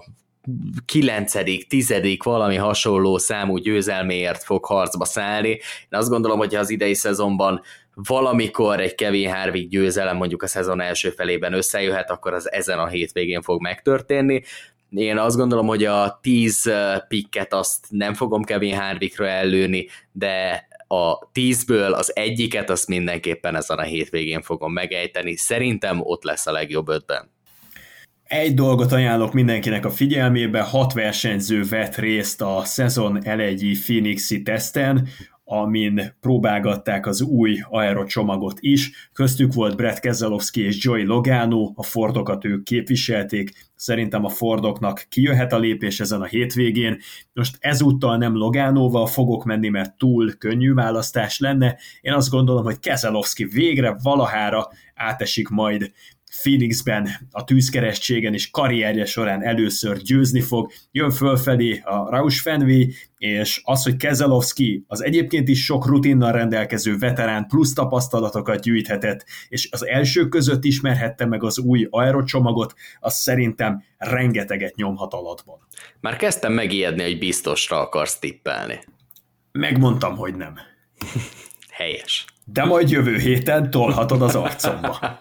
9., 10. valami hasonló számú győzelméért fog harcba szállni. Én azt gondolom, hogy az idei szezonban valamikor egy Kevin Harvick győzelem mondjuk a szezon első felében összejöhet, akkor az ezen a hétvégén fog megtörténni. Én azt gondolom, hogy a 10 pikket azt nem fogom Kevin Harvickra ellőni, de a 10-ből az egyiket azt mindenképpen ezen a hétvégén fogom megejteni. Szerintem ott lesz a legjobb 5-ben. Egy dolgot ajánlok mindenkinek a figyelmébe, 6 versenyző vett részt a szezon elejé Phoenixi teszten, amin próbálgatták az új aerocsomagot is. Köztük volt Brad Keselowski és Joey Logano, a Fordokat ők képviselték. Szerintem a Fordoknak kijöhet a lépés ezen a hétvégén. Most ezúttal nem Loganoval fogok menni, mert túl könnyű választás lenne. Én azt gondolom, hogy Keselowski végre valahára átesik majd Phoenixben a tűzkeresztségen, és karrierje során először győzni fog, jön fölfelé a Roush Fenway, és az, hogy Keselowski az egyébként is sok rutinnal rendelkező veterán plusz tapasztalatokat gyűjthetett, és az elsők között ismerhette meg az új aerocsomagot, az szerintem rengeteget nyomhat alatban. Már kezdtem megijedni, hogy biztosra akarsz tippelni. Megmondtam, hogy nem. Helyes. De majd jövő héten tolhatod az arcomba.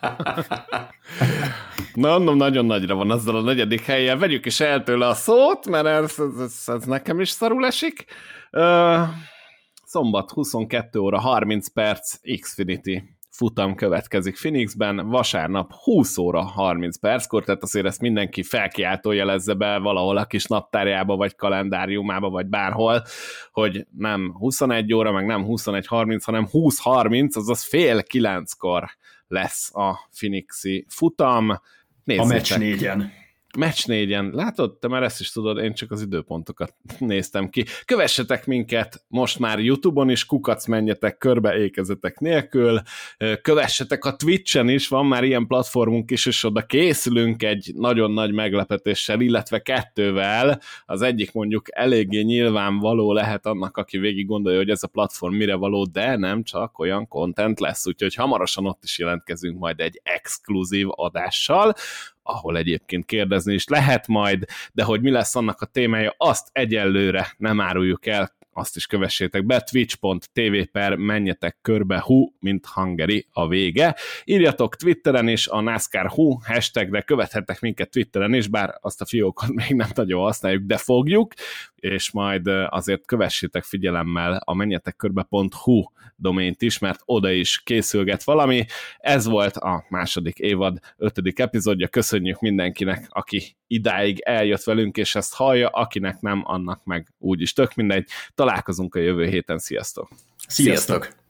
Na, nagyon nagyra van azzal a 4. helyen. Vegyük is el tőle a szót, mert ez nekem is szarul esik. Szombat 22 óra 30 perc Xfinity futam következik Phoenixben, vasárnap 20 óra 30 perckor, tehát azért ezt mindenki felkiáltó jelezze be valahol a kis naptárjába, vagy kalendáriumába, vagy bárhol, hogy nem 21 óra, meg nem 21:30, hanem 20:30, azaz fél 9-kor lesz a Phoenixi futam. Nézzétek. A meccs 4-en. Meccs 4-en. Látod, te már ezt is tudod, én csak az időpontokat néztem ki. Kövessetek minket most már YouTube-on is, kukac menjetek körbe ékezetek nélkül, kövessetek a Twitch-en is, van már ilyen platformunk is, és oda készülünk egy nagyon nagy meglepetéssel, illetve 2-vel. Az egyik mondjuk eléggé nyilvánvaló lehet annak, aki végig gondolja, hogy ez a platform mire való, de nem csak olyan content lesz, úgyhogy hamarosan ott is jelentkezünk majd egy exkluzív adással, ahol egyébként kérdezni is lehet majd, de hogy mi lesz annak a témája, azt egyelőre nem áruljuk el, azt is kövessétek be, twitch.tv/menjetek körbe hu, mint Hungary a vége. Írjatok Twitteren is a NASCAR hu hashtagre, követhettek minket Twitteren is, bár azt a fiókot még nem nagyon használjuk, de fogjuk, és majd azért kövessétek figyelemmel a menjetekkörbe.hu domént is, mert oda is készülget valami. Ez volt a második évad 5. epizódja. Köszönjük mindenkinek, aki idáig eljött velünk, és ezt hallja, akinek nem, annak meg úgyis tök mindegy. Találkozunk a jövő héten. Sziasztok! Sziasztok!